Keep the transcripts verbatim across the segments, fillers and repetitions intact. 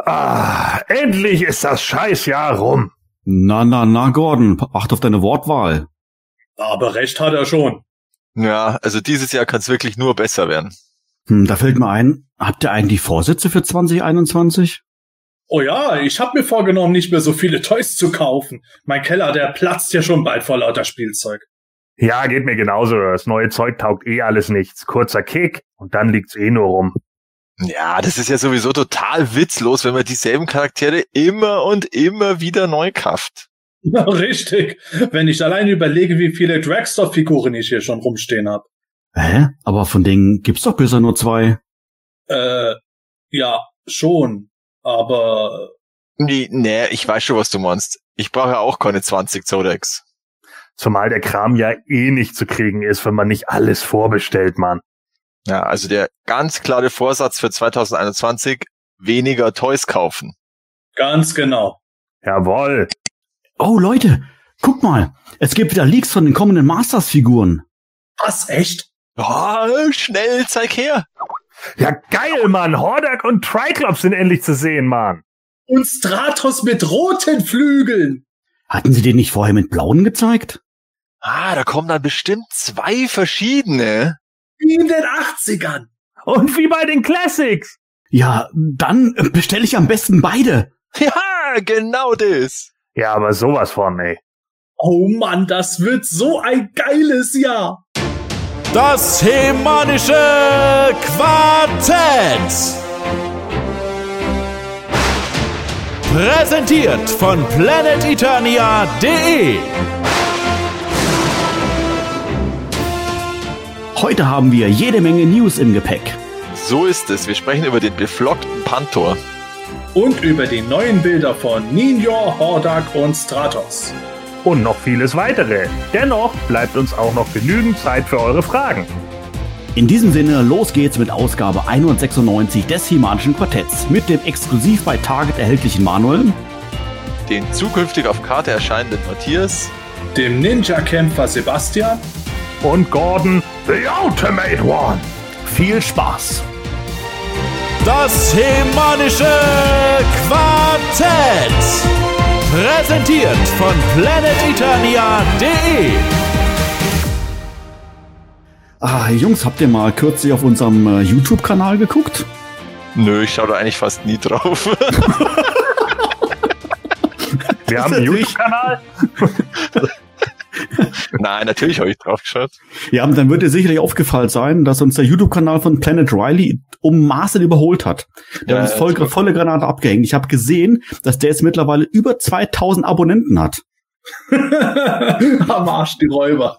Ah, endlich ist das Scheißjahr rum. Na, na, na, Gordon, acht auf deine Wortwahl. Aber recht hat er schon. Ja, also dieses Jahr kann es wirklich nur besser werden. Hm, da fällt mir ein, habt ihr eigentlich Vorsätze für zwanzig einundzwanzig? Oh ja, ich hab mir vorgenommen, nicht mehr so viele Toys zu kaufen. Mein Keller, der platzt ja schon bald vor lauter Spielzeug. Ja, geht mir genauso. Das neue Zeug taugt eh alles nichts. Kurzer Kick und dann liegt's eh nur rum. Ja, das ist ja sowieso total witzlos, wenn man dieselben Charaktere immer und immer wieder neu kauft. Ja, richtig. Wenn ich alleine überlege, wie viele Dragstore-Figuren ich hier schon rumstehen hab. Hä? Aber von denen gibt's doch bisher nur zwei. Äh, ja, schon. Aber... Nee, nee, ich weiß schon, was du meinst. Ich brauche ja auch keine zwanzig Zodex. Zumal der Kram ja eh nicht zu kriegen ist, wenn man nicht alles vorbestellt, Mann. Ja, also der ganz klare Vorsatz für zwanzig einundzwanzig, weniger Toys kaufen. Ganz genau. Jawohl. Oh, Leute, guck mal. Es gibt wieder Leaks von den kommenden Masters-Figuren. Was, echt? Oh, schnell, zeig her. Ja, geil, Mann. Hordak und Triclops sind endlich zu sehen, Mann. Und Stratos mit roten Flügeln. Hatten sie den nicht vorher mit blauen gezeigt? Ah, da kommen dann bestimmt zwei verschiedene. Wie in den achtzigern. Und wie bei den Classics. Ja, dann bestelle ich am besten beide. Ja, genau das. Ja, aber sowas von, ey. Oh Mann, das wird so ein geiles Jahr. Das Hemanische Quartett. Präsentiert von planet eternia punkt de. Heute haben wir jede Menge News im Gepäck. So ist es. Wir sprechen über den beflockten Pantor. Und über die neuen Bilder von Ninjor, Hordak und Stratos. Und noch vieles weitere. Dennoch bleibt uns auch noch genügend Zeit für eure Fragen. In diesem Sinne, los geht's mit Ausgabe hundertsechsundneunzig des Hemanischen Quartetts mit dem exklusiv bei Target erhältlichen Manuel, Den zukünftig auf Karte erscheinenden Matthias, Dem Ninja-Kämpfer Sebastian Und Gordon, the Ultimate One. viel Spaß! Das Hemanische Quartett. Präsentiert von planet eternia punkt de. Ah, Jungs, habt ihr mal kürzlich auf unserem äh, YouTube-Kanal geguckt? Nö, ich schaue da eigentlich fast nie drauf. Wir haben einen YouTube-Kanal. Nein, natürlich habe ich drauf geschaut. Ja, dann wird dir sicherlich aufgefallen sein, dass uns der YouTube-Kanal von Planet Riley um Maßen überholt hat. Der Ja, hat uns voll, ja, volle Granate abgehängt. Ich habe gesehen, dass der jetzt mittlerweile über zweitausend Abonnenten hat. am Arsch die Räuber.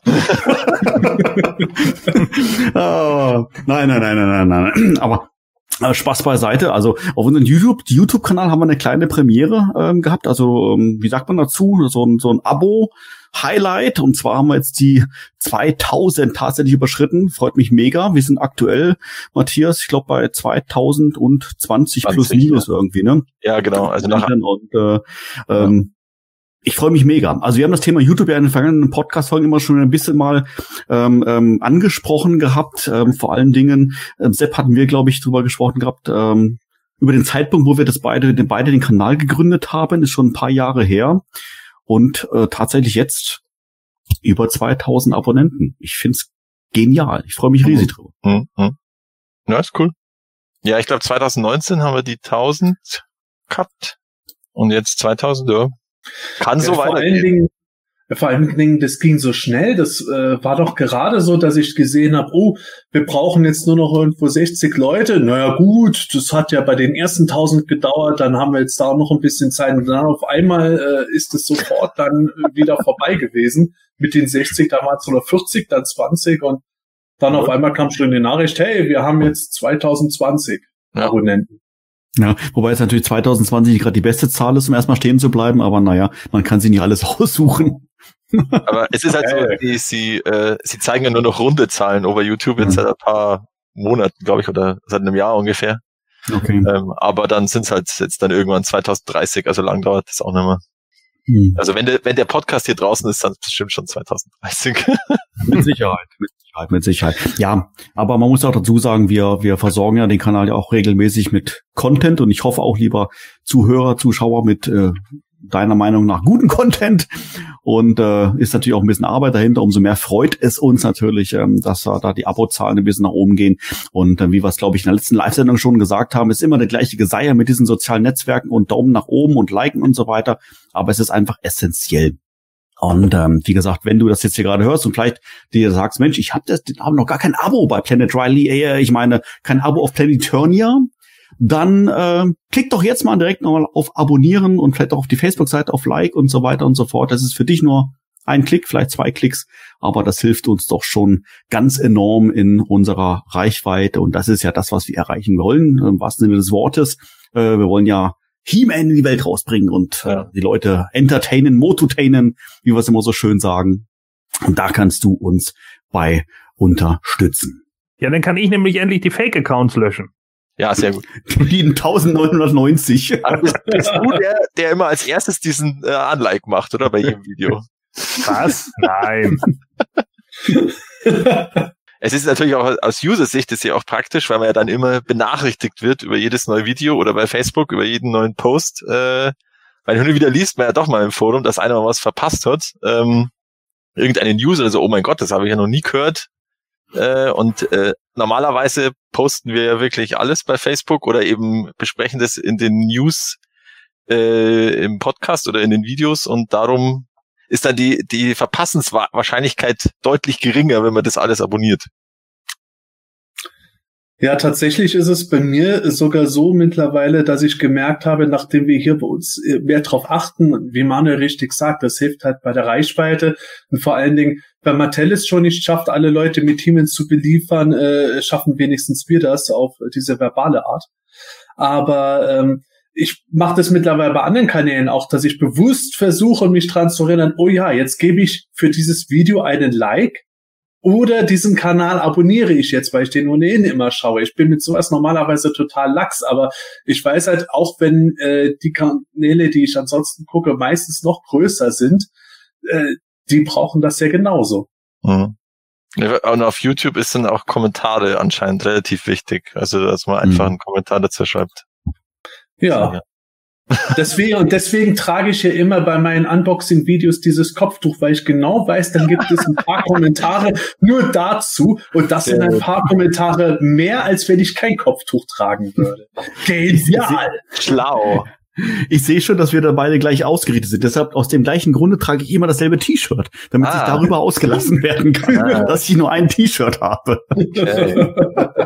Oh, nein, nein, nein, nein, nein, nein. Aber äh, Spaß beiseite. Also auf unserem YouTube, YouTube-Kanal haben wir eine kleine Premiere ähm, gehabt. Also ähm, wie sagt man dazu? So ein so ein Abo-Highlight. Und zwar haben wir jetzt die zweitausend tatsächlich überschritten. Freut mich mega. Wir sind aktuell, Matthias, ich glaube bei zweitausendzwanzig plus zwanzig, minus ja. irgendwie, ne? Ja, genau. Also nach, Und äh, ähm, ich freue mich mega. Also wir haben das Thema YouTube ja in den vergangenen Podcast-Folgen immer schon ein bisschen mal ähm, ähm, angesprochen gehabt. Ähm, vor allen Dingen, ähm, Sepp hatten wir, glaube ich, drüber gesprochen gehabt, ähm, über den Zeitpunkt, wo wir das beide, den beide den Kanal gegründet haben, ist schon ein paar Jahre her. Und äh, tatsächlich jetzt über zweitausend Abonnenten. Ich find's genial. Ich freue mich riesig drüber. hm, hm. Ja, ist cool. Ja, ich glaube zwanzig neunzehn haben wir die tausend gehabt. Und jetzt zweitausend, ja. Kann Ja, so vor allen weitergehen. Dingen, vor allen Dingen, das ging so schnell. Das äh, war doch gerade so, dass ich gesehen habe, oh, wir brauchen jetzt nur noch irgendwo sechzig Leute. Naja gut, das hat ja bei den ersten tausend gedauert. Dann haben wir jetzt da noch ein bisschen Zeit. Und dann auf einmal äh, ist es sofort dann wieder vorbei gewesen. Mit den sechzig, da waren es nur vierzig, dann zwanzig. Und dann auf einmal kam schon die Nachricht, hey, wir haben jetzt zweitausendzwanzig Ja. Abonnenten. Ja, wobei es natürlich zweitausendzwanzig gerade die beste Zahl ist, um erstmal stehen zu bleiben. Aber naja, man kann sich nicht alles aussuchen. Aber es ist halt so, Ja. die, sie, äh, sie zeigen ja nur noch runde Zahlen over YouTube jetzt Mhm. seit ein paar Monaten, glaube ich, oder seit einem Jahr ungefähr. Okay. Ähm, aber dann sind es halt jetzt dann irgendwann zweitausenddreißig, also lang dauert das auch nicht mehr. Hm. Also wenn der, wenn der Podcast hier draußen ist, dann bestimmt schon zwanzig dreißig. Mit Sicherheit, mit Sicherheit, mit Sicherheit. Ja, aber man muss auch dazu sagen, wir, wir versorgen ja den Kanal ja auch regelmäßig mit Content und ich hoffe auch, lieber Zuhörer, Zuschauer, mit äh, deiner Meinung nach guten Content und äh, ist natürlich auch ein bisschen Arbeit dahinter. Umso mehr freut es uns natürlich, ähm, dass äh, da die Abozahlen ein bisschen nach oben gehen. Und äh, wie wir es, glaube ich, in der letzten Live-Sendung schon gesagt haben, ist immer der gleiche Geseier mit diesen sozialen Netzwerken und Daumen nach oben und Liken und so weiter. Aber es ist einfach essentiell. Und ähm, wie gesagt, wenn du das jetzt hier gerade hörst und vielleicht dir sagst, Mensch, ich habe hab noch gar kein Abo bei Planet Riley, äh, ich meine, kein Abo auf Planet Eternia, dann äh, klick doch jetzt mal direkt nochmal auf Abonnieren und vielleicht auch auf die Facebook-Seite auf Like und so weiter und so fort. Das ist für dich nur ein Klick, vielleicht zwei Klicks, aber das hilft uns doch schon ganz enorm in unserer Reichweite und das ist ja das, was wir erreichen wollen, im wahrsten Sinne des Wortes. Äh, wir wollen ja He-Man in die Welt rausbringen und äh, die Leute entertainen, mototainen, wie wir es immer so schön sagen. Und da kannst du uns bei unterstützen. Ja, dann kann ich nämlich endlich die Fake-Accounts löschen. Ja, sehr gut. Die neunzehnhundertneunzig. Also bist, bist du der, der immer als erstes diesen äh, Unlike macht, oder? Bei jedem Video. Was? Nein. Es ist natürlich auch aus User-Sicht ist ja auch praktisch, weil man ja dann immer benachrichtigt wird über jedes neue Video oder bei Facebook über jeden neuen Post. Äh, weil hin und wieder liest man ja doch mal im Forum, dass einer mal was verpasst hat. Ähm, irgendeinen User, also oh mein Gott, das habe ich ja noch nie gehört. Äh, und äh, normalerweise posten wir ja wirklich alles bei Facebook oder eben besprechen das in den News äh, im Podcast oder in den Videos und darum ist dann die die Verpassenswahrscheinlichkeit deutlich geringer, wenn man das alles abonniert. Ja, tatsächlich ist es bei mir sogar so mittlerweile, dass ich gemerkt habe, nachdem wir hier bei uns mehr drauf achten, wie Manuel richtig sagt, das hilft halt bei der Reichweite und vor allen Dingen, wenn Mattel es schon nicht schafft, alle Leute mit Themen zu beliefern, äh, schaffen wenigstens wir das auf diese verbale Art. Aber ähm, ich mache das mittlerweile bei anderen Kanälen auch, dass ich bewusst versuche, mich dran zu erinnern, oh ja, jetzt gebe ich für dieses Video einen Like oder diesen Kanal abonniere ich jetzt, weil ich den ohnehin immer schaue. Ich bin mit sowas normalerweise total lax, aber ich weiß halt, auch wenn äh, die Kanäle, die ich ansonsten gucke, meistens noch größer sind, äh, die brauchen das ja genauso. Mhm. Und auf YouTube ist dann auch Kommentare anscheinend relativ wichtig. Also, dass man einfach einen Kommentar dazu schreibt. Ja. Deswegen, und deswegen trage ich ja immer bei meinen Unboxing-Videos dieses Kopftuch, weil ich genau weiß, dann gibt es ein paar Kommentare nur dazu und das sind ein paar Kommentare mehr, als wenn ich kein Kopftuch tragen würde. Genial! Schlau! Ich sehe schon, dass wir da beide gleich ausgerichtet sind. Deshalb aus dem gleichen Grunde trage ich immer dasselbe T-Shirt, damit ah. sich darüber ausgelassen werden kann, ah. dass ich nur ein T-Shirt habe. Okay.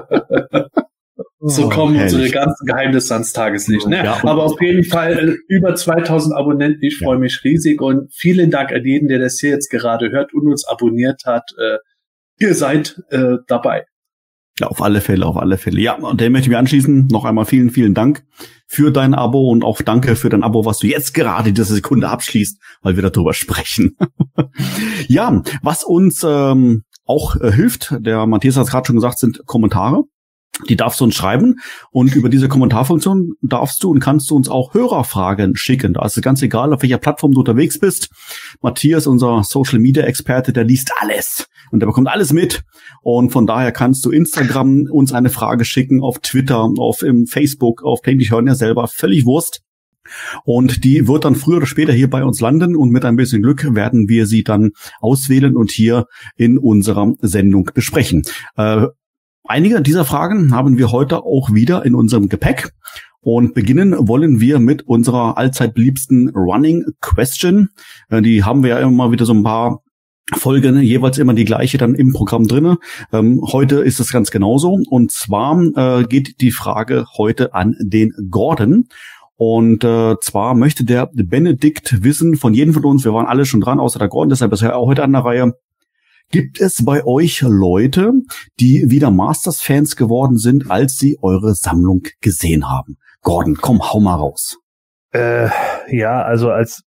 So kommen oh, unsere ganzen Geheimnisse ans Tageslicht. Ne? Ja, aber auf jeden Fall über zweitausend Abonnenten. Ich freue ja. mich riesig und vielen Dank an jeden, der das hier jetzt gerade hört und uns abonniert hat. Äh, ihr seid äh, dabei. Ja, auf alle Fälle, auf alle Fälle. Ja, und dem möchte ich mich anschließen. Noch einmal vielen, vielen Dank für dein Abo und auch danke für dein Abo, was du jetzt gerade diese Sekunde abschließt, weil wir darüber sprechen. Ja, was uns ähm, auch äh, hilft, der Matthias hat es gerade schon gesagt, sind Kommentare. Die darfst du uns schreiben und über diese Kommentarfunktion darfst du und kannst du uns auch Hörerfragen schicken. Da ist es ganz egal, auf welcher Plattform du unterwegs bist. Matthias, unser Social-Media-Experte, der liest alles und der bekommt alles mit. Und von daher kannst du Instagram uns eine Frage schicken, auf Twitter, auf im Facebook, auf Planet Eternia selber, völlig Wurst. Und die wird dann früher oder später hier bei uns landen und mit ein bisschen Glück werden wir sie dann auswählen und hier in unserer Sendung besprechen. Äh, Einige dieser Fragen haben wir heute auch wieder in unserem Gepäck und beginnen wollen wir mit unserer allzeit beliebsten Running Question. Die haben wir ja immer mal wieder so ein paar Folgen, jeweils immer die gleiche dann im Programm drinne. Ähm, heute ist es ganz genauso und zwar äh, geht die Frage heute an den Gordon. Und äh, zwar möchte der Benedikt wissen von jedem von uns, wir waren alle schon dran, außer der Gordon, deshalb ist er auch heute an der Reihe. Gibt es bei euch Leute, die wieder Masters-Fans geworden sind, als sie eure Sammlung gesehen haben? Gordon, komm, hau mal raus. Äh, ja, also als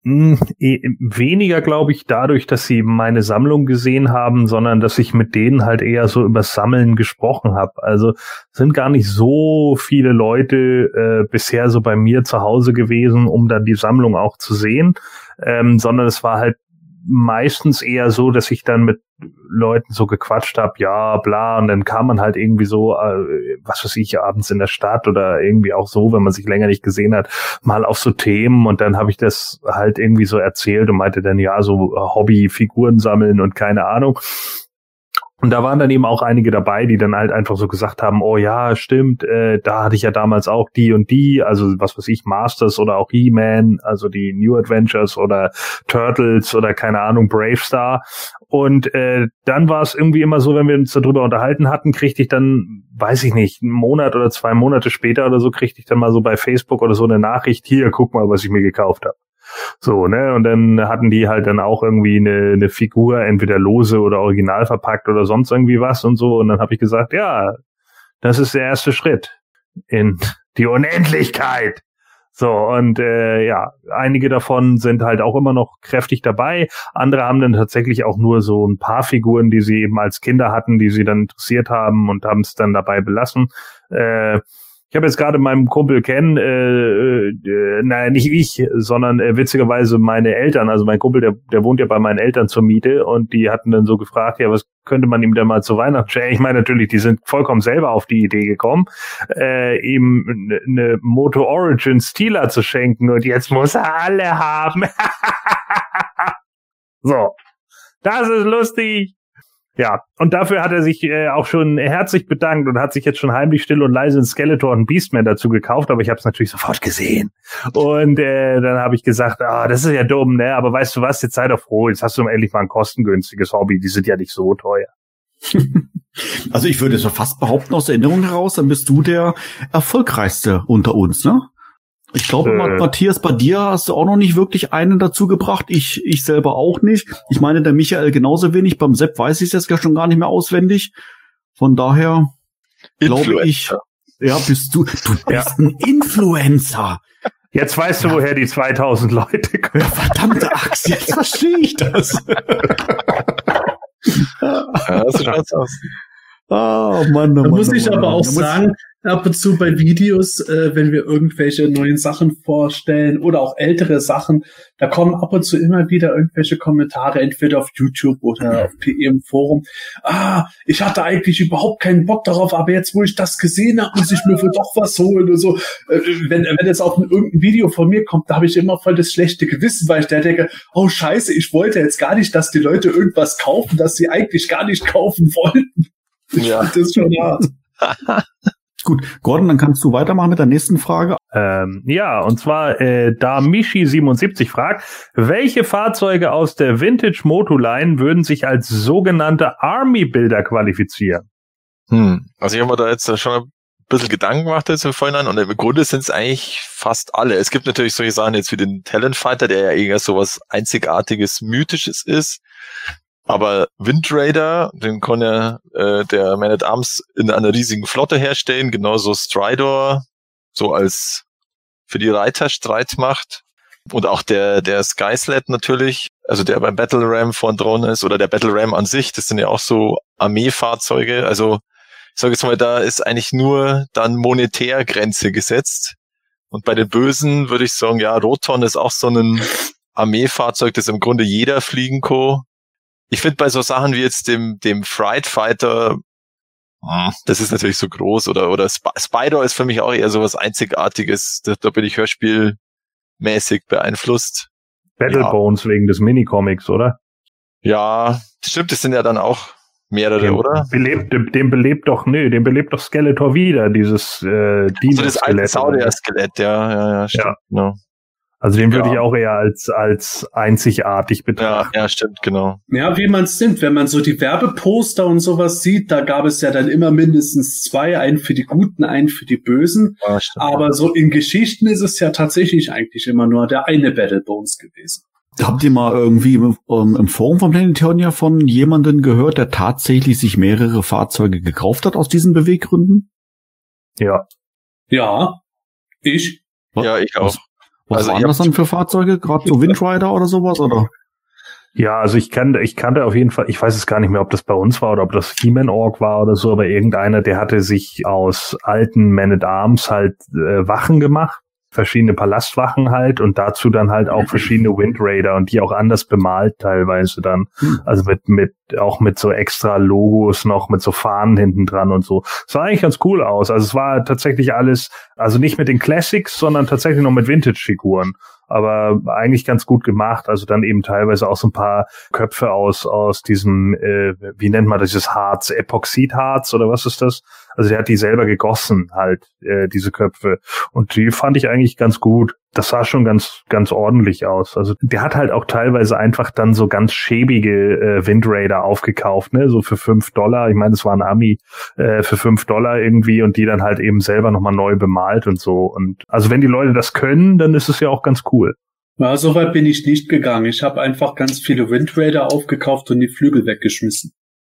Mh, weniger, glaube ich, dadurch, dass sie meine Sammlung gesehen haben, sondern dass ich mit denen halt eher so über Sammeln gesprochen habe. Also sind gar nicht so viele Leute äh, bisher so bei mir zu Hause gewesen, um dann die Sammlung auch zu sehen, ähm, sondern es war halt meistens eher so, dass ich dann mit Leuten so gequatscht habe, ja, bla, und dann kam man halt irgendwie so, äh, was weiß ich, abends in der Stadt oder irgendwie auch so, wenn man sich länger nicht gesehen hat, mal auf so Themen, und dann habe ich das halt irgendwie so erzählt und meinte dann, ja, so Hobby, Figuren sammeln und keine Ahnung. Und da waren dann eben auch einige dabei, die dann halt einfach so gesagt haben, oh ja, stimmt, äh, da hatte ich ja damals auch die und die, also was weiß ich, Masters oder auch He-Man, also die New Adventures oder Turtles oder keine Ahnung, Brave Star. Und äh, dann war es irgendwie immer so, wenn wir uns darüber unterhalten hatten, kriegte ich dann, weiß ich nicht, einen Monat oder zwei Monate später oder so, kriegte ich dann mal so bei Facebook oder so eine Nachricht, hier, guck mal, was ich mir gekauft habe. So, ne, und dann hatten die halt dann auch irgendwie eine, eine Figur, entweder lose oder original verpackt oder sonst irgendwie was und so, und dann habe ich gesagt, ja, das ist der erste Schritt in die Unendlichkeit. So, und äh, ja, einige davon sind halt auch immer noch kräftig dabei, andere haben dann tatsächlich auch nur so ein paar Figuren, die sie eben als Kinder hatten, die sie dann interessiert haben und haben es dann dabei belassen. Äh, Ich habe jetzt gerade meinem Kumpel Ken, äh, äh, naja, nicht ich, sondern äh, witzigerweise meine Eltern, also mein Kumpel, der der wohnt ja bei meinen Eltern zur Miete, und die hatten dann so gefragt, ja, was könnte man ihm denn mal zu Weihnachten schenken? Ich meine natürlich, die sind vollkommen selber auf die Idee gekommen, äh, ihm eine Moto Origin Steeler zu schenken, und jetzt muss er alle haben. So, das ist lustig. Ja, und dafür hat er sich äh, auch schon herzlich bedankt und hat sich jetzt schon heimlich still und leise einen Skeletor und einen Beastman dazu gekauft, aber ich habe es natürlich sofort gesehen. Und äh, dann habe ich gesagt, ah, das ist ja dumm, ne? Aber weißt du was, jetzt sei doch froh, jetzt hast du endlich mal ein kostengünstiges Hobby, die sind ja nicht so teuer. Also ich würde es fast behaupten, aus der Erinnerung heraus, dann bist du der erfolgreichste unter uns, ne? Ich glaube, äh, Matthias, bei dir hast du auch noch nicht wirklich einen dazu gebracht. Ich ich selber auch nicht. Ich meine, der Michael genauso wenig. Beim Sepp weiß ich es jetzt ja schon gar nicht mehr auswendig. Von daher glaube ich, ja, bist du, du bist ja ein Influencer. Jetzt weißt du, ja, woher die zweitausend Leute kommen. Ja, verdammte Axt, jetzt verstehe ich das. Ja, das schaut's aus. Oh Mann, oh da Mann, muss oh ich Mann, aber auch sagen, ab und zu bei Videos, äh, wenn wir irgendwelche neuen Sachen vorstellen oder auch ältere Sachen, da kommen ab und zu immer wieder irgendwelche Kommentare, entweder auf YouTube oder auf P E im Forum. Ah, ich hatte eigentlich überhaupt keinen Bock darauf, aber jetzt, wo ich das gesehen habe, muss ich mir wohl doch was holen und so. Äh, wenn, wenn jetzt auch ein, irgendein Video von mir kommt, da habe ich immer voll das schlechte Gewissen, weil ich da denke, oh scheiße, ich wollte jetzt gar nicht, dass die Leute irgendwas kaufen, das sie eigentlich gar nicht kaufen wollten. Ich ja, das ist schon hart. Gut, Gordon, dann kannst du weitermachen mit der nächsten Frage. Ähm, ja, und zwar, äh, da Michi siebenundsiebzig fragt, welche Fahrzeuge aus der Vintage Moto-Line würden sich als sogenannte Army-Builder qualifizieren? Hm. Also ich habe mir da jetzt schon ein bisschen Gedanken gemacht jetzt im Vorhinein, und im Grunde sind es eigentlich fast alle. Es gibt natürlich solche Sachen jetzt wie den Talon Fighter, der ja eher sowas Einzigartiges, Mythisches ist. Aber Wind Raider, den kann ja äh, der Man at Arms in einer riesigen Flotte herstellen, genauso Stridor, so als für die Reiter Streitmacht. Und auch der der Skysled natürlich, also der beim Battle Ram von dran ist, oder der Battle Ram an sich, das sind ja auch so Armeefahrzeuge. Also ich sage jetzt mal, da ist eigentlich nur dann monetär Grenze gesetzt. Und bei den Bösen würde ich sagen, ja, Roton ist auch so ein Armeefahrzeug, das im Grunde jeder fliegen kann. Ich finde bei so Sachen wie jetzt dem dem Fright Fighter, das ist natürlich so groß, oder oder Sp- Spider ist für mich auch eher so was Einzigartiges. Da, da bin ich hörspielmäßig beeinflusst. Battlebones ja, wegen des Minicomics, oder? Ja, stimmt, das sind ja dann auch mehrere, dem oder? Belebt, dem, dem belebt doch, nö, dem belebt doch Skeletor wieder, dieses äh, also das alte Saurier-Skelett, ja, ja, ja, stimmt. Ja. Genau. Also den würde ja. ich auch eher als als einzigartig betrachten. Ja, ja, stimmt, genau. Ja, wie man es nimmt. Wenn man so die Werbeposter und sowas sieht, da gab es ja dann immer mindestens zwei, einen für die Guten, einen für die Bösen. Ja, aber so in Geschichten ist es ja tatsächlich eigentlich immer nur der eine Battlebones gewesen. Habt ihr mal irgendwie im, um, im Forum von Planetonia von jemandem gehört, der tatsächlich sich mehrere Fahrzeuge gekauft hat aus diesen Beweggründen? Ja. Ja, ich. Was? Ja, ich auch. Was, Was Also waren ihr das dann für Fahrzeuge? Gerade so Windrider oder sowas, oder? Ja, also ich kannte, ich kannte auf jeden Fall, ich weiß es gar nicht mehr, ob das bei uns war oder ob das He-Man-Org war oder so, aber irgendeiner, der hatte sich aus alten Man-at-Arms halt äh, Wachen gemacht, verschiedene Palastwachen halt und dazu dann halt auch verschiedene Windraider und die auch anders bemalt teilweise dann, also mit mit auch mit so extra Logos noch, mit so Fahnen hinten dran und so. Es sah eigentlich ganz cool aus, also es war tatsächlich alles, also nicht mit den Classics, sondern tatsächlich noch mit Vintage-Figuren. Aber eigentlich ganz gut gemacht, also dann eben teilweise auch so ein paar Köpfe aus aus diesem, äh, wie nennt man das, dieses Harz, Epoxidharz oder was ist das? Also der hat die selber gegossen halt, äh, diese Köpfe und die fand ich eigentlich ganz gut. Das sah schon ganz ganz ordentlich aus. Also der hat halt auch teilweise einfach dann so ganz schäbige äh, Windraider aufgekauft, ne, so für fünf Dollar. Ich meine, das war ein Ami äh, für fünf Dollar irgendwie und die dann halt eben selber nochmal neu bemalt und so. Und also wenn die Leute das können, dann ist es ja auch ganz cool. Ja, so weit bin ich nicht gegangen. Ich habe einfach ganz viele Windraider aufgekauft und die Flügel weggeschmissen.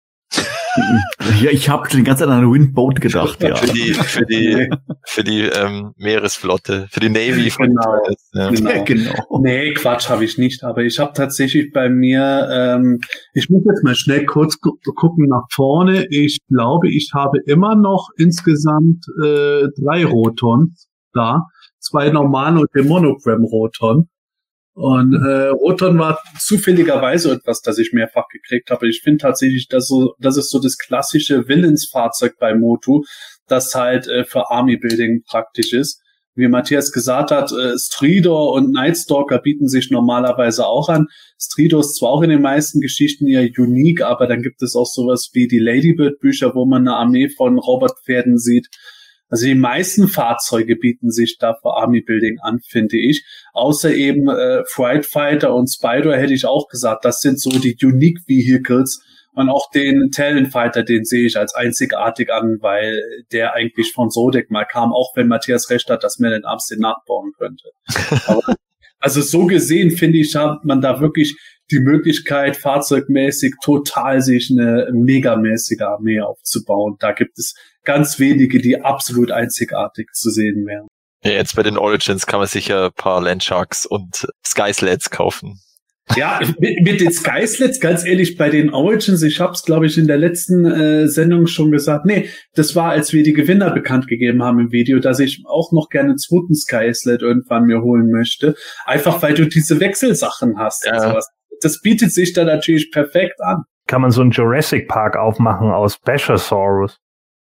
Ja, ich habe die ganze Zeit an eine Windboat gedacht, ja. Für die, für die, für die ähm, Meeresflotte, für die Navy. Genau, ja. genau. genau. Nee, Quatsch habe ich nicht. Aber ich habe tatsächlich bei mir, ähm, ich muss jetzt mal schnell kurz gu- gucken nach vorne. Ich glaube, ich habe immer noch insgesamt äh, drei Rotons da. Zwei normale und den Monogram-Roton. Und äh, Roton war zufälligerweise etwas, das ich mehrfach gekriegt habe. Ich finde tatsächlich, dass so, das ist so das klassische Willensfahrzeug bei Motu, das halt äh, für Army-Building praktisch ist. Wie Matthias gesagt hat, äh, Stridor und Nightstalker bieten sich normalerweise auch an. Stridor ist zwar auch in den meisten Geschichten eher unique, aber dann gibt es auch sowas wie die Ladybird-Bücher, wo man eine Armee von Robotpferden sieht. Also die meisten Fahrzeuge bieten sich da für Army-Building an, finde ich. Außer eben äh, Fright Fighter und Spider hätte ich auch gesagt, das sind so die Unique Vehicles. Und auch den Talon Fighter, den sehe ich als einzigartig an, weil der eigentlich von Sodek mal kam, auch wenn Matthias recht hat, dass man den Arms den nachbauen könnte. Aber, also so gesehen, finde ich, hat man da wirklich die Möglichkeit, fahrzeugmäßig total sich eine megamäßige Armee aufzubauen. Da gibt es ganz wenige, die absolut einzigartig zu sehen wären. Ja, jetzt bei den Origins kann man sicher ein paar Landsharks und Skysleds kaufen. Ja, mit, mit den Skysleds, ganz ehrlich, bei den Origins, ich hab's, glaube ich, in der letzten äh, Sendung schon gesagt, nee, das war, als wir die Gewinner bekannt gegeben haben im Video, dass ich auch noch gerne einen zweiten Skysled irgendwann mir holen möchte, einfach weil du diese Wechselsachen hast ja. und sowas. Das bietet sich da natürlich perfekt an. Kann man so einen Jurassic Park aufmachen aus Bashosaurus.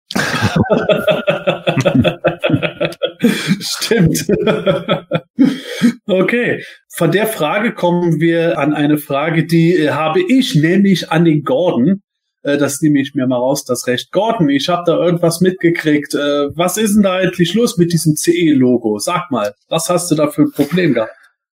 Stimmt. Okay. Von der Frage kommen wir an eine Frage, die äh, habe ich nämlich an den Gordon. Äh, das nehme ich mir mal raus, das Recht. Gordon, ich habe da irgendwas mitgekriegt. Äh, was ist denn da eigentlich los mit diesem C E-Logo? Sag mal, was hast du da für ein Problem gehabt?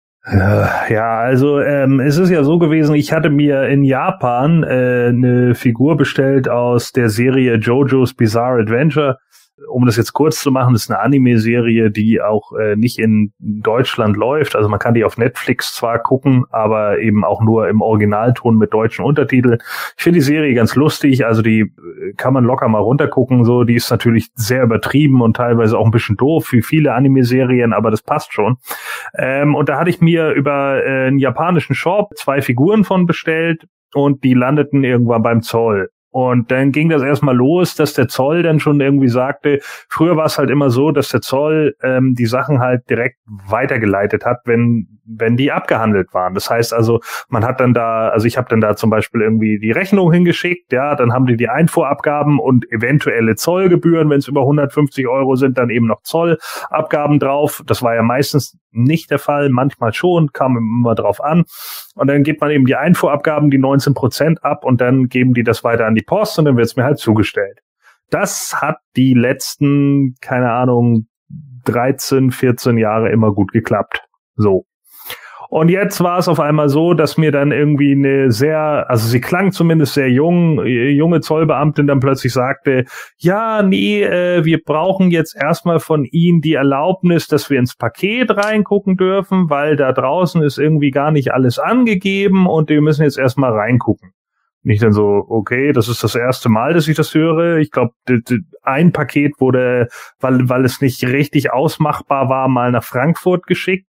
Ja, also ähm, es ist ja so gewesen, ich hatte mir in Japan äh, eine Figur bestellt aus der Serie JoJo's Bizarre Adventure. Um das jetzt kurz zu machen, das ist eine Anime-Serie, die auch äh, nicht in Deutschland läuft. Also man kann die auf Netflix zwar gucken, aber eben auch nur im Originalton mit deutschen Untertiteln. Ich finde die Serie ganz lustig, also die kann man locker mal runtergucken. So, die ist natürlich sehr übertrieben und teilweise auch ein bisschen doof, wie viele Anime-Serien, aber das passt schon. Ähm, und da hatte ich mir über äh, einen japanischen Shop zwei Figuren von bestellt und die landeten irgendwann beim Zoll. Und dann ging das erstmal los, dass der Zoll dann schon irgendwie sagte, früher war es halt immer so, dass der Zoll ähm, die Sachen halt direkt weitergeleitet hat, wenn wenn die abgehandelt waren. Das heißt also, man hat dann da, also ich habe dann da zum Beispiel irgendwie die Rechnung hingeschickt, ja, dann haben die die Einfuhrabgaben und eventuelle Zollgebühren, wenn es über hundertfünfzig Euro sind, dann eben noch Zollabgaben drauf. Das war ja meistens nicht der Fall, manchmal schon, kam immer drauf an. Und dann gibt man eben die Einfuhrabgaben, die neunzehn Prozent ab und dann geben die das weiter an die Post und dann wird es mir halt zugestellt. Das hat die letzten, keine Ahnung, dreizehn, vierzehn Jahre immer gut geklappt. So. Und jetzt war es auf einmal so, dass mir dann irgendwie eine sehr, also sie klang zumindest sehr jung, junge Zollbeamtin dann plötzlich sagte, ja, nee, äh, wir brauchen jetzt erstmal von Ihnen die Erlaubnis, dass wir ins Paket reingucken dürfen, weil da draußen ist irgendwie gar nicht alles angegeben und wir müssen jetzt erstmal reingucken. Und ich dann so, okay, das ist das erste Mal, dass ich das höre. Ich glaube, ein Paket wurde, weil, weil es nicht richtig ausmachbar war, mal nach Frankfurt geschickt.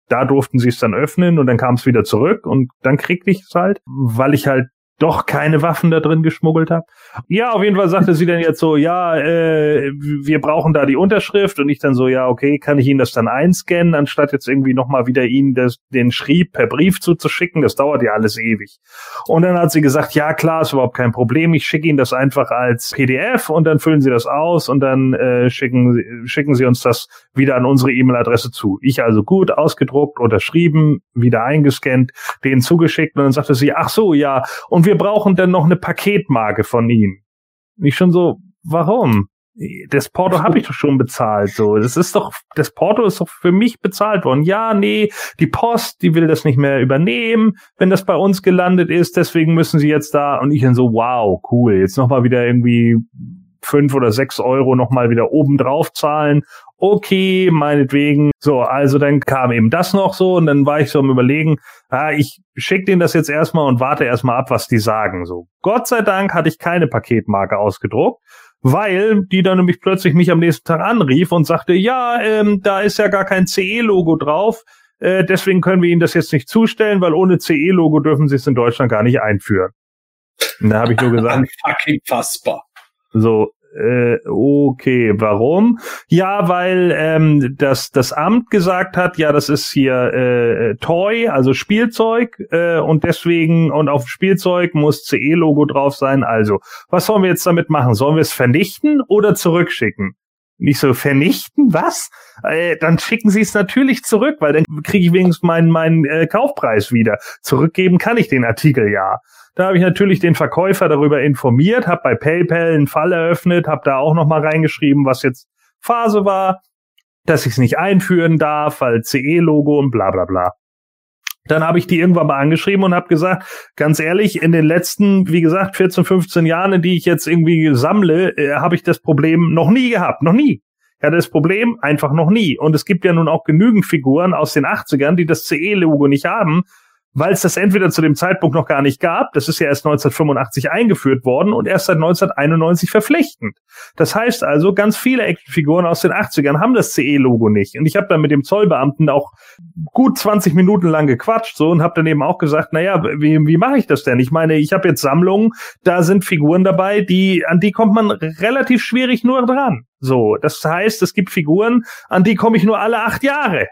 da durften sie es dann öffnen und dann kam es wieder zurück und dann kriegte ich es halt, weil ich halt doch keine Waffen da drin geschmuggelt habe. Ja, auf jeden Fall sagte sie dann jetzt so, ja, äh, wir brauchen da die Unterschrift und ich dann so, ja, okay, kann ich Ihnen das dann einscannen, anstatt jetzt irgendwie nochmal wieder Ihnen das, den Schrieb per Brief zuzuschicken, das dauert ja alles ewig. Und dann hat sie gesagt, ja klar, ist überhaupt kein Problem, ich schicke Ihnen das einfach als P D F und dann füllen Sie das aus und dann äh, schicken, schicken Sie uns das wieder an unsere E-Mail-Adresse zu. Ich also gut, ausgedruckt, unterschrieben, wieder eingescannt, denen zugeschickt und dann sagte sie, ach so, ja, und wir brauchen dann noch eine Paketmarke von Ihnen. Ich schon so, warum? Das Porto habe ich doch schon bezahlt, so. Das ist doch, das Porto ist doch für mich bezahlt worden. Ja, nee, die Post, die will das nicht mehr übernehmen, wenn das bei uns gelandet ist, deswegen müssen sie jetzt da, und ich dann so, wow, cool, jetzt nochmal wieder irgendwie fünf oder sechs Euro nochmal wieder oben drauf zahlen. Okay, meinetwegen. So, also dann kam eben das noch so und dann war ich so am Überlegen, ah, ich schicke denen das jetzt erstmal und warte erstmal ab, was die sagen. So, Gott sei Dank hatte ich keine Paketmarke ausgedruckt, weil die dann nämlich plötzlich mich am nächsten Tag anrief und sagte, ja, ähm, da ist ja gar kein C E-Logo drauf, äh, deswegen können wir Ihnen das jetzt nicht zustellen, weil ohne C E-Logo dürfen Sie es in Deutschland gar nicht einführen. Und da habe ich nur gesagt, fucking fassbar. So, äh, okay, warum? Ja, weil ähm, das das Amt gesagt hat, ja, das ist hier äh, Toy, also Spielzeug, äh, und deswegen, und auf Spielzeug muss C E-Logo drauf sein. Also, was sollen wir jetzt damit machen? Sollen wir es vernichten oder zurückschicken? Nicht so, vernichten? Was? Äh, dann schicken Sie es natürlich zurück, weil dann kriege ich wenigstens meinen meinen äh, Kaufpreis wieder. Zurückgeben kann ich den Artikel ja. Da habe ich natürlich den Verkäufer darüber informiert, habe bei PayPal einen Fall eröffnet, habe da auch nochmal reingeschrieben, was jetzt Phase war, dass ich es nicht einführen darf, weil C E-Logo und bla bla bla. Dann habe ich die irgendwann mal angeschrieben und habe gesagt, ganz ehrlich, in den letzten, wie gesagt, vierzehn, fünfzehn Jahren, in die ich jetzt irgendwie sammle, äh, habe ich das Problem noch nie gehabt, noch nie. Ich hatte das Problem einfach noch nie. Und es gibt ja nun auch genügend Figuren aus den achtzigern, die das C E-Logo nicht haben, weil es das entweder zu dem Zeitpunkt noch gar nicht gab, das ist ja erst neunzehnhundertfünfundachtzig eingeführt worden und erst seit neunzehnhunderteinundneunzig verpflichtend. Das heißt also, ganz viele Actionfiguren aus den achtzigern haben das C E-Logo nicht. Und ich habe dann mit dem Zollbeamten auch gut zwanzig Minuten lang gequatscht so und habe dann eben auch gesagt, naja, wie, wie mache ich das denn? Ich meine, ich habe jetzt Sammlungen, da sind Figuren dabei, die an die kommt man relativ schwierig nur dran. So, das heißt, es gibt Figuren, an die komme ich nur alle acht Jahre.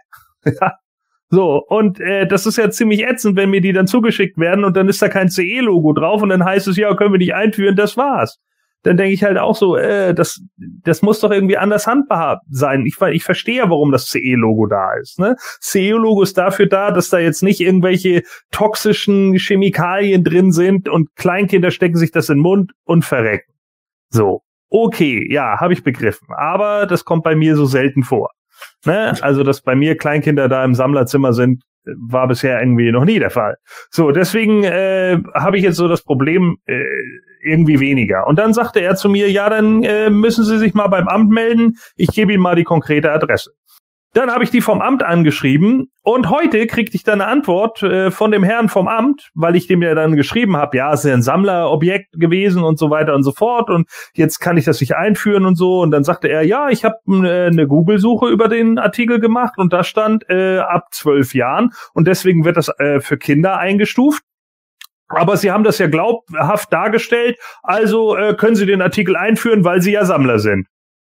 So, und äh, das ist ja ziemlich ätzend, wenn mir die dann zugeschickt werden und dann ist da kein C E-Logo drauf und dann heißt es, ja, können wir nicht einführen, das war's. Dann denke ich halt auch so, äh, das das muss doch irgendwie anders handhabt sein. Ich, ich verstehe ja, warum das C E-Logo da ist. Ne? C E-Logo ist dafür da, dass da jetzt nicht irgendwelche toxischen Chemikalien drin sind und Kleinkinder stecken sich das in den Mund und verrecken. So, okay, ja, habe ich begriffen. Aber das kommt bei mir so selten vor. Ne? Also, dass bei mir Kleinkinder da im Sammlerzimmer sind, war bisher irgendwie noch nie der Fall. So, deswegen äh, habe ich jetzt so das Problem äh, irgendwie weniger. Und dann sagte er zu mir, ja, dann äh, müssen Sie sich mal beim Amt melden. Ich gebe Ihnen mal die konkrete Adresse. Dann habe ich die vom Amt angeschrieben und heute kriegte ich dann eine Antwort äh, von dem Herrn vom Amt, weil ich dem ja dann geschrieben habe, ja, es ist ja ein Sammlerobjekt gewesen und so weiter und so fort und jetzt kann ich das nicht einführen und so. Und dann sagte er, ja, ich habe äh, eine Google-Suche über den Artikel gemacht und da stand äh, ab zwölf Jahren und deswegen wird das äh, für Kinder eingestuft. Aber Sie haben das ja glaubhaft dargestellt, also äh, können Sie den Artikel einführen, weil Sie ja Sammler sind.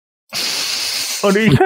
Und ich,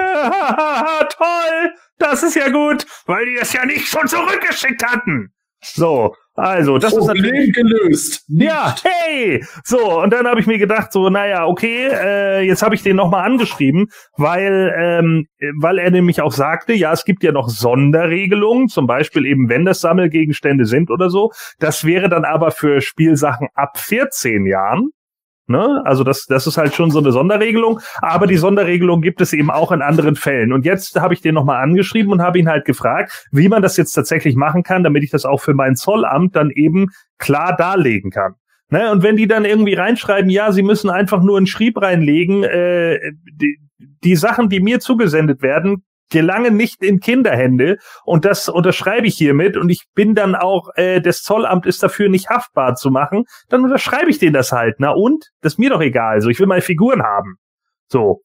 toll, das ist ja gut, weil die das ja nicht schon zurückgeschickt hatten. So, also, das Problem ist natürlich gelöst. Ja, hey! So, und dann habe ich mir gedacht, so, naja, okay, äh, jetzt habe ich den nochmal angeschrieben, weil ähm, weil er nämlich auch sagte, ja, es gibt ja noch Sonderregelungen, zum Beispiel eben, wenn das Sammelgegenstände sind oder so. Das wäre dann aber für Spielsachen ab vierzehn Jahren. Ne? Also das das ist halt schon so eine Sonderregelung, aber die Sonderregelung gibt es eben auch in anderen Fällen. Und jetzt habe ich den nochmal angeschrieben und habe ihn halt gefragt, wie man das jetzt tatsächlich machen kann, damit ich das auch für mein Zollamt dann eben klar darlegen kann. Ne? Und wenn die dann irgendwie reinschreiben, ja, sie müssen einfach nur einen Schrieb reinlegen, äh, die, die Sachen, die mir zugesendet werden, gelangen nicht in Kinderhände und das unterschreibe ich hiermit und ich bin dann auch, äh, das Zollamt ist dafür nicht haftbar zu machen, dann unterschreibe ich denen das halt, na und? Das ist mir doch egal, so, ich will meine Figuren haben. So.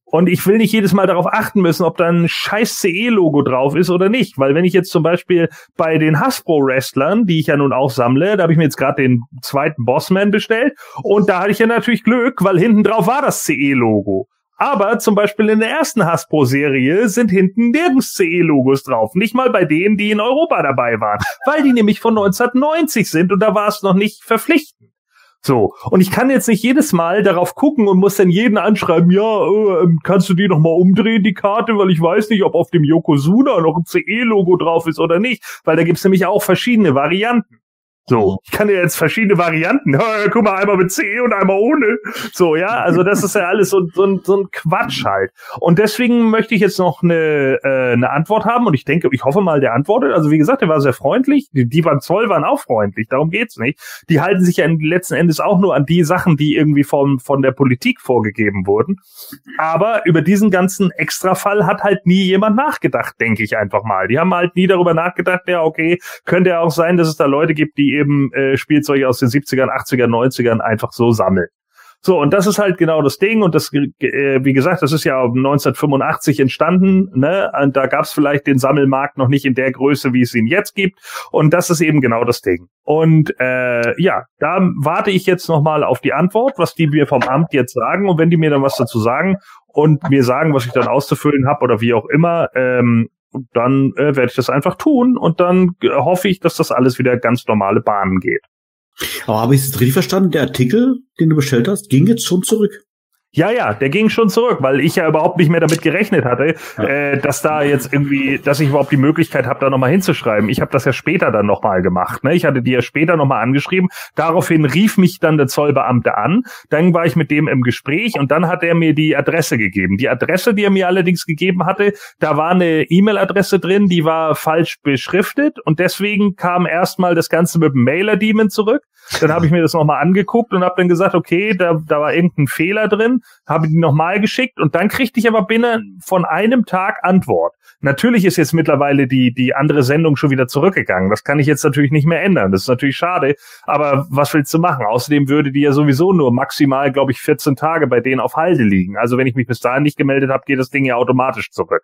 Und ich will nicht jedes Mal darauf achten müssen, ob da ein scheiß C E-Logo drauf ist oder nicht. Weil wenn ich jetzt zum Beispiel bei den Hasbro-Wrestlern, die ich ja nun auch sammle, da habe ich mir jetzt gerade den zweiten Bossman bestellt und da hatte ich ja natürlich Glück, weil hinten drauf war das C E-Logo. Aber zum Beispiel in der ersten Hasbro-Serie sind hinten nirgends C E-Logos drauf. Nicht mal bei denen, die in Europa dabei waren. Weil die nämlich von neunzehnhundertneunzig sind und da war es noch nicht verpflichtend. So, und ich kann jetzt nicht jedes Mal darauf gucken und muss dann jeden anschreiben, ja, äh, kannst du die noch mal umdrehen, die Karte, weil ich weiß nicht, ob auf dem Yokozuna noch ein C E-Logo drauf ist oder nicht, weil da gibt's nämlich auch verschiedene Varianten. So, ich kann ja jetzt verschiedene Varianten, ja, guck mal, einmal mit C und einmal ohne. So, ja, also das ist ja alles so, so, so ein Quatsch halt. Und deswegen möchte ich jetzt noch eine, äh, eine Antwort haben und ich denke, ich hoffe mal, der antwortet. Also wie gesagt, der war sehr freundlich, die, die beim Zoll waren auch freundlich, darum geht's nicht. Die halten sich ja letzten Endes auch nur an die Sachen, die irgendwie vom, von der Politik vorgegeben wurden. Aber über diesen ganzen Extrafall hat halt nie jemand nachgedacht, denke ich einfach mal. Die haben halt nie darüber nachgedacht, ja, okay, könnte ja auch sein, dass es da Leute gibt, die eben äh, Spielzeuge aus den siebzigern, achtzigern, neunzigern einfach so sammeln. So, und das ist halt genau das Ding und das, äh, wie gesagt, das ist ja neunzehnhundertfünfundachtzig entstanden, ne, und da gab's vielleicht den Sammelmarkt noch nicht in der Größe, wie es ihn jetzt gibt und das ist eben genau das Ding. Und äh, ja, da warte ich jetzt nochmal auf die Antwort, was die mir vom Amt jetzt sagen und wenn die mir dann was dazu sagen und mir sagen, was ich dann auszufüllen habe oder wie auch immer, ähm, dann äh, werde ich das einfach tun und dann äh, hoffe ich, dass das alles wieder ganz normale Bahnen geht. Aber habe ich es richtig verstanden? Der Artikel, den du bestellt hast, ging jetzt schon zurück? Ja, ja, der ging schon zurück, weil ich ja überhaupt nicht mehr damit gerechnet hatte, ja. äh, dass da jetzt irgendwie, dass ich überhaupt die Möglichkeit habe, da nochmal hinzuschreiben. Ich habe das ja später dann nochmal gemacht. Ne? Ich hatte die ja später nochmal angeschrieben. Daraufhin rief mich dann der Zollbeamte an. Dann war ich mit dem im Gespräch und dann hat er mir die Adresse gegeben. Die Adresse, die er mir allerdings gegeben hatte, da war eine E-Mail-Adresse drin, die war falsch beschriftet und deswegen kam erstmal das Ganze mit dem Mailer-Demon zurück. Dann habe ich mir das nochmal angeguckt und habe dann gesagt, okay, da, da war irgendein Fehler drin, habe die nochmal geschickt und dann kriegte ich aber binnen von einem Tag Antwort. Natürlich ist jetzt mittlerweile die die andere Sendung schon wieder zurückgegangen. Das kann ich jetzt natürlich nicht mehr ändern. Das ist natürlich schade, aber was willst du machen? Außerdem würde die ja sowieso nur maximal, glaube ich, vierzehn Tage bei denen auf Halde liegen. Also wenn ich mich bis dahin nicht gemeldet habe, geht das Ding ja automatisch zurück.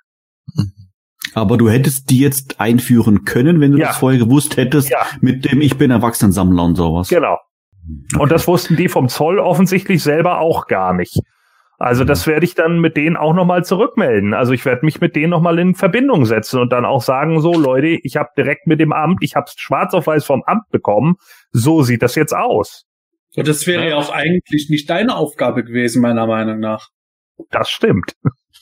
Aber du hättest die jetzt einführen können, wenn du ja. das vorher gewusst hättest, ja. mit dem Ich bin Erwachsenensammler und sowas. Genau. Okay. Und das wussten die vom Zoll offensichtlich selber auch gar nicht. Also das werde ich dann mit denen auch nochmal zurückmelden. Also ich werde mich mit denen nochmal in Verbindung setzen und dann auch sagen, so Leute, ich habe direkt mit dem Amt, ich habe es schwarz auf weiß vom Amt bekommen, so sieht das jetzt aus. Und das wäre ja. ja auch eigentlich nicht deine Aufgabe gewesen, meiner Meinung nach. Das stimmt.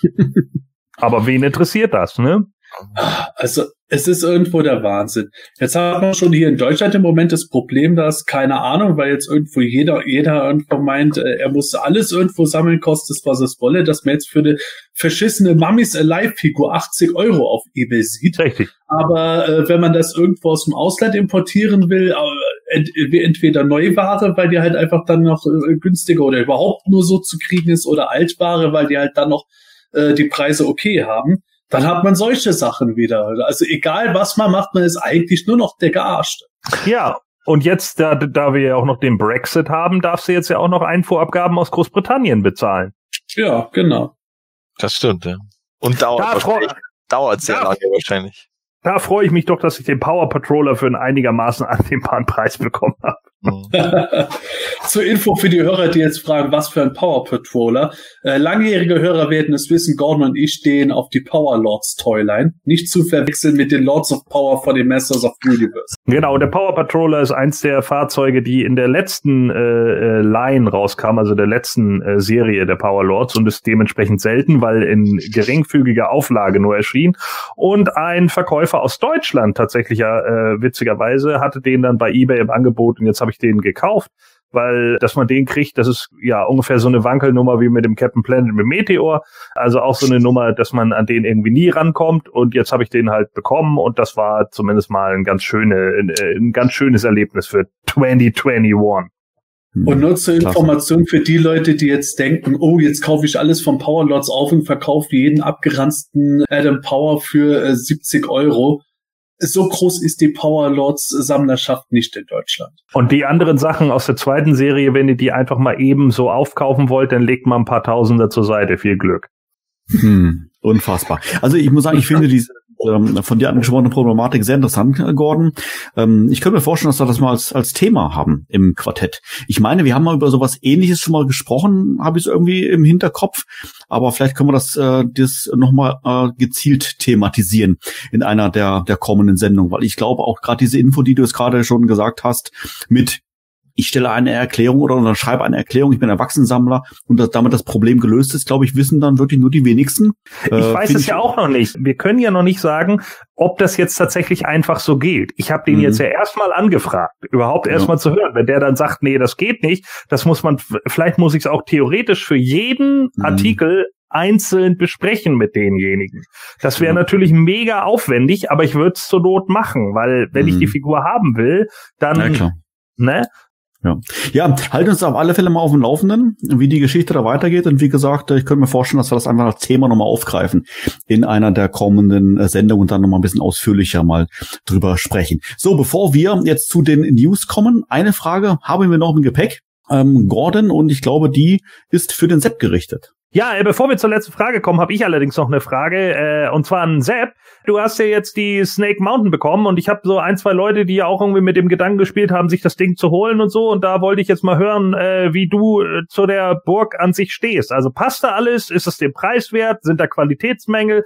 Aber wen interessiert das, ne? Also es ist irgendwo der Wahnsinn. Jetzt haben wir schon hier in Deutschland im Moment das Problem, dass, keine Ahnung, weil jetzt irgendwo jeder jeder irgendwo meint, er muss alles irgendwo sammeln, kostet es, was es wolle, dass man jetzt für eine verschissene Mummies Alive-Figur achtzig Euro auf eBay sieht. Richtig. Aber äh, wenn man das irgendwo aus dem Ausland importieren will, ent- entweder Neuware, weil die halt einfach dann noch äh, günstiger oder überhaupt nur so zu kriegen ist, oder Altware, weil die halt dann noch äh, die Preise okay haben, dann hat man solche Sachen wieder. Also egal, was man macht, man ist eigentlich nur noch der Gearschte. Ja, und jetzt, da, da wir ja auch noch den Brexit haben, darfst du jetzt ja auch noch Einfuhrabgaben aus Großbritannien bezahlen. Ja, genau. Das stimmt, ja. Und dauert da wahrscheinlich, dauert sehr da, lange wahrscheinlich. Da freue ich mich doch, dass ich den Power Patroller für einen einigermaßen annehmbaren Preis bekommen habe. Mhm. Zur Info für die Hörer, die jetzt fragen, was für ein Power Patroller. Äh, langjährige Hörer werden es wissen, Gordon und ich stehen auf die Power Lords Toyline. Nicht zu verwechseln mit den Lords of Power von den Masters of the Universe. Genau, der Power Patroller ist eins der Fahrzeuge, die in der letzten äh, Line rauskam, also der letzten äh, Serie der Power Lords und ist dementsprechend selten, weil in geringfügiger Auflage nur erschien. Und ein Verkäufer aus Deutschland tatsächlich ja äh, witzigerweise hatte den dann bei eBay im Angebot und jetzt habe ich den gekauft, weil, dass man den kriegt, das ist ja ungefähr so eine Wankelnummer wie mit dem Captain Planet mit Meteor, also auch so eine Nummer, dass man an den irgendwie nie rankommt und jetzt habe ich den halt bekommen und das war zumindest mal ein ganz schöne, ein, ein ganz schönes Erlebnis für zwanzig einundzwanzig. Und nur zur Information für die Leute, die jetzt denken, oh, jetzt kaufe ich alles von Power Lords auf und verkaufe jeden abgeranzten Adam Power für äh, siebzig Euro. So groß ist die Power Lords Sammlerschaft nicht in Deutschland. Und die anderen Sachen aus der zweiten Serie, wenn ihr die einfach mal eben so aufkaufen wollt, dann legt mal ein paar Tausender zur Seite. Viel Glück. Hm, unfassbar. Also ich muss sagen, ich finde diese ähm, von dir angesprochene Problematik sehr interessant, Gordon. Ähm, ich könnte mir vorstellen, dass wir das mal als, als Thema haben im Quartett. Ich meine, wir haben mal über sowas Ähnliches schon mal gesprochen, habe ich es irgendwie im Hinterkopf. Aber vielleicht können wir das, äh, das nochmal äh, gezielt thematisieren in einer der, der kommenden Sendungen. Weil ich glaube, auch gerade diese Info, die du es gerade schon gesagt hast, mit ich stelle eine Erklärung oder, oder schreibe eine Erklärung, ich bin Erwachsenensammler und dass damit das Problem gelöst ist, glaube ich, wissen dann wirklich nur die wenigsten. Ich äh, weiß es ja auch noch nicht. Wir können ja noch nicht sagen, ob das jetzt tatsächlich einfach so geht. Ich habe den mhm. jetzt ja erstmal angefragt, überhaupt erstmal ja. zu hören. Wenn der dann sagt, nee, das geht nicht, das muss man, vielleicht muss ich es auch theoretisch für jeden mhm. Artikel einzeln besprechen mit denjenigen. Das wäre ja. natürlich mega aufwendig, aber ich würde es zur Not machen, weil wenn mhm. ich die Figur haben will, dann, ja, klar. ne? Ja, ja, halten uns auf alle Fälle mal auf dem Laufenden, wie die Geschichte da weitergeht. Und wie gesagt, ich könnte mir vorstellen, dass wir das einfach als Thema nochmal aufgreifen in einer der kommenden Sendungen und dann nochmal ein bisschen ausführlicher mal drüber sprechen. So, bevor wir jetzt zu den News kommen, eine Frage haben wir noch im Gepäck. Ähm, Gordon, und ich glaube, die ist für den Sepp gerichtet. Ja, äh, bevor wir zur letzten Frage kommen, habe ich allerdings noch eine Frage, äh, und zwar an Sepp. Du hast ja jetzt die Snake Mountain bekommen und ich habe so ein, zwei Leute, die ja auch irgendwie mit dem Gedanken gespielt haben, sich das Ding zu holen und so, und da wollte ich jetzt mal hören, äh, wie du äh, zu der Burg an sich stehst. Also passt da alles? Ist es dem Preis wert? Sind da Qualitätsmängel?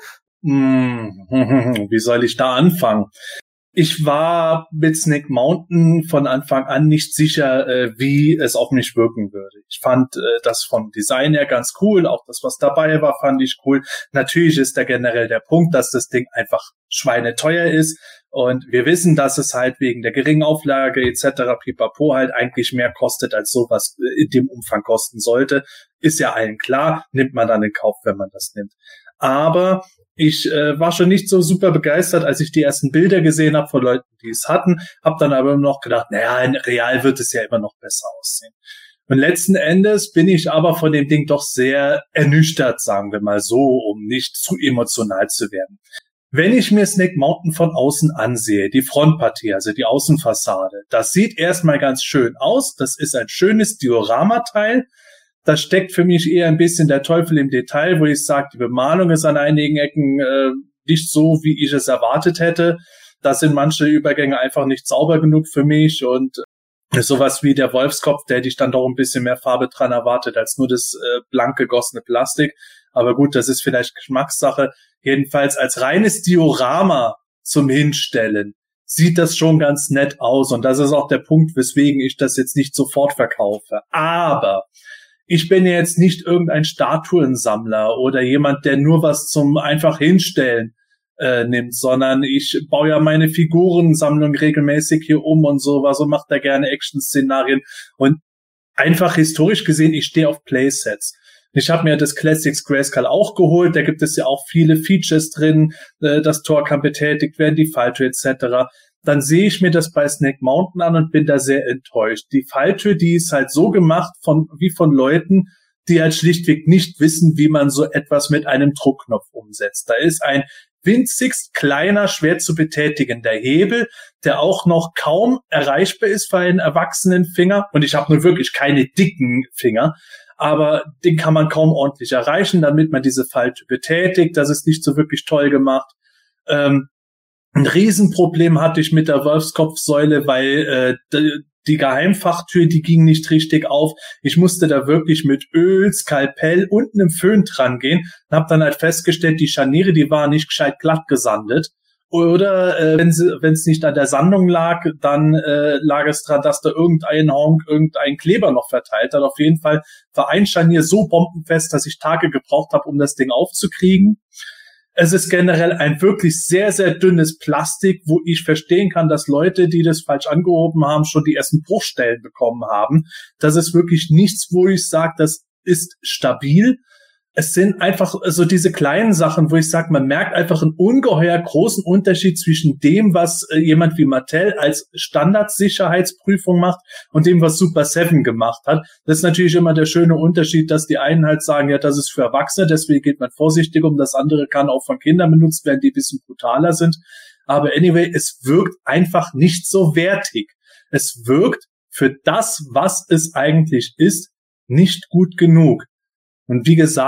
Hm, wie soll ich da anfangen? Ich war mit Snake Mountain von Anfang an nicht sicher, äh, wie es auf mich wirken würde. Ich fand äh, das vom Design her ganz cool, auch das, was dabei war, fand ich cool. Natürlich ist da generell der Punkt, dass das Ding einfach schweineteuer ist und wir wissen, dass es halt wegen der geringen Auflage et cetera pipapo halt eigentlich mehr kostet, als sowas in dem Umfang kosten sollte. Ist ja allen klar, nimmt man dann in Kauf, wenn man das nimmt. Aber ich äh, war schon nicht so super begeistert, als ich die ersten Bilder gesehen habe von Leuten, die es hatten. Hab dann aber noch gedacht, naja, in real wird es ja immer noch besser aussehen. Und letzten Endes bin ich aber von dem Ding doch sehr ernüchtert, sagen wir mal so, um nicht zu emotional zu werden. Wenn ich mir Snake Mountain von außen ansehe, die Frontpartie, also die Außenfassade, das sieht erstmal ganz schön aus. Das ist ein schönes Dioramateil. Da steckt für mich eher ein bisschen der Teufel im Detail, wo ich sage, die Bemalung ist an einigen Ecken äh, nicht so, wie ich es erwartet hätte. Da sind manche Übergänge einfach nicht sauber genug für mich und äh, sowas wie der Wolfskopf, der hätte ich dann doch ein bisschen mehr Farbe dran erwartet als nur das äh, blank gegossene Plastik. Aber gut, das ist vielleicht Geschmackssache. Jedenfalls als reines Diorama zum Hinstellen sieht das schon ganz nett aus und das ist auch der Punkt, weswegen ich das jetzt nicht sofort verkaufe. Aber ich bin ja jetzt nicht irgendein Statuensammler oder jemand, der nur was zum einfach hinstellen äh, nimmt, sondern ich baue ja meine Figurensammlung regelmäßig hier um und sowas und mache da gerne Action-Szenarien. Und einfach historisch gesehen, ich stehe auf Playsets. Ich habe mir das Classics Grayskull auch geholt, da gibt es ja auch viele Features drin, äh, das Tor kann betätigt werden, die Falltür et cetera. Dann sehe ich mir das bei Snake Mountain an und bin da sehr enttäuscht. Die Falltür, die ist halt so gemacht von wie von Leuten, die halt schlichtweg nicht wissen, wie man so etwas mit einem Druckknopf umsetzt. Da ist ein winzigst kleiner, schwer zu betätigender Hebel, der auch noch kaum erreichbar ist für einen erwachsenen Finger. Und ich habe nur wirklich keine dicken Finger, aber den kann man kaum ordentlich erreichen, damit man diese Falltür betätigt. Das ist nicht so wirklich toll gemacht. Ähm, Ein Riesenproblem hatte ich mit der Wolfskopfsäule, weil äh, die Geheimfachtür, die ging nicht richtig auf. Ich musste da wirklich mit Öl, Skalpell und einem Föhn dran gehen und habe dann halt festgestellt, die Scharniere, die waren nicht gescheit glatt gesandet. Oder äh, wenn sie, wenn es nicht an der Sandung lag, dann äh, lag es dran, dass da irgendein Honk, irgendein Kleber noch verteilt hat. Auf jeden Fall war ein Scharnier so bombenfest, dass ich Tage gebraucht habe, um das Ding aufzukriegen. Es ist generell ein wirklich sehr, sehr dünnes Plastik, wo ich verstehen kann, dass Leute, die das falsch angehoben haben, schon die ersten Bruchstellen bekommen haben. Das ist wirklich nichts, wo ich sage, das ist stabil. Es sind einfach so diese kleinen Sachen, wo ich sage, man merkt einfach einen ungeheuer großen Unterschied zwischen dem, was äh, jemand wie Mattel als Standardsicherheitsprüfung macht und dem, was Super Seven gemacht hat. Das ist natürlich immer der schöne Unterschied, dass die einen halt sagen, ja, das ist für Erwachsene, deswegen geht man vorsichtig um. Das andere kann auch von Kindern benutzt werden, die ein bisschen brutaler sind. Aber anyway, es wirkt einfach nicht so wertig. Es wirkt für das, was es eigentlich ist, nicht gut genug. Und wie gesagt,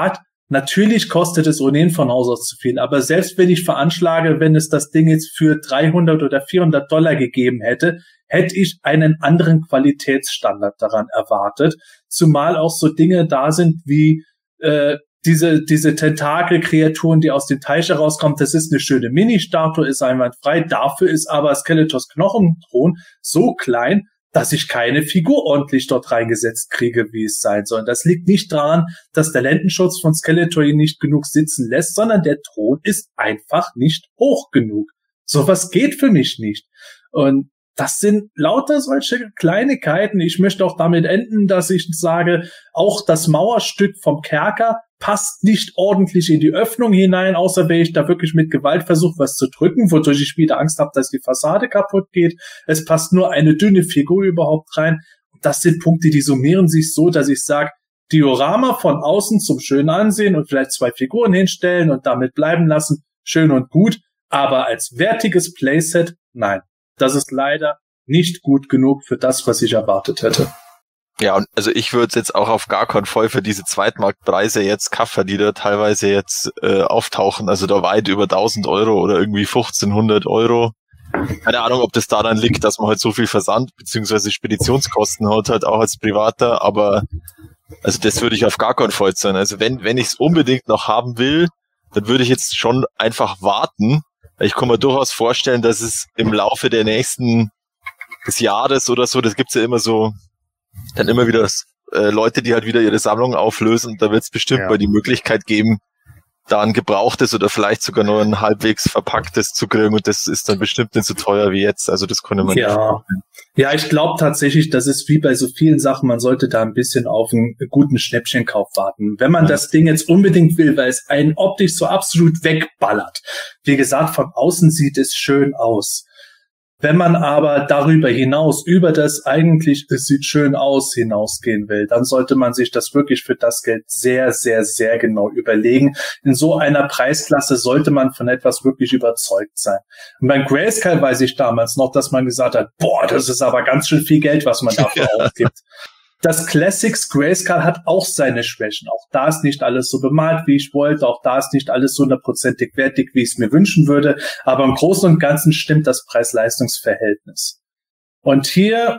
Natürlich kostet es ohnehin von Haus aus zu viel, aber selbst wenn ich veranschlage, wenn es das Ding jetzt für dreihundert oder vierhundert Dollar gegeben hätte, hätte ich einen anderen Qualitätsstandard daran erwartet, zumal auch so Dinge da sind wie äh, diese diese Tentakel-Kreaturen, die aus dem Teich herauskommen. Das ist eine schöne Mini-Statue, ist einwandfrei, dafür ist aber Skeletors Knochenthron so klein, dass ich keine Figur ordentlich dort reingesetzt kriege, wie es sein soll. Das liegt nicht daran, dass der Lendenschutz von Skeletor ihn nicht genug sitzen lässt, sondern der Thron ist einfach nicht hoch genug. Sowas geht für mich nicht. Und das sind lauter solche Kleinigkeiten. Ich möchte auch damit enden, dass ich sage, auch das Mauerstück vom Kerker passt nicht ordentlich in die Öffnung hinein, außer wenn ich da wirklich mit Gewalt versuche, was zu drücken, wodurch ich wieder Angst habe, dass die Fassade kaputt geht. Es passt nur eine dünne Figur überhaupt rein. Und das sind Punkte, die summieren sich so, dass ich sage, Diorama von außen zum schönen Ansehen und vielleicht zwei Figuren hinstellen und damit bleiben lassen, schön und gut. Aber als wertiges Playset, nein. Das ist leider nicht gut genug für das, was ich erwartet hätte. Ja, und also ich würde es jetzt auch auf gar keinen Fall für diese Zweitmarktpreise jetzt kaufen, die da teilweise jetzt äh, auftauchen, also da weit über tausend Euro oder irgendwie fünfzehnhundert Euro. Keine Ahnung, ob das daran liegt, dass man halt so viel Versand bzw. Speditionskosten hat, halt auch als Privater, aber also das würde ich auf gar keinen Fall sein. Also wenn wenn ich es unbedingt noch haben will, dann würde ich jetzt schon einfach warten. Ich kann mir durchaus vorstellen, dass es im Laufe der nächsten des Jahres oder so, das gibt's ja immer so, dann immer wieder äh, Leute, die halt wieder ihre Sammlung auflösen, und da wird es bestimmt ja. mal die Möglichkeit geben, da ein gebrauchtes oder vielleicht sogar nur ein halbwegs verpacktes zu kriegen, und das ist dann bestimmt nicht so teuer wie jetzt, also das konnte man ja. nicht. Ja, ich glaube tatsächlich, das ist wie bei so vielen Sachen, man sollte da ein bisschen auf einen guten Schnäppchenkauf warten. Wenn man ja. das Ding jetzt unbedingt will, weil es einen optisch so absolut wegballert. Wie gesagt, von außen sieht es schön aus. Wenn man aber darüber hinaus, über das eigentlich, es sieht schön aus, hinausgehen will, dann sollte man sich das wirklich für das Geld sehr, sehr, sehr genau überlegen. In so einer Preisklasse sollte man von etwas wirklich überzeugt sein. Und beim Grayscale weiß ich damals noch, dass man gesagt hat, boah, das ist aber ganz schön viel Geld, was man dafür ja. ausgibt. Das Classics Grayscale hat auch seine Schwächen. Auch da ist nicht alles so bemalt, wie ich wollte. Auch da ist nicht alles so hundertprozentig wertig, wie ich es mir wünschen würde. Aber im Großen und Ganzen stimmt das Preis-Leistungs-Verhältnis. Und hier,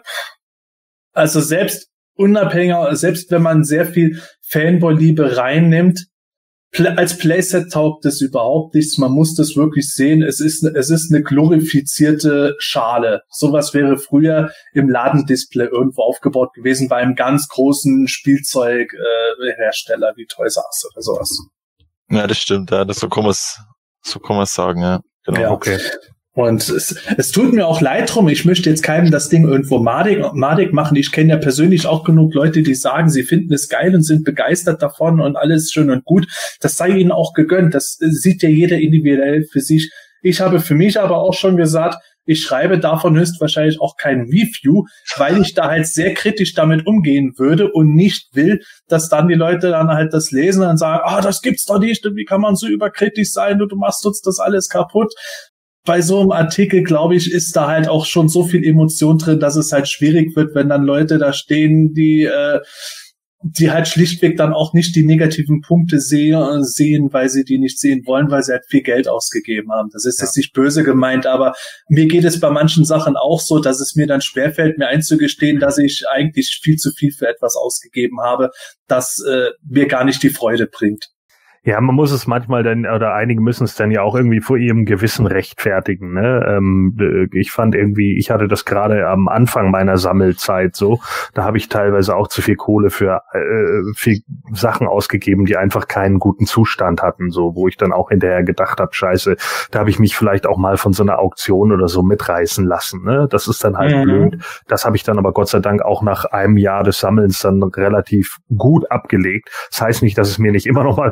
also selbst unabhängig, selbst wenn man sehr viel Fanboy-Liebe reinnimmt, als Playset taugt es überhaupt nichts. Man muss das wirklich sehen. Es ist, es ist eine glorifizierte Schale. Sowas wäre früher im Ladendisplay irgendwo aufgebaut gewesen bei einem ganz großen Spielzeughersteller äh, wie Toys R Us oder sowas. Ja, das stimmt. Ja, das so kann man es, so kann man es sagen. Ja, genau. Ja, okay. Und es, es tut mir auch leid drum, ich möchte jetzt keinem das Ding irgendwo madig, madig machen. Ich kenne ja persönlich auch genug Leute, die sagen, sie finden es geil und sind begeistert davon und alles schön und gut. Das sei ihnen auch gegönnt. Das sieht ja jeder individuell für sich. Ich habe für mich aber auch schon gesagt, ich schreibe davon höchstwahrscheinlich auch kein Review, weil ich da halt sehr kritisch damit umgehen würde und nicht will, dass dann die Leute dann halt das lesen und sagen, ah, das gibt's doch nicht und wie kann man so überkritisch sein und du machst uns das alles kaputt. Bei so einem Artikel, glaube ich, ist da halt auch schon so viel Emotion drin, dass es halt schwierig wird, wenn dann Leute da stehen, die äh, die halt schlichtweg dann auch nicht die negativen Punkte sehen, sehen, weil sie die nicht sehen wollen, weil sie halt viel Geld ausgegeben haben. Das ist ja. jetzt nicht böse gemeint, aber mir geht es bei manchen Sachen auch so, dass es mir dann schwerfällt, mir einzugestehen, dass ich eigentlich viel zu viel für etwas ausgegeben habe, das äh, mir gar nicht die Freude bringt. Ja, man muss es manchmal dann, oder einige müssen es dann ja auch irgendwie vor ihrem Gewissen rechtfertigen, ne? Ähm, ich fand irgendwie, ich hatte das gerade am Anfang meiner Sammelzeit so, da habe ich teilweise auch zu viel Kohle für äh, viel Sachen ausgegeben, die einfach keinen guten Zustand hatten, so, wo ich dann auch hinterher gedacht habe, scheiße, da habe ich mich vielleicht auch mal von so einer Auktion oder so mitreißen lassen, ne? Das ist dann halt mhm. blöd. Das habe ich dann aber Gott sei Dank auch nach einem Jahr des Sammelns dann relativ gut abgelegt. Das heißt nicht, dass es mir nicht immer noch mal passieren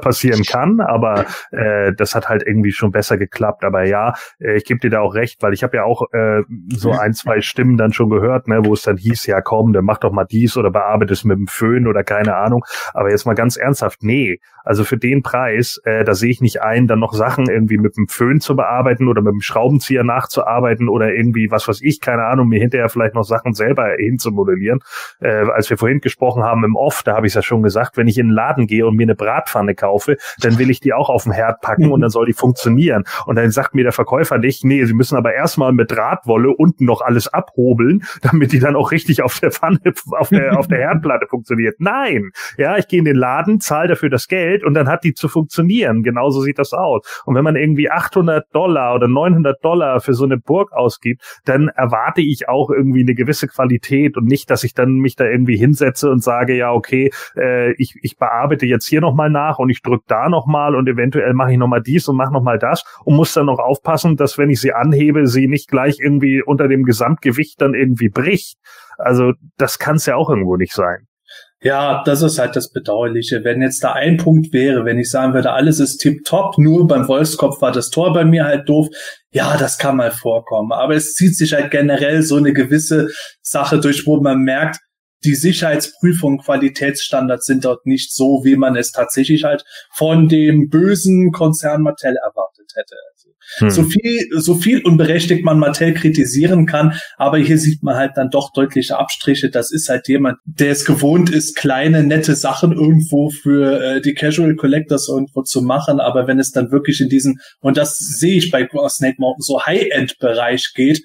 kann, aber äh, das hat halt irgendwie schon besser geklappt. Aber ja, äh, ich gebe dir da auch recht, weil ich habe ja auch äh, so ein, zwei Stimmen dann schon gehört, ne, wo es dann hieß, ja komm, dann mach doch mal dies oder bearbeite es mit dem Föhn oder keine Ahnung. Aber jetzt mal ganz ernsthaft, nee, also für den Preis, äh, da sehe ich nicht ein, dann noch Sachen irgendwie mit dem Föhn zu bearbeiten oder mit dem Schraubenzieher nachzuarbeiten oder irgendwie, was weiß ich, keine Ahnung, mir hinterher vielleicht noch Sachen selber hinzumodellieren. Äh, als wir vorhin gesprochen haben im Off, da habe ich es ja schon gesagt, wenn ich in den Laden gehe und mir eine Bratpfanne kaufe, dann will ich die auch auf den Herd packen und dann soll die funktionieren. Und dann sagt mir der Verkäufer nicht, nee, Sie müssen aber erstmal mit Drahtwolle unten noch alles abhobeln, damit die dann auch richtig auf der Pfanne, auf der, auf der Herdplatte funktioniert. Nein! Ja, ich gehe in den Laden, zahle dafür das Geld und dann hat die zu funktionieren. Genauso sieht das aus. Und wenn man irgendwie achthundert Dollar oder neunhundert Dollar für so eine Burg ausgibt, dann erwarte ich auch irgendwie eine gewisse Qualität und nicht, dass ich dann mich da irgendwie hinsetze und sage, ja, okay, äh, ich, ich bearbeite jetzt hier nochmal nach und ich drücke da nochmal und eventuell mache ich nochmal dies und mache nochmal das und muss dann noch aufpassen, dass wenn ich sie anhebe, sie nicht gleich irgendwie unter dem Gesamtgewicht dann irgendwie bricht. Also das kann es ja auch irgendwo nicht sein. Ja, das ist halt das Bedauerliche. Wenn jetzt da ein Punkt wäre, wenn ich sagen würde, alles ist tipptopp, nur beim Wolfskopf war das Tor bei mir halt doof. Ja, das kann mal vorkommen. Aber es zieht sich halt generell so eine gewisse Sache durch, wo man merkt, die Sicherheitsprüfung, Qualitätsstandards sind dort nicht so, wie man es tatsächlich halt von dem bösen Konzern Mattel erwartet hätte. Also, hm. so viel, so viel unberechtigt man Mattel kritisieren kann, aber hier sieht man halt dann doch deutliche Abstriche. Das ist halt jemand, der es gewohnt ist, kleine, nette Sachen irgendwo für äh, die Casual Collectors irgendwo zu machen, aber wenn es dann wirklich in diesen, und das sehe ich bei Snake Mountain, so High-End-Bereich geht,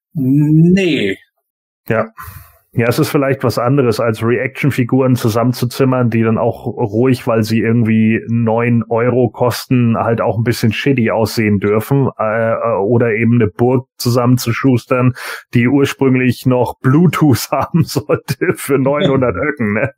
nee. Ja. Ja, es ist vielleicht was anderes, als Reaction-Figuren zusammenzuzimmern, die dann auch ruhig, weil sie irgendwie neun Euro kosten, halt auch ein bisschen shitty aussehen dürfen. Äh, oder eben eine Burg zusammenzuschustern, die ursprünglich noch Bluetooth haben sollte für neunhundert Öcken, ne?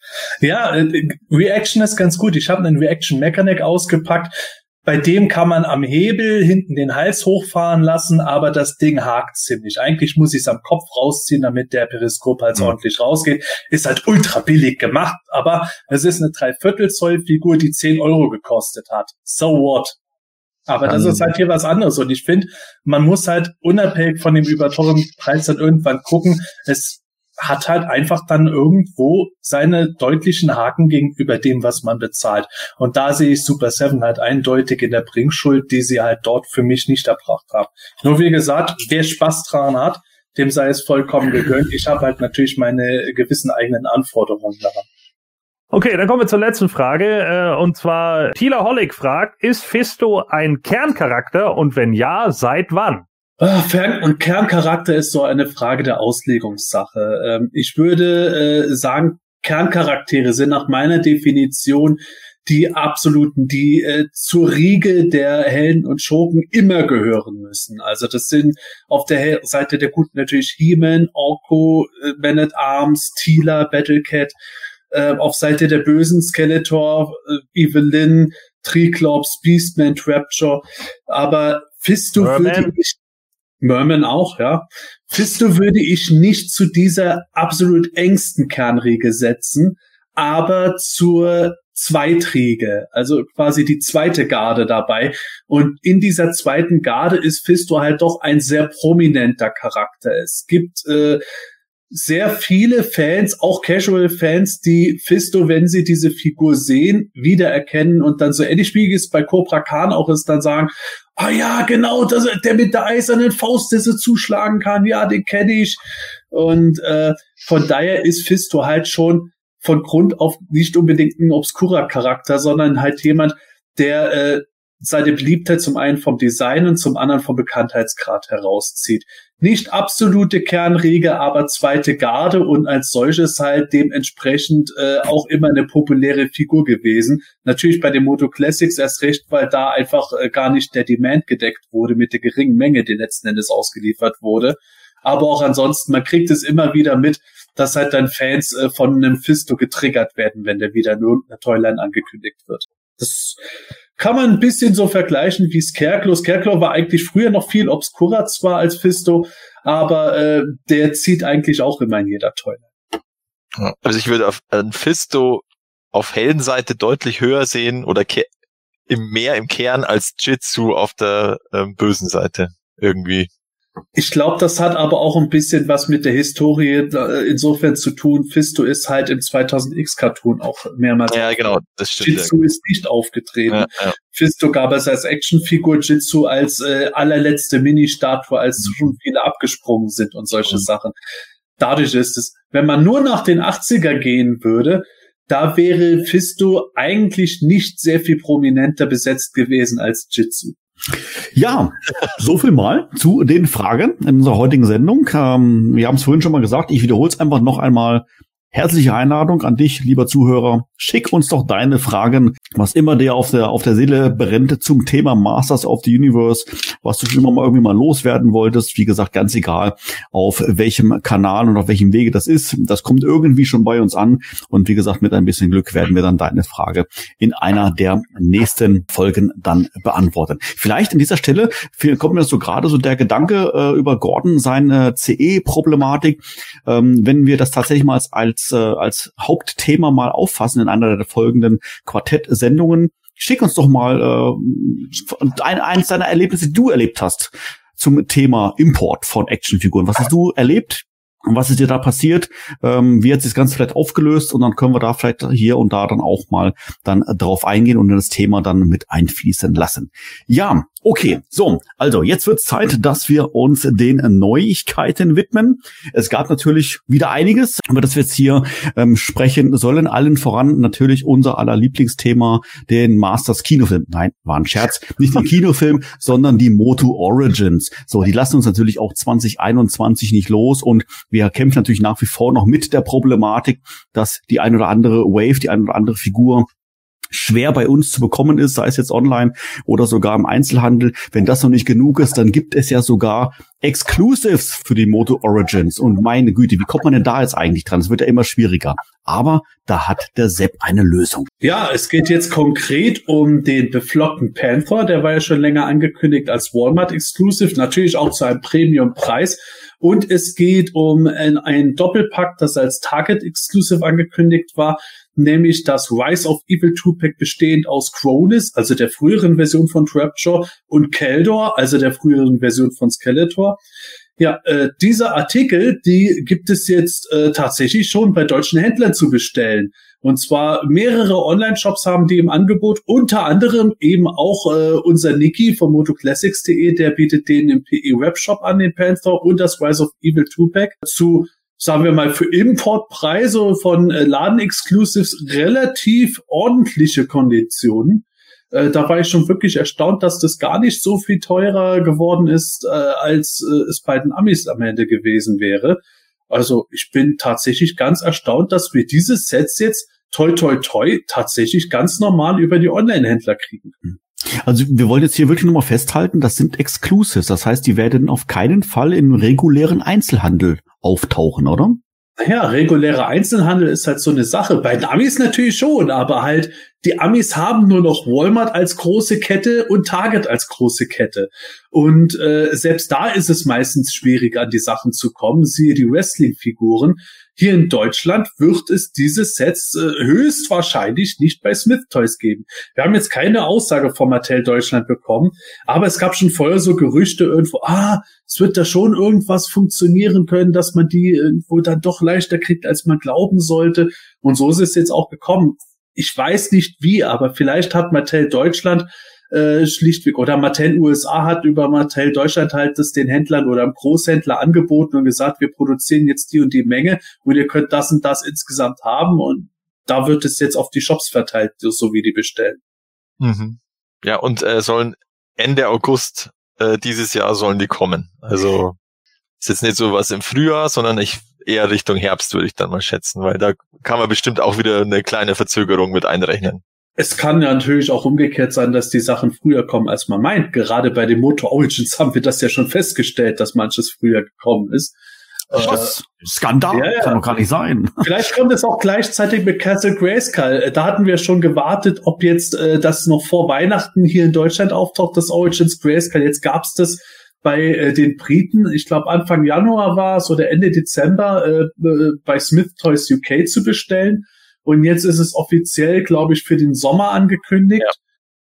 Ja, Reaction ist ganz gut. Ich habe einen Reaction Mechanic ausgepackt. Bei dem kann man am Hebel hinten den Hals hochfahren lassen, aber das Ding hakt ziemlich. Eigentlich muss ich es am Kopf rausziehen, damit der Periskop halt mhm. ordentlich rausgeht. Ist halt ultra billig gemacht, aber es ist eine Dreiviertel Zoll Figur, die zehn Euro gekostet hat. So what? Aber das ist halt hier was anderes. Und ich finde, man muss halt unabhängig von dem überteuerten Preis dann irgendwann gucken, es hat halt einfach dann irgendwo seine deutlichen Haken gegenüber dem, was man bezahlt. Und da sehe ich Super Seven halt eindeutig in der Bringschuld, die sie halt dort für mich nicht erbracht haben. Nur wie gesagt, wer Spaß dran hat, dem sei es vollkommen gegönnt. Ich habe halt natürlich meine gewissen eigenen Anforderungen daran. Okay, dann kommen wir zur letzten Frage. Und zwar, Tila Hollig fragt, ist Fisto ein Kerncharakter und wenn ja, seit wann? Fern- und Kerncharakter ist so eine Frage der Auslegungssache. Ich würde sagen, Kerncharaktere sind nach meiner Definition die absoluten, die zur Riege der Helden und Schurken immer gehören müssen. Also das sind auf der Seite der Guten natürlich He-Man, Orko, Man at Arms, Teela, Battlecat. Auf Seite der Bösen Skeletor, Evelyn, Triclops, Beastman, Trapjaw. Aber Fisto würde ich Merman auch, ja. Fisto würde ich nicht zu dieser absolut engsten Kernriege setzen, aber zur Zweitriege, also quasi die zweite Garde dabei. Und in dieser zweiten Garde ist Fisto halt doch ein sehr prominenter Charakter. Es gibt äh, sehr viele Fans, auch Casual-Fans, die Fisto, wenn sie diese Figur sehen, wiedererkennen und dann so ähnlich wie es bei Cobra Khan auch ist, dann sagen, ah ja, genau, das, der mit der eisernen Faust, der so zuschlagen kann, ja, den kenne ich. Und äh, von daher ist Fisto halt schon von Grund auf nicht unbedingt ein obskurer Charakter, sondern halt jemand, der äh, seine Beliebtheit zum einen vom Design und zum anderen vom Bekanntheitsgrad herauszieht. Nicht absolute Kernriege, aber zweite Garde und als solches halt dementsprechend äh, auch immer eine populäre Figur gewesen. Natürlich bei den Moto Classics erst recht, weil da einfach äh, gar nicht der Demand gedeckt wurde mit der geringen Menge, die letzten Endes ausgeliefert wurde. Aber auch ansonsten, man kriegt es immer wieder mit, dass halt dann Fans äh, von einem Fisto getriggert werden, wenn der wieder in irgendeiner Toyline angekündigt wird. Das kann man ein bisschen so vergleichen wie Scarecrow. Scarecrow war eigentlich früher noch viel obskurer zwar als Fisto, aber äh, der zieht eigentlich auch immer in jeder Toyline. Also ich würde auf äh, Fisto auf Heldenseite deutlich höher sehen oder Ke- im mehr im Kern als Jitsu auf der ähm, bösen Seite irgendwie. Ich glaube, das hat aber auch ein bisschen was mit der Historie insofern zu tun. Fisto ist halt im zweitausend X Cartoon auch mehrmals. Ja, genau, das stimmt. Jitsu ist nicht aufgetreten. Ja, ja. Fisto gab es als Actionfigur, Jitsu als äh, allerletzte Mini-Statue, als mhm. schon viele abgesprungen sind und solche mhm. Sachen. Dadurch ist es, wenn man nur nach den achtziger gehen würde, da wäre Fisto eigentlich nicht sehr viel prominenter besetzt gewesen als Jitsu. Ja, so viel mal zu den Fragen in unserer heutigen Sendung. Ähm, wir haben es vorhin schon mal gesagt, ich wiederhole es einfach noch einmal. Herzliche Einladung an dich, lieber Zuhörer. Schick uns doch deine Fragen, was immer dir auf der auf der Seele brennt zum Thema Masters of the Universe, was du schon immer mal irgendwie mal loswerden wolltest. Wie gesagt, ganz egal, auf welchem Kanal und auf welchem Wege das ist. Das kommt irgendwie schon bei uns an. Und wie gesagt, mit ein bisschen Glück werden wir dann deine Frage in einer der nächsten Folgen dann beantworten. Vielleicht an dieser Stelle kommt mir so gerade so der Gedanke äh, über Gordon, seine C E-Problematik. Ähm, wenn wir das tatsächlich mal als, als Als, äh, als Hauptthema mal auffassen in einer der folgenden Quartett-Sendungen. Schick uns doch mal äh, ein, eins deiner Erlebnisse, die du erlebt hast, zum Thema Import von Actionfiguren. Was hast du erlebt? Und was ist dir da passiert? Ähm, wie hat sich das Ganze vielleicht aufgelöst? Und dann können wir da vielleicht hier und da dann auch mal dann drauf eingehen und in das Thema dann mit einfließen lassen. Ja, okay. So, also jetzt wird's Zeit, dass wir uns den Neuigkeiten widmen. Es gab natürlich wieder einiges, über das wir jetzt hier ähm, sprechen sollen. Allen voran natürlich unser aller Lieblingsthema, den Masters Kinofilm. Nein, war ein Scherz. Nicht den Kinofilm, sondern die Moto Origins. So, die lassen uns natürlich auch zwanzig einundzwanzig nicht los und wir kämpfen natürlich nach wie vor noch mit der Problematik, dass die ein oder andere Wave, die ein oder andere Figur schwer bei uns zu bekommen ist, sei es jetzt online oder sogar im Einzelhandel. Wenn das noch nicht genug ist, dann gibt es ja sogar Exclusives für die Moto Origins. Und meine Güte, wie kommt man denn da jetzt eigentlich dran? Es wird ja immer schwieriger. Aber da hat der Sepp eine Lösung. Ja, es geht jetzt konkret um den beflockten Panther. Der war ja schon länger angekündigt als Walmart Exclusive, natürlich auch zu einem Premium-Preis. Und es geht um ein, ein Doppelpack, das als Target Exclusive angekündigt war, nämlich das Rise of Evil Two-Pack bestehend aus Cronus, also der früheren Version von Trapjaw, und Keldor, also der früheren Version von Skeletor. Ja, äh, diese Artikel, die gibt es jetzt äh, tatsächlich schon bei deutschen Händlern zu bestellen. Und zwar mehrere Online-Shops haben die im Angebot, unter anderem eben auch äh, unser Niki von motoclassics punkt de, der bietet den im P E-Webshop an, den Panther und das Rise of Evil Two-Pack zu, sagen wir mal, für Importpreise von äh, Laden-Exclusives relativ ordentliche Konditionen. Äh, da war ich schon wirklich erstaunt, dass das gar nicht so viel teurer geworden ist, äh, als äh, es bei den Amis am Ende gewesen wäre. Also ich bin tatsächlich ganz erstaunt, dass wir diese Sets jetzt toi toi toi tatsächlich ganz normal über die Online-Händler kriegen. Also wir wollen jetzt hier wirklich nochmal festhalten, das sind Exclusives. Das heißt, die werden auf keinen Fall im regulären Einzelhandel auftauchen, oder? Naja, regulärer Einzelhandel ist halt so eine Sache. Bei den Amis natürlich schon, aber halt die Amis haben nur noch Walmart als große Kette und Target als große Kette. Und äh, selbst da ist es meistens schwierig, an die Sachen zu kommen. Siehe die Wrestling-Figuren. Hier in Deutschland wird es diese Sets äh, höchstwahrscheinlich nicht bei Smith Toys geben. Wir haben jetzt keine Aussage von Mattel Deutschland bekommen, aber es gab schon vorher so Gerüchte irgendwo, ah, es wird da schon irgendwas funktionieren können, dass man die irgendwo dann doch leichter kriegt, als man glauben sollte. Und so ist es jetzt auch gekommen. Ich weiß nicht wie, aber vielleicht hat Mattel Deutschland äh, schlichtweg, oder Mattel U S A hat über Mattel Deutschland halt das den Händlern oder dem Großhändler angeboten und gesagt, wir produzieren jetzt die und die Menge und ihr könnt das und das insgesamt haben, und da wird es jetzt auf die Shops verteilt, so wie die bestellen. Mhm. Ja, und äh, sollen Ende August äh, dieses Jahr sollen die kommen. Also ist jetzt nicht so was im Frühjahr, sondern ich eher Richtung Herbst, würde ich dann mal schätzen, weil da kann man bestimmt auch wieder eine kleine Verzögerung mit einrechnen. Es kann ja natürlich auch umgekehrt sein, dass die Sachen früher kommen, als man meint. Gerade bei den Moto Origins haben wir das ja schon festgestellt, dass manches früher gekommen ist. Was? Äh, Skandal, ja, ja. Kann doch gar nicht sein. Vielleicht kommt es auch gleichzeitig mit Castle Grayskull. Da hatten wir schon gewartet, ob jetzt äh, das noch vor Weihnachten hier in Deutschland auftaucht, das Origins Grayskull. Jetzt gab's das bei äh, den Briten, ich glaube Anfang Januar war es oder Ende Dezember, äh, äh, bei Smith Toys U K zu bestellen. Und jetzt ist es offiziell, glaube ich, für den Sommer angekündigt. Ja.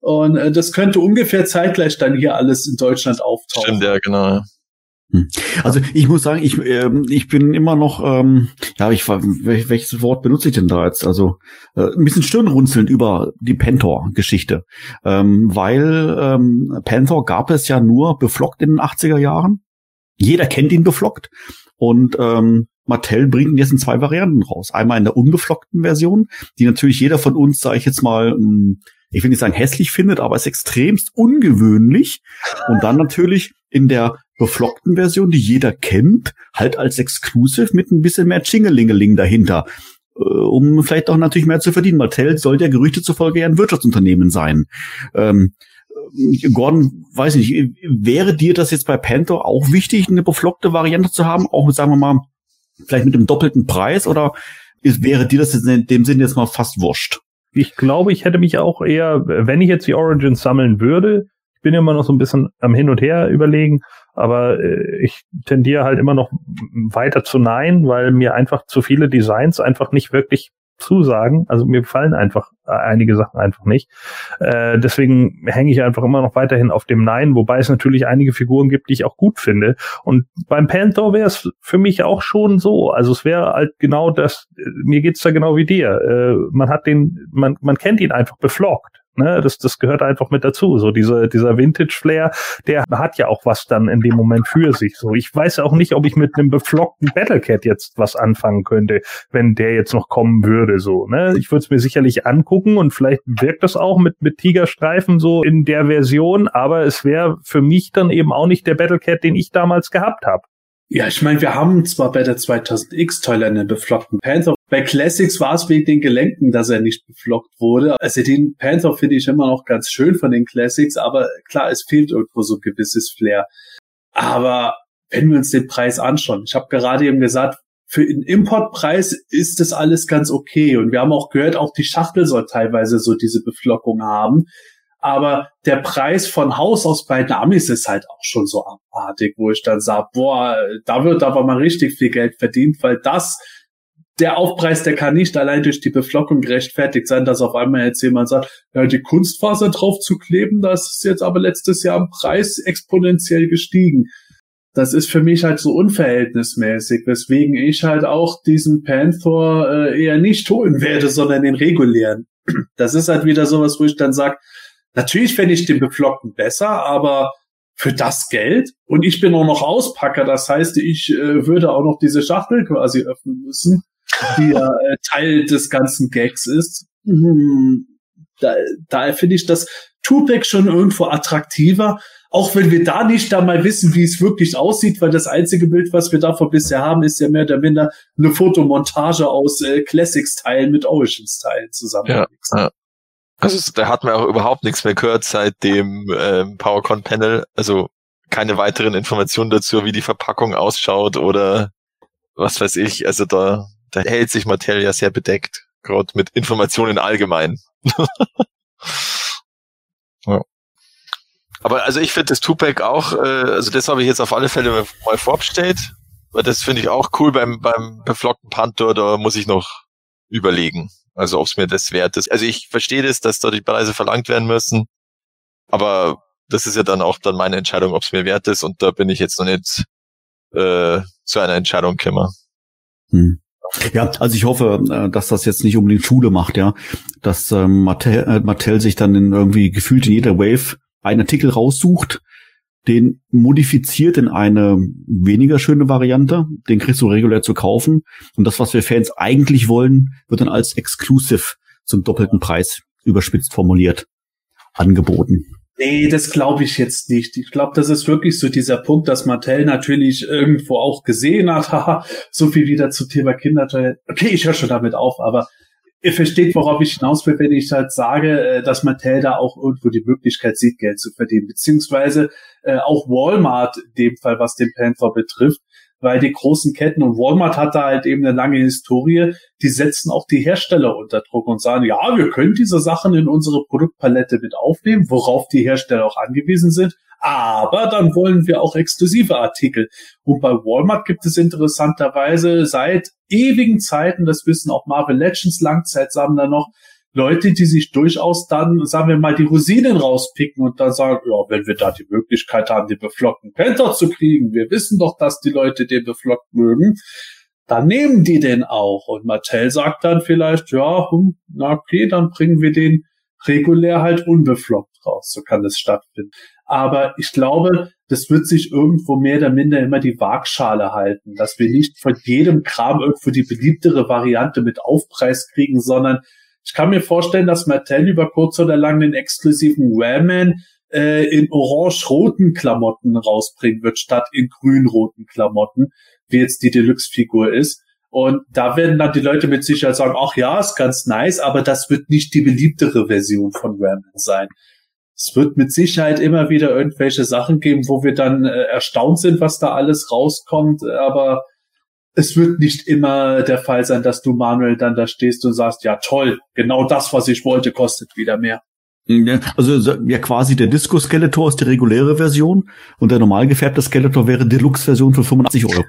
Und äh, das könnte ungefähr zeitgleich dann hier alles in Deutschland auftauchen. Stimmt, ja, genau. Also ich muss sagen, ich ähm, ich bin immer noch, ähm, ja, ich wel, welches Wort benutze ich denn da jetzt? Also äh, ein bisschen stirnrunzelnd über die Panther-Geschichte, ähm, weil ähm, Panther gab es ja nur beflockt in den achtziger Jahren. Jeder kennt ihn beflockt und ähm, Mattel bringt ihn jetzt in zwei Varianten raus. Einmal in der unbeflockten Version, die natürlich jeder von uns, sage ich jetzt mal, mh, ich will nicht sagen hässlich findet, aber ist extremst ungewöhnlich. Und dann natürlich in der beflockten Version, die jeder kennt, halt als Exclusive mit ein bisschen mehr Tschingelingeling dahinter, äh, um vielleicht auch natürlich mehr zu verdienen. Mattel soll der Gerüchte zufolge ja ein Wirtschaftsunternehmen sein. Ähm, Gordon, weiß nicht, wäre dir das jetzt bei Panther auch wichtig, eine beflockte Variante zu haben, auch mit, sagen wir mal, vielleicht mit dem doppelten Preis, oder ist, wäre dir das jetzt in dem Sinne jetzt mal fast wurscht? Ich glaube, ich hätte mich auch eher, wenn ich jetzt die Origins sammeln würde, ich bin ja immer noch so ein bisschen am Hin und Her überlegen, aber äh, ich tendiere halt immer noch weiter zu Nein, weil mir einfach zu viele Designs einfach nicht wirklich zusagen. Also mir gefallen einfach einige Sachen einfach nicht. Äh, deswegen hänge ich einfach immer noch weiterhin auf dem Nein, wobei es natürlich einige Figuren gibt, die ich auch gut finde. Und beim Panther wäre es für mich auch schon so. Also es wäre halt genau das, mir geht's da genau wie dir. Äh, man hat den, man, man kennt ihn einfach beflockt. Ne, das, das gehört einfach mit dazu. So dieser, dieser Vintage-Flair, der hat ja auch was dann in dem Moment für sich. So, ich weiß auch nicht, ob ich mit einem beflockten Battlecat jetzt was anfangen könnte, wenn der jetzt noch kommen würde. So, ne, ich würde es mir sicherlich angucken und vielleicht wirkt das auch mit mit Tigerstreifen so in der Version, aber es wäre für mich dann eben auch nicht der Battlecat, den ich damals gehabt habe. Ja, ich meine, wir haben zwar bei der zweitausend X-Toiler einen beflockten Panther. Bei Classics war es wegen den Gelenken, dass er nicht beflockt wurde. Also den Panther finde ich immer noch ganz schön von den Classics, aber klar, es fehlt irgendwo so ein gewisses Flair. Aber wenn wir uns den Preis anschauen, ich habe gerade eben gesagt, für den Importpreis ist das alles ganz okay. Und wir haben auch gehört, auch die Schachtel soll teilweise so diese Beflockung haben. Aber der Preis von Haus aus bei den Amis ist halt auch schon so abartig, wo ich dann sage, boah, da wird aber mal richtig viel Geld verdient, weil das, der Aufpreis, der kann nicht allein durch die Beflockung gerechtfertigt sein, dass auf einmal jetzt jemand sagt, ja, die Kunstfaser drauf zu kleben, das ist jetzt aber letztes Jahr im Preis exponentiell gestiegen. Das ist für mich halt so unverhältnismäßig, weswegen ich halt auch diesen Panther äh, eher nicht holen werde, sondern den regulären. Das ist halt wieder sowas, wo ich dann sage, natürlich fände ich den Beflockten besser, aber für das Geld, und ich bin auch noch Auspacker, das heißt, ich äh, würde auch noch diese Schachtel quasi öffnen müssen, die ja äh, Teil des ganzen Gags ist. Hm, da, da finde ich das Two-Pack schon irgendwo attraktiver, auch wenn wir da nicht da mal wissen, wie es wirklich aussieht, weil das einzige Bild, was wir davon bisher haben, ist ja mehr oder minder eine Fotomontage aus äh, Classics-Teilen mit Origins-Teilen zusammengemixt. Ja, ja. Also da hat man auch überhaupt nichts mehr gehört seit dem ähm, PowerCon-Panel. Also keine weiteren Informationen dazu, wie die Verpackung ausschaut oder was weiß ich. Also da, da hält sich Mattel ja sehr bedeckt, gerade mit Informationen allgemein. Ja. Aber also ich finde das Two-Pack auch, äh, also das habe ich jetzt auf alle Fälle mal vorbestellt, weil das finde ich auch cool beim beim beflockten Panther, da muss ich noch überlegen. Also ob es mir das wert ist. Also ich verstehe das, dass da die Preise verlangt werden müssen, aber das ist ja dann auch dann meine Entscheidung, ob es mir wert ist, und da bin ich jetzt noch nicht äh, zu einer Entscheidung gekommen. Hm. Ja, also ich hoffe, dass das jetzt nicht unbedingt Schule macht, ja, dass ähm, Mattel, äh, Mattel sich dann in irgendwie gefühlt in jeder Wave einen Artikel raussucht, den modifiziert in eine weniger schöne Variante, den kriegst du regulär zu kaufen, und das, was wir Fans eigentlich wollen, wird dann als Exclusive zum doppelten Preis, überspitzt formuliert, angeboten. Nee, das glaube ich jetzt nicht. Ich glaube, das ist wirklich so dieser Punkt, dass Mattel natürlich irgendwo auch gesehen hat, haha, so viel wieder zum Thema Kindertoilette. Okay, ich höre schon damit auf, aber ihr versteht, worauf ich hinaus will, wenn ich halt sage, dass Mattel da auch irgendwo die Möglichkeit sieht, Geld zu verdienen, beziehungsweise äh, auch Walmart in dem Fall, was den Panther betrifft, weil die großen Ketten, und Walmart hat da halt eben eine lange Historie, die setzen auch die Hersteller unter Druck und sagen, ja, wir können diese Sachen in unsere Produktpalette mit aufnehmen, worauf die Hersteller auch angewiesen sind, aber dann wollen wir auch exklusive Artikel. Und bei Walmart gibt es interessanterweise seit ewigen Zeiten, das wissen auch Marvel Legends Langzeitsammler noch, Leute, die sich durchaus dann, sagen wir mal, die Rosinen rauspicken und dann sagen, ja, wenn wir da die Möglichkeit haben, den beflockten Panther zu kriegen, wir wissen doch, dass die Leute den beflockt mögen, dann nehmen die den auch. Und Mattel sagt dann vielleicht, ja, hm, na okay, dann bringen wir den regulär halt unbeflockt raus. So kann das stattfinden. Aber ich glaube, das wird sich irgendwo mehr oder minder immer die Waagschale halten, dass wir nicht von jedem Kram irgendwo die beliebtere Variante mit Aufpreis kriegen, sondern ich kann mir vorstellen, dass Mattel über kurz oder lang den exklusiven Wellman äh, in orange-roten Klamotten rausbringen wird, statt in grün-roten Klamotten, wie jetzt die Deluxe-Figur ist. Und da werden dann die Leute mit Sicherheit sagen, ach ja, ist ganz nice, aber das wird nicht die beliebtere Version von Wellman sein. Es wird mit Sicherheit immer wieder irgendwelche Sachen geben, wo wir dann äh, erstaunt sind, was da alles rauskommt, aber es wird nicht immer der Fall sein, dass du, Manuel, dann da stehst und sagst, ja toll, genau das, was ich wollte, kostet wieder mehr. Ja, also ja, quasi der Disco-Skeletor ist die reguläre Version und der normal gefärbte Skeletor wäre Deluxe-Version für fünfundachtzig Euro.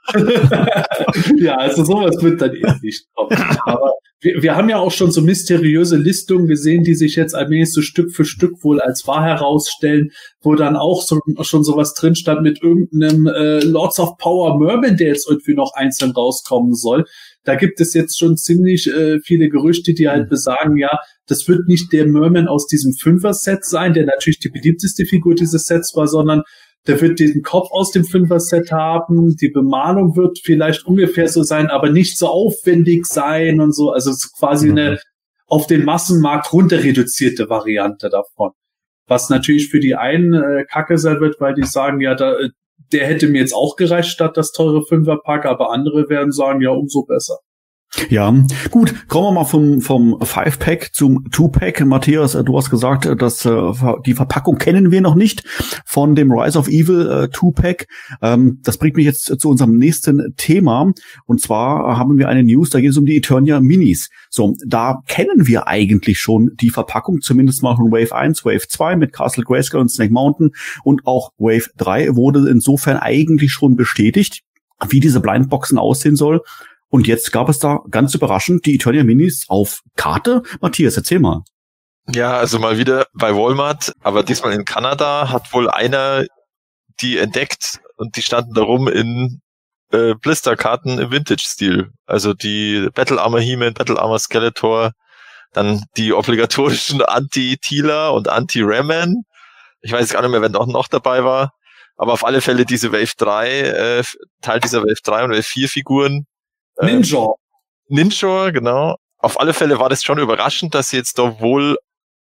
Ja, also sowas wird dann eh nicht kommen. Aber wir, wir haben ja auch schon so mysteriöse Listungen gesehen, die sich jetzt allmählich so Stück für Stück wohl als wahr herausstellen, wo dann auch so, schon sowas drin stand mit irgendeinem äh, Lords of Power Merman, der jetzt irgendwie noch einzeln rauskommen soll. Da gibt es jetzt schon ziemlich äh, viele Gerüchte, die halt besagen, ja, das wird nicht der Merman aus diesem Fünfer-Set sein, der natürlich die beliebteste Figur dieses Sets war, sondern der wird den Kopf aus dem Fünfer-Set haben, die Bemalung wird vielleicht ungefähr so sein, aber nicht so aufwendig sein und so. Also es ist quasi mhm. eine auf den Massenmarkt runter reduzierte Variante davon. Was natürlich für die einen äh, Kacke sein wird, weil die sagen, ja, da, der hätte mir jetzt auch gereicht statt das teure Fünfer-Pack, aber andere werden sagen, ja, umso besser. Ja, gut, kommen wir mal vom vom Five-Pack zum Two-Pack. Matthias, du hast gesagt, dass äh, die Verpackung kennen wir noch nicht von dem Rise of Evil äh, Two-Pack. Ähm, das bringt mich jetzt zu unserem nächsten Thema. Und zwar haben wir eine News, da geht es um die Eternia Minis. So, da kennen wir eigentlich schon die Verpackung, zumindest mal von Wave eins, Wave zwei mit Castle Grayskull und Snake Mountain. Und auch Wave drei wurde insofern eigentlich schon bestätigt, wie diese Blindboxen aussehen soll. Und jetzt gab es da ganz überraschend die Eternia Minis auf Karte. Matthias, erzähl mal. Ja, also mal wieder bei Walmart, aber diesmal in Kanada hat wohl einer die entdeckt und die standen da rum in äh, Blisterkarten im Vintage-Stil. Also die Battle Armor He-Man, Battle Armor Skeletor, dann die obligatorischen Anti-Teela und Anti-Raman. Ich weiß gar nicht mehr, wer noch, noch dabei war. Aber auf alle Fälle diese Wave drei, äh, Teil dieser Wave drei und Wave vier Figuren. Ninja. Ninja, genau. Auf alle Fälle war das schon überraschend, dass sie jetzt da wohl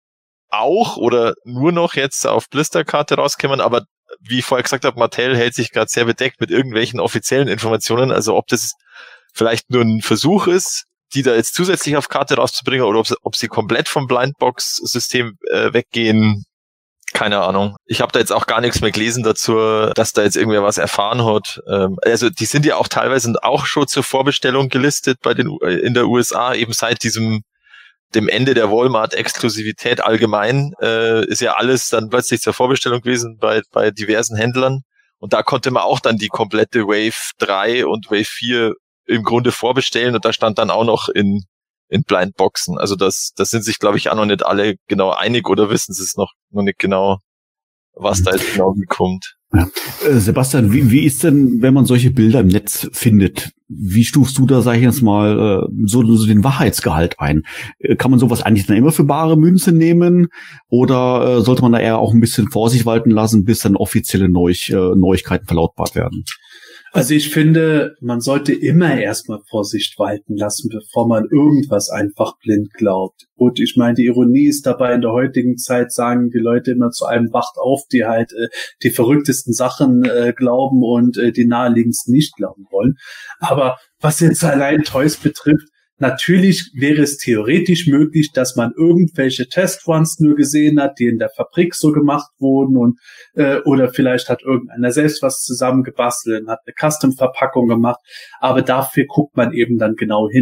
auch oder nur noch jetzt auf Blisterkarte rauskommen, aber wie ich vorher gesagt habe, Mattel hält sich gerade sehr bedeckt mit irgendwelchen offiziellen Informationen, also ob das vielleicht nur ein Versuch ist, die da jetzt zusätzlich auf Karte rauszubringen oder ob sie, ob sie komplett vom Blindbox-System äh, weggehen, keine Ahnung. Ich habe da jetzt auch gar nichts mehr gelesen dazu, dass da jetzt irgendwer was erfahren hat. Ähm, also die sind ja auch teilweise auch schon zur Vorbestellung gelistet bei den in der U S A, eben seit diesem dem Ende der Walmart-Exklusivität allgemein äh, ist ja alles dann plötzlich zur Vorbestellung gewesen bei bei diversen Händlern. Und da konnte man auch dann die komplette Wave drei und Wave vier im Grunde vorbestellen und da stand dann auch noch in in Blindboxen. Also das, das sind sich, glaube ich, auch noch nicht alle genau einig oder wissen sie es noch, noch nicht genau, was da jetzt genau kommt. Ja. Äh, Sebastian, wie, wie ist denn, wenn man solche Bilder im Netz findet, wie stufst du da, sag ich jetzt mal, äh, so, so den Wahrheitsgehalt ein? Äh, kann man sowas eigentlich dann immer für bare Münze nehmen oder äh, sollte man da eher auch ein bisschen Vorsicht walten lassen, bis dann offizielle Neu- äh, Neuigkeiten verlautbart werden? Also ich finde, man sollte immer erstmal Vorsicht walten lassen, bevor man irgendwas einfach blind glaubt. Gut, ich meine, die Ironie ist dabei, in der heutigen Zeit sagen die Leute immer zu einem wacht auf, die halt äh, die verrücktesten Sachen äh, glauben und äh, die naheliegendsten nicht glauben wollen. Aber was jetzt allein Toys betrifft, natürlich wäre es theoretisch möglich, dass man irgendwelche Testruns nur gesehen hat, die in der Fabrik so gemacht wurden und äh, oder vielleicht hat irgendeiner selbst was zusammengebastelt und hat eine Custom-Verpackung gemacht, aber dafür guckt man eben dann genau hin.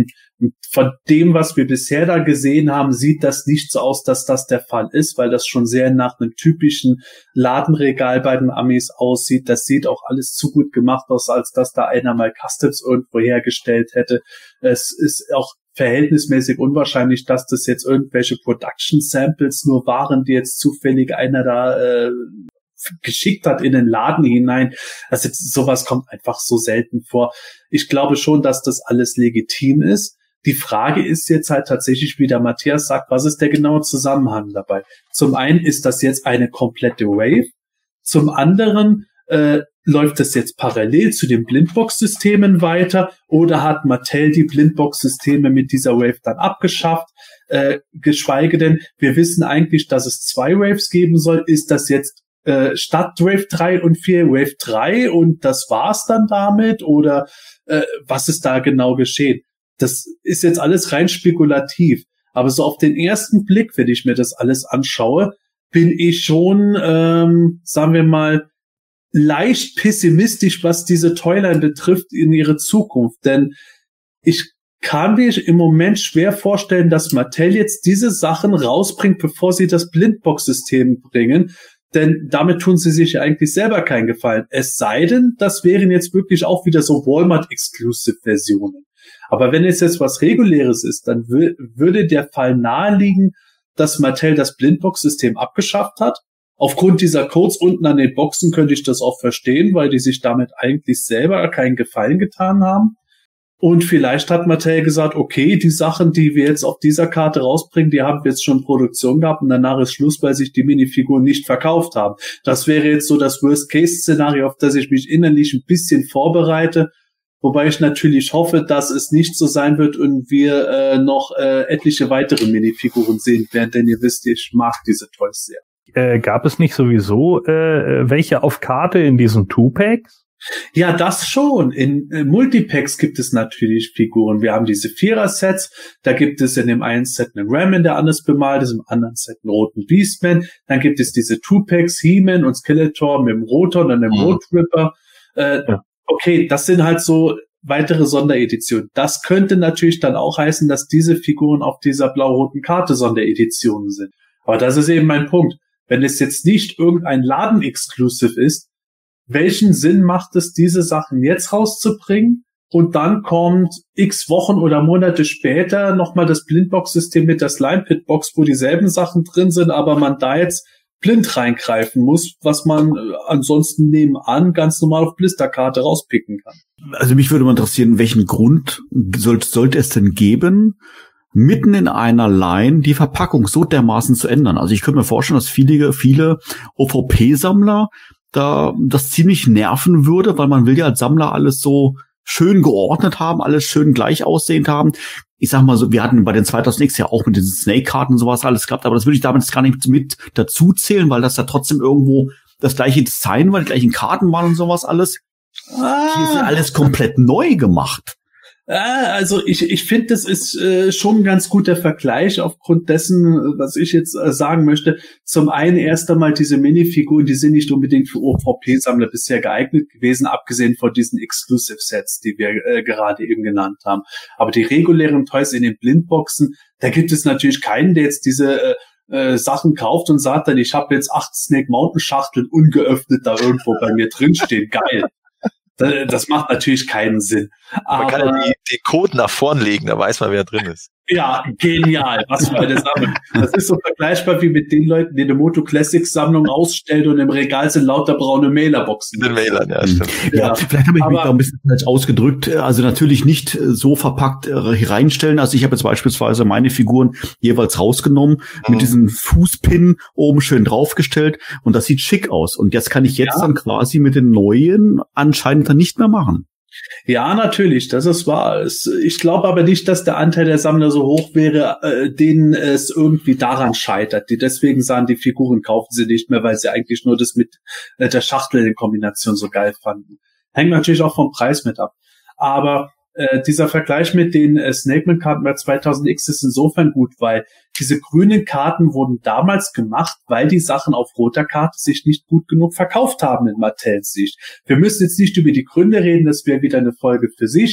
Und von dem, was wir bisher da gesehen haben, sieht das nicht so aus, dass das der Fall ist, weil das schon sehr nach einem typischen Ladenregal bei den Amis aussieht. Das sieht auch alles zu gut gemacht aus, als dass da einer mal Customs irgendwo hergestellt hätte. Es ist auch verhältnismäßig unwahrscheinlich, dass das jetzt irgendwelche Production-Samples nur waren, die jetzt zufällig einer da äh, geschickt hat in den Laden hinein. Also sowas kommt einfach so selten vor. Ich glaube schon, dass das alles legitim ist. Die Frage ist jetzt halt tatsächlich, wie der Matthias sagt, was ist der genaue Zusammenhang dabei? Zum einen ist das jetzt eine komplette Wave. Zum anderen äh, läuft das jetzt parallel zu den Blindbox-Systemen weiter oder hat Mattel die Blindbox-Systeme mit dieser Wave dann abgeschafft? Äh, geschweige denn, wir wissen eigentlich, dass es zwei Waves geben soll. Ist das jetzt Äh, statt Wave drei und vier Wave drei und das war's dann damit oder äh, was ist da genau geschehen? Das ist jetzt alles rein spekulativ, aber so auf den ersten Blick, wenn ich mir das alles anschaue, bin ich schon, ähm, sagen wir mal, leicht pessimistisch, was diese Toyline betrifft in ihre Zukunft, denn ich kann mir im Moment schwer vorstellen, dass Mattel jetzt diese Sachen rausbringt, bevor sie das Blindbox-System bringen. Denn damit tun sie sich eigentlich selber keinen Gefallen. Es sei denn, das wären jetzt wirklich auch wieder so Walmart-Exclusive-Versionen. Aber wenn es jetzt was Reguläres ist, dann w- würde der Fall naheliegen, dass Mattel das Blindbox-System abgeschafft hat. Aufgrund dieser Codes unten an den Boxen könnte ich das auch verstehen, weil die sich damit eigentlich selber keinen Gefallen getan haben. Und vielleicht hat Mattel gesagt, okay, die Sachen, die wir jetzt auf dieser Karte rausbringen, die haben wir jetzt schon in Produktion gehabt und danach ist Schluss, weil sich die Minifiguren nicht verkauft haben. Das wäre jetzt so das Worst-Case-Szenario, auf das ich mich innerlich ein bisschen vorbereite. Wobei ich natürlich hoffe, dass es nicht so sein wird und wir äh, noch äh, etliche weitere Minifiguren sehen werden, denn ihr wisst, ich mag diese Toys sehr. Äh, gab es nicht sowieso äh, welche auf Karte in diesen Two-Packs? Ja, das schon. In äh, Multipacks gibt es natürlich Figuren. Wir haben diese Vierer-Sets. Da gibt es in dem einen Set einen Ram, der anders bemalt ist, im anderen Set einen roten Beastman. Dann gibt es diese Two-Packs, He-Man und Skeletor mit dem Rotor und einem mhm. Roadripper. Äh, ja. Okay, das sind halt so weitere Sondereditionen. Das könnte natürlich dann auch heißen, dass diese Figuren auf dieser blau-roten Karte Sondereditionen sind. Aber das ist eben mein Punkt. Wenn es jetzt nicht irgendein Laden-Exclusive ist, welchen Sinn macht es, diese Sachen jetzt rauszubringen? Und dann kommt x Wochen oder Monate später nochmal das Blindbox-System mit der Slime-Pit-Box, wo dieselben Sachen drin sind, aber man da jetzt blind reingreifen muss, was man ansonsten nebenan ganz normal auf Blisterkarte rauspicken kann. Also mich würde mal interessieren, welchen Grund sollte, sollte es denn geben, mitten in einer Line die Verpackung so dermaßen zu ändern? Also ich könnte mir vorstellen, dass viele, viele O V P-Sammler da das ziemlich nerven würde, weil man will ja als Sammler alles so schön geordnet haben, alles schön gleich aussehend haben. Ich sag mal so, wir hatten bei den zweitausend X ja auch mit diesen Snake-Karten und sowas alles gehabt, aber das würde ich damit gar nicht mit dazu zählen, weil das da trotzdem irgendwo das gleiche Design war, die gleichen Karten waren und sowas alles. Ah. Hier ist ja alles komplett neu gemacht. Also ich ich finde, das ist äh, schon ein ganz guter Vergleich aufgrund dessen, was ich jetzt äh, sagen möchte. Zum einen erst einmal diese Minifiguren, die sind nicht unbedingt für O V P-Sammler bisher geeignet gewesen, abgesehen von diesen Exclusive-Sets, die wir äh, gerade eben genannt haben. Aber die regulären Toys in den Blindboxen, da gibt es natürlich keinen, der jetzt diese äh, äh, Sachen kauft und sagt dann, ich habe jetzt acht Snake Mountain Schachteln ungeöffnet da irgendwo bei mir drinstehen. Geil. Das macht natürlich keinen Sinn. Man aber, kann ja die, den Code nach vorn legen, da weiß man, wer drin ist. Ja, genial. Was für eine Sache. Das ist so vergleichbar wie mit den Leuten, die eine Moto Classics Sammlung ausstellen und im Regal sind lauter braune Mailerboxen. Den Mailern, ja, stimmt. Ja, ja, vielleicht habe ich aber, mich da ein bisschen falsch ausgedrückt. Also natürlich nicht so verpackt äh, reinstellen. Also ich habe jetzt beispielsweise meine Figuren jeweils rausgenommen, mhm. mit diesem Fußpin oben schön draufgestellt und das sieht schick aus. Und jetzt kann ich jetzt ja. dann quasi mit den neuen anscheinend dann nicht mehr machen. Ja, natürlich, das ist wahr. Ich glaube aber nicht, dass der Anteil der Sammler so hoch wäre, äh, denen es irgendwie daran scheitert. Die deswegen sagen, die Figuren kaufen sie nicht mehr, weil sie eigentlich nur das mit äh, der Schachtel in Kombination so geil fanden. Hängt natürlich auch vom Preis mit ab. Aber äh, dieser Vergleich mit den äh, Snakeman-Karten bei zweitausend X ist insofern gut, weil diese grünen Karten wurden damals gemacht, weil die Sachen auf roter Karte sich nicht gut genug verkauft haben in Mattels Sicht. Wir müssen jetzt nicht über die Gründe reden, das wäre wieder eine Folge für sich.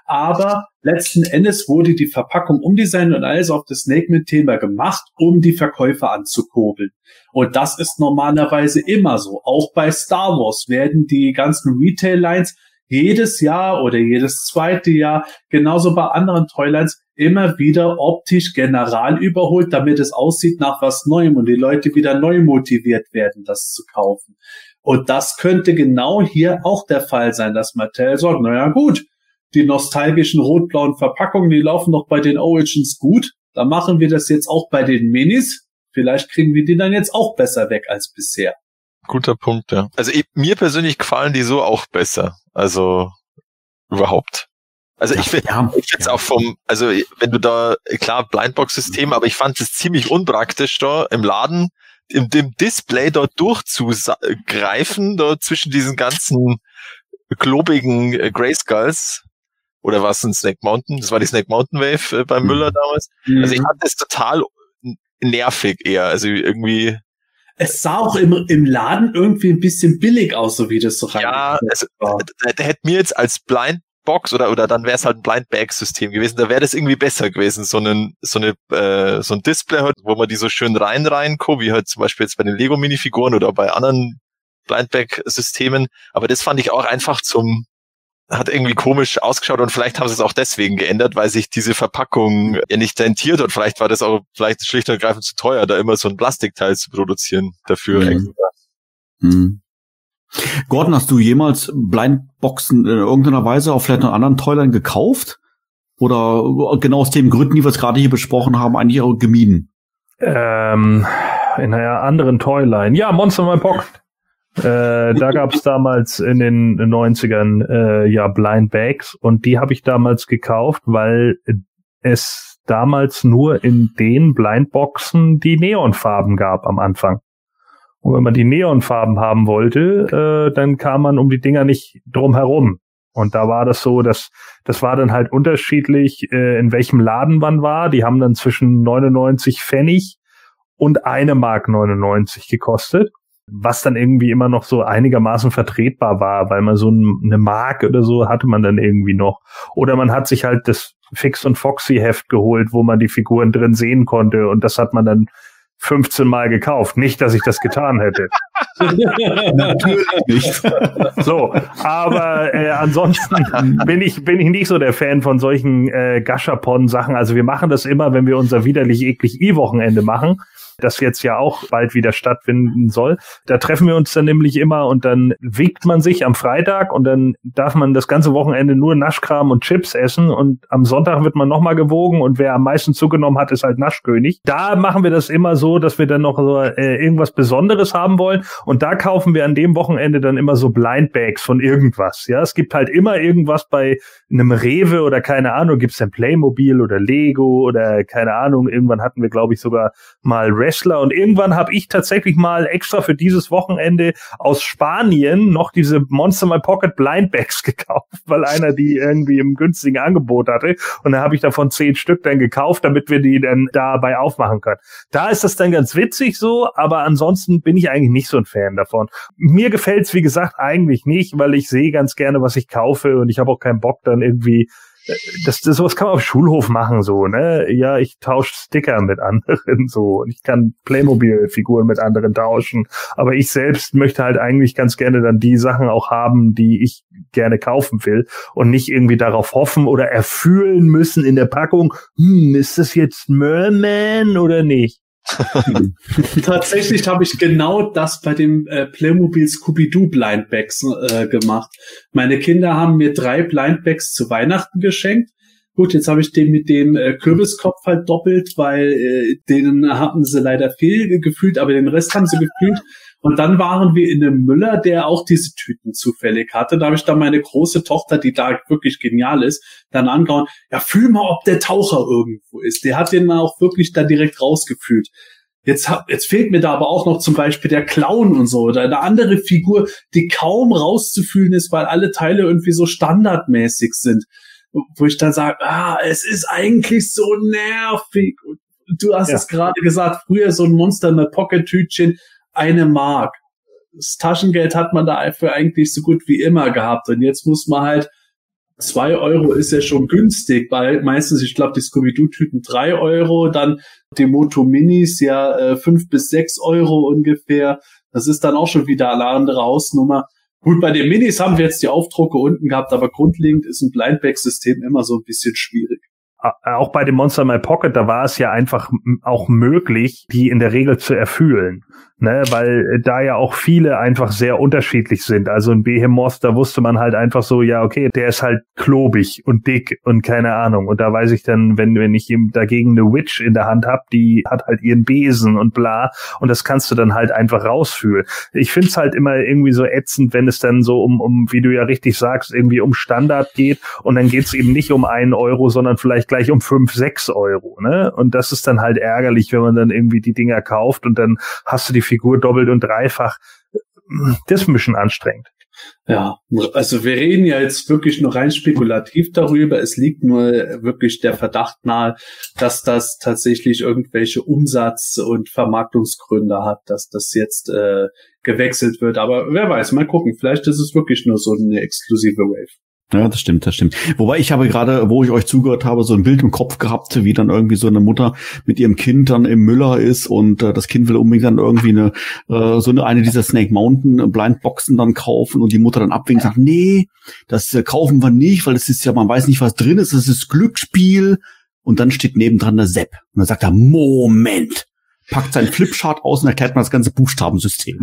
aber letzten Endes wurde die Verpackung umdesignt und alles auf das Snake-Mit-Thema gemacht, um die Verkäufer anzukurbeln. Und das ist normalerweise immer so. Auch bei Star Wars werden die ganzen Retail-Lines jedes Jahr oder jedes zweite Jahr, genauso bei anderen Toylines, immer wieder optisch general überholt, damit es aussieht nach was Neuem und die Leute wieder neu motiviert werden, das zu kaufen. Und das könnte genau hier auch der Fall sein, dass Mattel sagt, naja gut, die nostalgischen rot-blauen Verpackungen, die laufen doch bei den Origins gut, da machen wir das jetzt auch bei den Minis, vielleicht kriegen wir die dann jetzt auch besser weg als bisher. Guter Punkt, ja. Also ich, mir persönlich gefallen die so auch besser, also überhaupt. Also ich finde ja, ich finde es ja. auch vom, also wenn du da, klar, Blindbox-System, aber ich fand es ziemlich unpraktisch da im Laden, im dem Display dort durchzugreifen, da zwischen diesen ganzen klobigen äh, Grayskulls, oder war es ein Snake Mountain? Das war die Snake Mountain Wave äh, beim mhm. Müller damals. Mhm. Also ich fand das total nervig eher, also irgendwie. Es sah auch im, im Laden irgendwie ein bisschen billig aus, so wie das so rein. Ja, also, der, der hätte mir jetzt als Blindbox oder oder dann wäre es halt ein Blind-Bag-System gewesen, da wäre das irgendwie besser gewesen, so ein so eine äh, so ein Display halt, wo man die so schön rein rein kann, wie halt zum Beispiel jetzt bei den Lego-Minifiguren oder bei anderen Blind-Bag-Systemen, aber das fand ich auch einfach zum, hat irgendwie komisch ausgeschaut und vielleicht haben sie es auch deswegen geändert, weil sich diese Verpackung ja nicht rentiert und vielleicht war das auch vielleicht schlicht und ergreifend zu teuer, da immer so ein Plastikteil zu produzieren dafür. Mhm. Mhm. Gordon, hast du jemals Blindboxen in irgendeiner Weise auf vielleicht noch anderen Toyline gekauft? Oder genau aus den Gründen, die wir es gerade hier besprochen haben, eigentlich auch gemieden? Ähm, in einer anderen Toyline. Ja, Monster My Pocket. Äh, da gab es damals in den neunzigern äh, ja Blind Bags und die habe ich damals gekauft, weil es damals nur in den Blindboxen die Neonfarben gab am Anfang. Und wenn man die Neonfarben haben wollte, äh, dann kam man um die Dinger nicht drum herum. Und da war das so, dass das war dann halt unterschiedlich, äh, in welchem Laden man war. Die haben dann zwischen neunundneunzig Pfennig und eine Mark neunundneunzig gekostet. Was dann irgendwie immer noch so einigermaßen vertretbar war, weil man so eine Mark oder so hatte man dann irgendwie noch. Oder man hat sich halt das Fix und Foxy Heft geholt, wo man die Figuren drin sehen konnte und das hat man dann fünfzehn Mal gekauft. Nicht, dass ich das getan hätte. Natürlich nicht. So, aber äh, ansonsten bin ich bin ich nicht so der Fan von solchen äh, Gashapon-Sachen. Also wir machen das immer, wenn wir unser widerlich eklig I-Wochenende machen, das jetzt ja auch bald wieder stattfinden soll. Da treffen wir uns dann nämlich immer und dann wiegt man sich am Freitag und dann darf man das ganze Wochenende nur Naschkram und Chips essen und am Sonntag wird man nochmal gewogen und wer am meisten zugenommen hat, ist halt Naschkönig. Da machen wir das immer so, dass wir dann noch so äh, irgendwas Besonderes haben wollen und da kaufen wir an dem Wochenende dann immer so Blind Bags von irgendwas. Ja, es gibt halt immer irgendwas bei einem Rewe oder keine Ahnung, gibt's dann Playmobil oder Lego oder keine Ahnung. Irgendwann hatten wir, glaube ich, sogar mal Wrestler und irgendwann habe ich tatsächlich mal extra für dieses Wochenende aus Spanien noch diese Monster My Pocket Blind Bags gekauft, weil einer die irgendwie im günstigen Angebot hatte und dann habe ich davon zehn Stück dann gekauft, damit wir die dann dabei aufmachen können. Da ist das dann ganz witzig so, aber ansonsten bin ich eigentlich nicht so ein Fan davon. Mir gefällt's, wie gesagt, eigentlich nicht, weil ich sehe ganz gerne, was ich kaufe und ich habe auch keinen Bock dann irgendwie, das, das sowas kann man auf Schulhof machen, so, ne? Ja, ich tausche Sticker mit anderen, so. Ich kann Playmobil-Figuren mit anderen tauschen. Aber ich selbst möchte halt eigentlich ganz gerne dann die Sachen auch haben, die ich gerne kaufen will und nicht irgendwie darauf hoffen oder erfühlen müssen in der Packung, hm, ist das jetzt Merman oder nicht? Tatsächlich habe ich genau das bei dem äh, Playmobil Scooby-Doo Blindbags äh, gemacht. Meine Kinder haben mir drei Blindbags zu Weihnachten geschenkt. Gut, jetzt habe ich den mit dem äh, Kürbiskopf halt doppelt, weil äh, den hatten sie leider viel gefühlt, aber den Rest haben sie gefühlt. Und dann waren wir in einem Müller, der auch diese Tüten zufällig hatte. Da habe ich dann meine große Tochter, die da wirklich genial ist, dann angehauen, ja, fühl mal, ob der Taucher irgendwo ist. Der hat den auch wirklich da direkt rausgefühlt. Jetzt, hab, jetzt fehlt mir da aber auch noch zum Beispiel der Clown und so oder eine andere Figur, die kaum rauszufühlen ist, weil alle Teile irgendwie so standardmäßig sind. Wo ich dann sage, ah, es ist eigentlich so nervig. Und du hast ja. es gerade gesagt, früher so ein Monster mit Pocket-Tütchen, eine Mark. Das Taschengeld hat man dafür eigentlich so gut wie immer gehabt. Und jetzt muss man halt Zwei Euro ist ja schon günstig, weil meistens, ich glaube, die Scooby-Doo-Tüten drei Euro, dann die Moto Minis ja äh, fünf bis sechs Euro ungefähr. Das ist dann auch schon wieder eine andere Hausnummer. Gut, bei den Minis haben wir jetzt die Aufdrucke unten gehabt, aber grundlegend ist ein Blindbag-System immer so ein bisschen schwierig. Auch bei dem Monster in My Pocket, da war es ja einfach auch möglich, die in der Regel zu erfüllen, ne, weil da ja auch viele einfach sehr unterschiedlich sind. Also ein Behemoth, da wusste man halt einfach so, ja, okay, der ist halt klobig und dick und keine Ahnung. Und da weiß ich dann, wenn, wenn ich ihm dagegen eine Witch in der Hand habe, die hat halt ihren Besen und bla, und das kannst du dann halt einfach rausfühlen. Ich find's halt immer irgendwie so ätzend, wenn es dann so um, um, wie du ja richtig sagst, irgendwie um Standard geht, und dann geht's eben nicht um einen Euro, sondern vielleicht gleich um fünf, sechs Euro, ne? Und das ist dann halt ärgerlich, wenn man dann irgendwie die Dinger kauft und dann hast du die Figur doppelt und dreifach. Das ist ein bisschen anstrengend. Ja, also wir reden ja jetzt wirklich nur rein spekulativ darüber. Es liegt nur wirklich der Verdacht nahe, dass das tatsächlich irgendwelche Umsatz- und Vermarktungsgründe hat, dass das jetzt äh, gewechselt wird. Aber wer weiß, mal gucken. Vielleicht ist es wirklich nur so eine exklusive Wave. Ja, das stimmt, das stimmt. Wobei ich habe gerade, wo ich euch zugehört habe, so ein Bild im Kopf gehabt, wie dann irgendwie so eine Mutter mit ihrem Kind dann im Müller ist und äh, das Kind will unbedingt dann irgendwie eine äh, so eine, eine dieser Snake Mountain Blindboxen dann kaufen und die Mutter dann abwinkt und sagt, nee, das äh, kaufen wir nicht, weil das ist ja, man weiß nicht, was drin ist, das ist Glücksspiel. Und dann steht nebendran der Sepp und dann sagt er, Moment, packt seinen Flipchart aus und erklärt mal das ganze Buchstabensystem.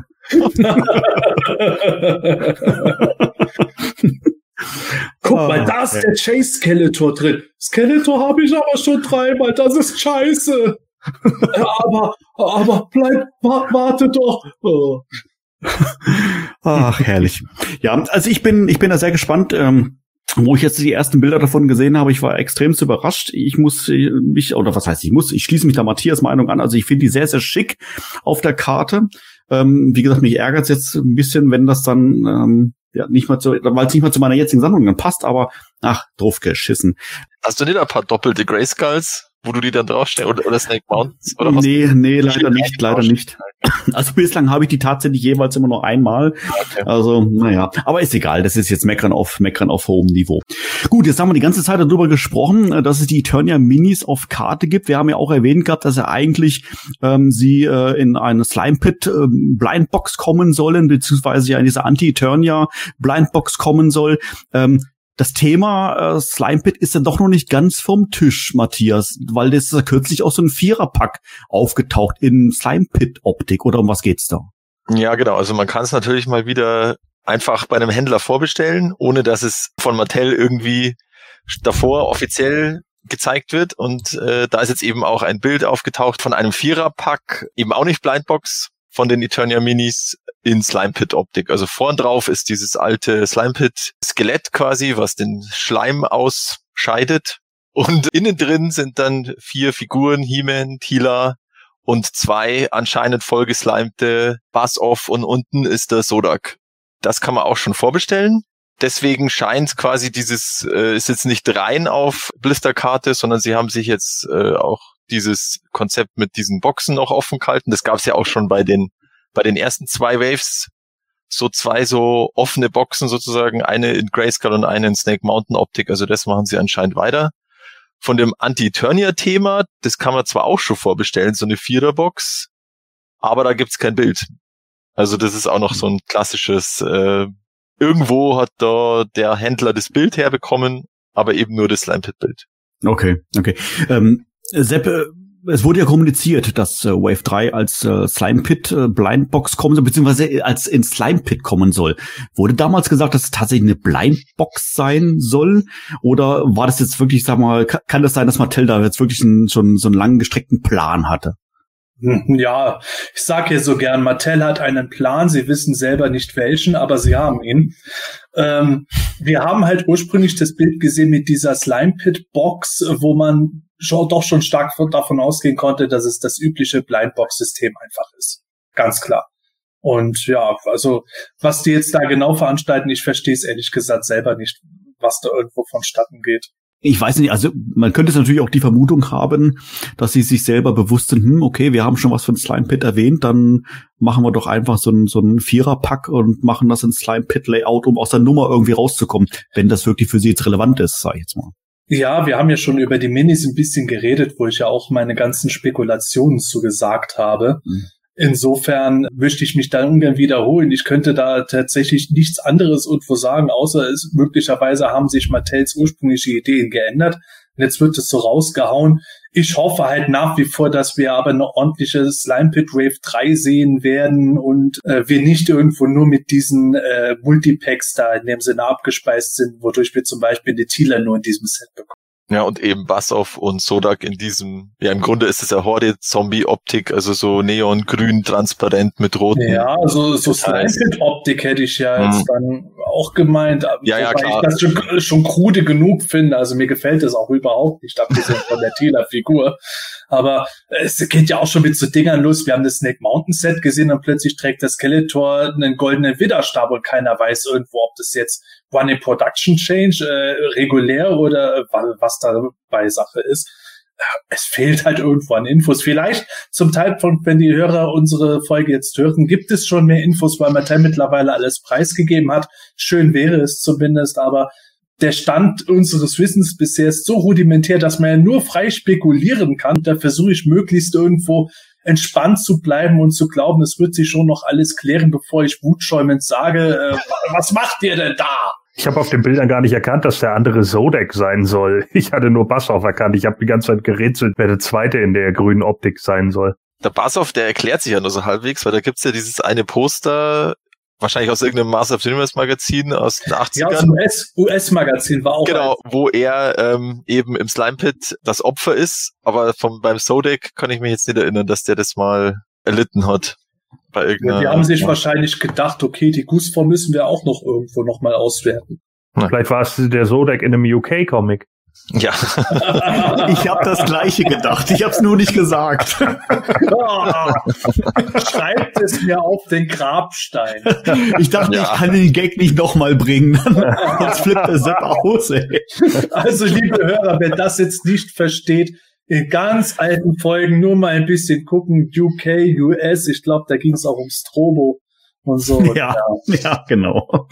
Guck mal, da ist der Chase Skeletor drin. Skeletor habe ich aber schon dreimal, das ist scheiße. aber, aber bleib, warte doch. Oh. Ach, herrlich. Ja, also ich bin, ich bin da sehr gespannt, ähm, wo ich jetzt die ersten Bilder davon gesehen habe. Ich war extremst überrascht. Ich muss mich, oder was heißt ich muss, ich schließe mich da Matthias Meinung an. Also ich finde die sehr, sehr schick auf der Karte. Ähm, wie gesagt, mich ärgert es jetzt ein bisschen, wenn das dann, ähm, ja, nicht mal zu, weil es nicht mal zu meiner jetzigen Sammlung dann passt, aber ach, drauf geschissen. Hast du nicht ein paar doppelte Grayskulls, wo du die dann draufstellst? Oder, oder Snake Mountains? Oder was? Nee, nee, leider nicht, leider nicht. Also bislang habe ich die tatsächlich jeweils immer nur einmal. Okay. Also, naja. Aber ist egal, das ist jetzt Meckern auf Meckern auf hohem Niveau. Gut, jetzt haben wir die ganze Zeit darüber gesprochen, dass es die Eternia Minis auf Karte gibt. Wir haben ja auch erwähnt gehabt, dass ja eigentlich ähm, sie äh, in eine Slime Pit äh, Blindbox kommen sollen, beziehungsweise ja in diese Anti-Eternia Blindbox kommen soll. Ähm, Das Thema äh, Slime Pit ist ja doch noch nicht ganz vom Tisch, Matthias, weil das ist ja kürzlich auch so ein Viererpack aufgetaucht in Slime Pit Optik, oder um was geht's da? Ja, genau. Also man kann es natürlich mal wieder einfach bei einem Händler vorbestellen, ohne dass es von Mattel irgendwie davor offiziell gezeigt wird. Und äh, da ist jetzt eben auch ein Bild aufgetaucht von einem Viererpack, eben auch nicht Blindbox, von den Eternia Minis in Slime Pit Optik. Also vorn drauf ist dieses alte Slime Pit Skelett quasi, was den Schleim ausscheidet. Und innen drin sind dann vier Figuren, He-Man, Teela und zwei anscheinend vollgeslimte Buzz-Off, und unten ist der Zodak. Das kann man auch schon vorbestellen. Deswegen scheint quasi dieses, äh, ist jetzt nicht rein auf Blisterkarte, sondern sie haben sich jetzt äh, auch dieses Konzept mit diesen Boxen noch offen gehalten. Das gab es ja auch schon bei den bei den ersten zwei Waves, so zwei so offene Boxen sozusagen, eine in Grayskull und eine in Snake Mountain Optik. Also das machen sie anscheinend weiter. Von dem Anti-Eternia-Thema, das kann man zwar auch schon vorbestellen, so eine Viererbox, aber da gibt's kein Bild. Also das ist auch noch so ein klassisches, äh, irgendwo hat da der Händler das Bild herbekommen, aber eben nur das Slime Pit Bild. Okay, okay. Ähm, Sepp, es wurde ja kommuniziert, dass äh, Wave drei als äh, Slime Pit äh, Blindbox kommen soll, beziehungsweise als in Slime Pit kommen soll. Wurde damals gesagt, dass es tatsächlich eine Blindbox sein soll? Oder war das jetzt wirklich, sag mal, kann, kann das sein, dass Mattel da jetzt wirklich einen, schon so einen langen gestreckten Plan hatte? Ja, ich sag hier so gern, Mattel hat einen Plan, sie wissen selber nicht welchen, aber sie haben ihn. Ähm, wir haben halt ursprünglich das Bild gesehen mit dieser Slime Pit Box, wo man schon, doch schon stark davon ausgehen konnte, dass es das übliche Blindbox-System einfach ist. Ganz klar. Und ja, also was die jetzt da genau veranstalten, ich verstehe es ehrlich gesagt selber nicht, was da irgendwo vonstatten geht. Ich weiß nicht, also man könnte es natürlich auch die Vermutung haben, dass sie sich selber bewusst sind, hm, okay, wir haben schon was von Slime Pit erwähnt, dann machen wir doch einfach so ein so ein Viererpack und machen das in Slime Pit Layout, um aus der Nummer irgendwie rauszukommen, wenn das wirklich für sie jetzt relevant ist, sag ich jetzt mal. Ja, wir haben ja schon über die Minis ein bisschen geredet, wo ich ja auch meine ganzen Spekulationen zu gesagt habe. Mhm. Insofern möchte ich mich da ungern wiederholen. Ich könnte da tatsächlich nichts anderes irgendwo sagen, außer es möglicherweise haben sich Mattels ursprüngliche Ideen geändert. Und jetzt wird es so rausgehauen. Ich hoffe halt nach wie vor, dass wir aber eine ordentliche Slime Pit Wave drei sehen werden und äh, wir nicht irgendwo nur mit diesen äh, Multipacks da in dem Sinne abgespeist sind, wodurch wir zum Beispiel eine Thieler nur in diesem Set bekommen. Ja, und eben Bassoff und Sodak in diesem, ja, im Grunde ist es ja Horde-Zombie-Optik, also so neongrün, transparent mit roten. Ja, so, so Slime-Pit-Optik hätte ich ja hm. jetzt dann auch gemeint, ja, ja, wobei klar. ich das schon, schon krude genug finde, also mir gefällt das auch überhaupt nicht, abgesehen von der Thieler-Figur. Aber es geht ja auch schon mit so Dingern los. Wir haben das Snake Mountain Set gesehen und plötzlich trägt der Skeletor einen goldenen Widderstab und keiner weiß irgendwo, ob das jetzt One in Production Change, äh, regulär oder was da bei Sache ist. Es fehlt halt irgendwo an Infos. Vielleicht zum Zeitpunkt, wenn die Hörer unsere Folge jetzt hören, gibt es schon mehr Infos, weil Mattel mittlerweile alles preisgegeben hat. Schön wäre es zumindest, aber der Stand unseres Wissens bisher ist so rudimentär, dass man ja nur frei spekulieren kann. Da versuche ich möglichst irgendwo entspannt zu bleiben und zu glauben, es wird sich schon noch alles klären, bevor ich wutschäumend sage, äh, was macht ihr denn da? Ich habe auf den Bildern gar nicht erkannt, dass der andere Sodak sein soll. Ich hatte nur Bassoff erkannt. Ich habe die ganze Zeit gerätselt, wer der zweite in der grünen Optik sein soll. Der Bassoff, der erklärt sich ja nur so halbwegs, weil da gibt's ja dieses eine Poster, wahrscheinlich aus irgendeinem Master of the Universe Magazin aus den achtzigern. Ja, aus dem U S-Magazin war auch. Genau, eins. Wo er ähm, eben im Slime Pit das Opfer ist, aber vom beim Sodak kann ich mich jetzt nicht erinnern, dass der das mal erlitten hat. Bei irgendeiner, ja, die haben sich ja. wahrscheinlich gedacht, okay, die Gussform müssen wir auch noch irgendwo noch mal auswerten. Ja. Vielleicht war es der Sodak in einem U K-Comic. Ja. Ich habe das Gleiche gedacht. Ich habe es nur nicht gesagt. Oh, schreibt es mir auf den Grabstein. Ich dachte, ja. ich kann den Gag nicht nochmal bringen. Sonst flippt der Sepp aus, ey. Also, liebe Hörer, wer das jetzt nicht versteht, in ganz alten Folgen nur mal ein bisschen gucken. U K, U S, ich glaube, da ging es auch um Strobo und so. Ja, ja, ja genau.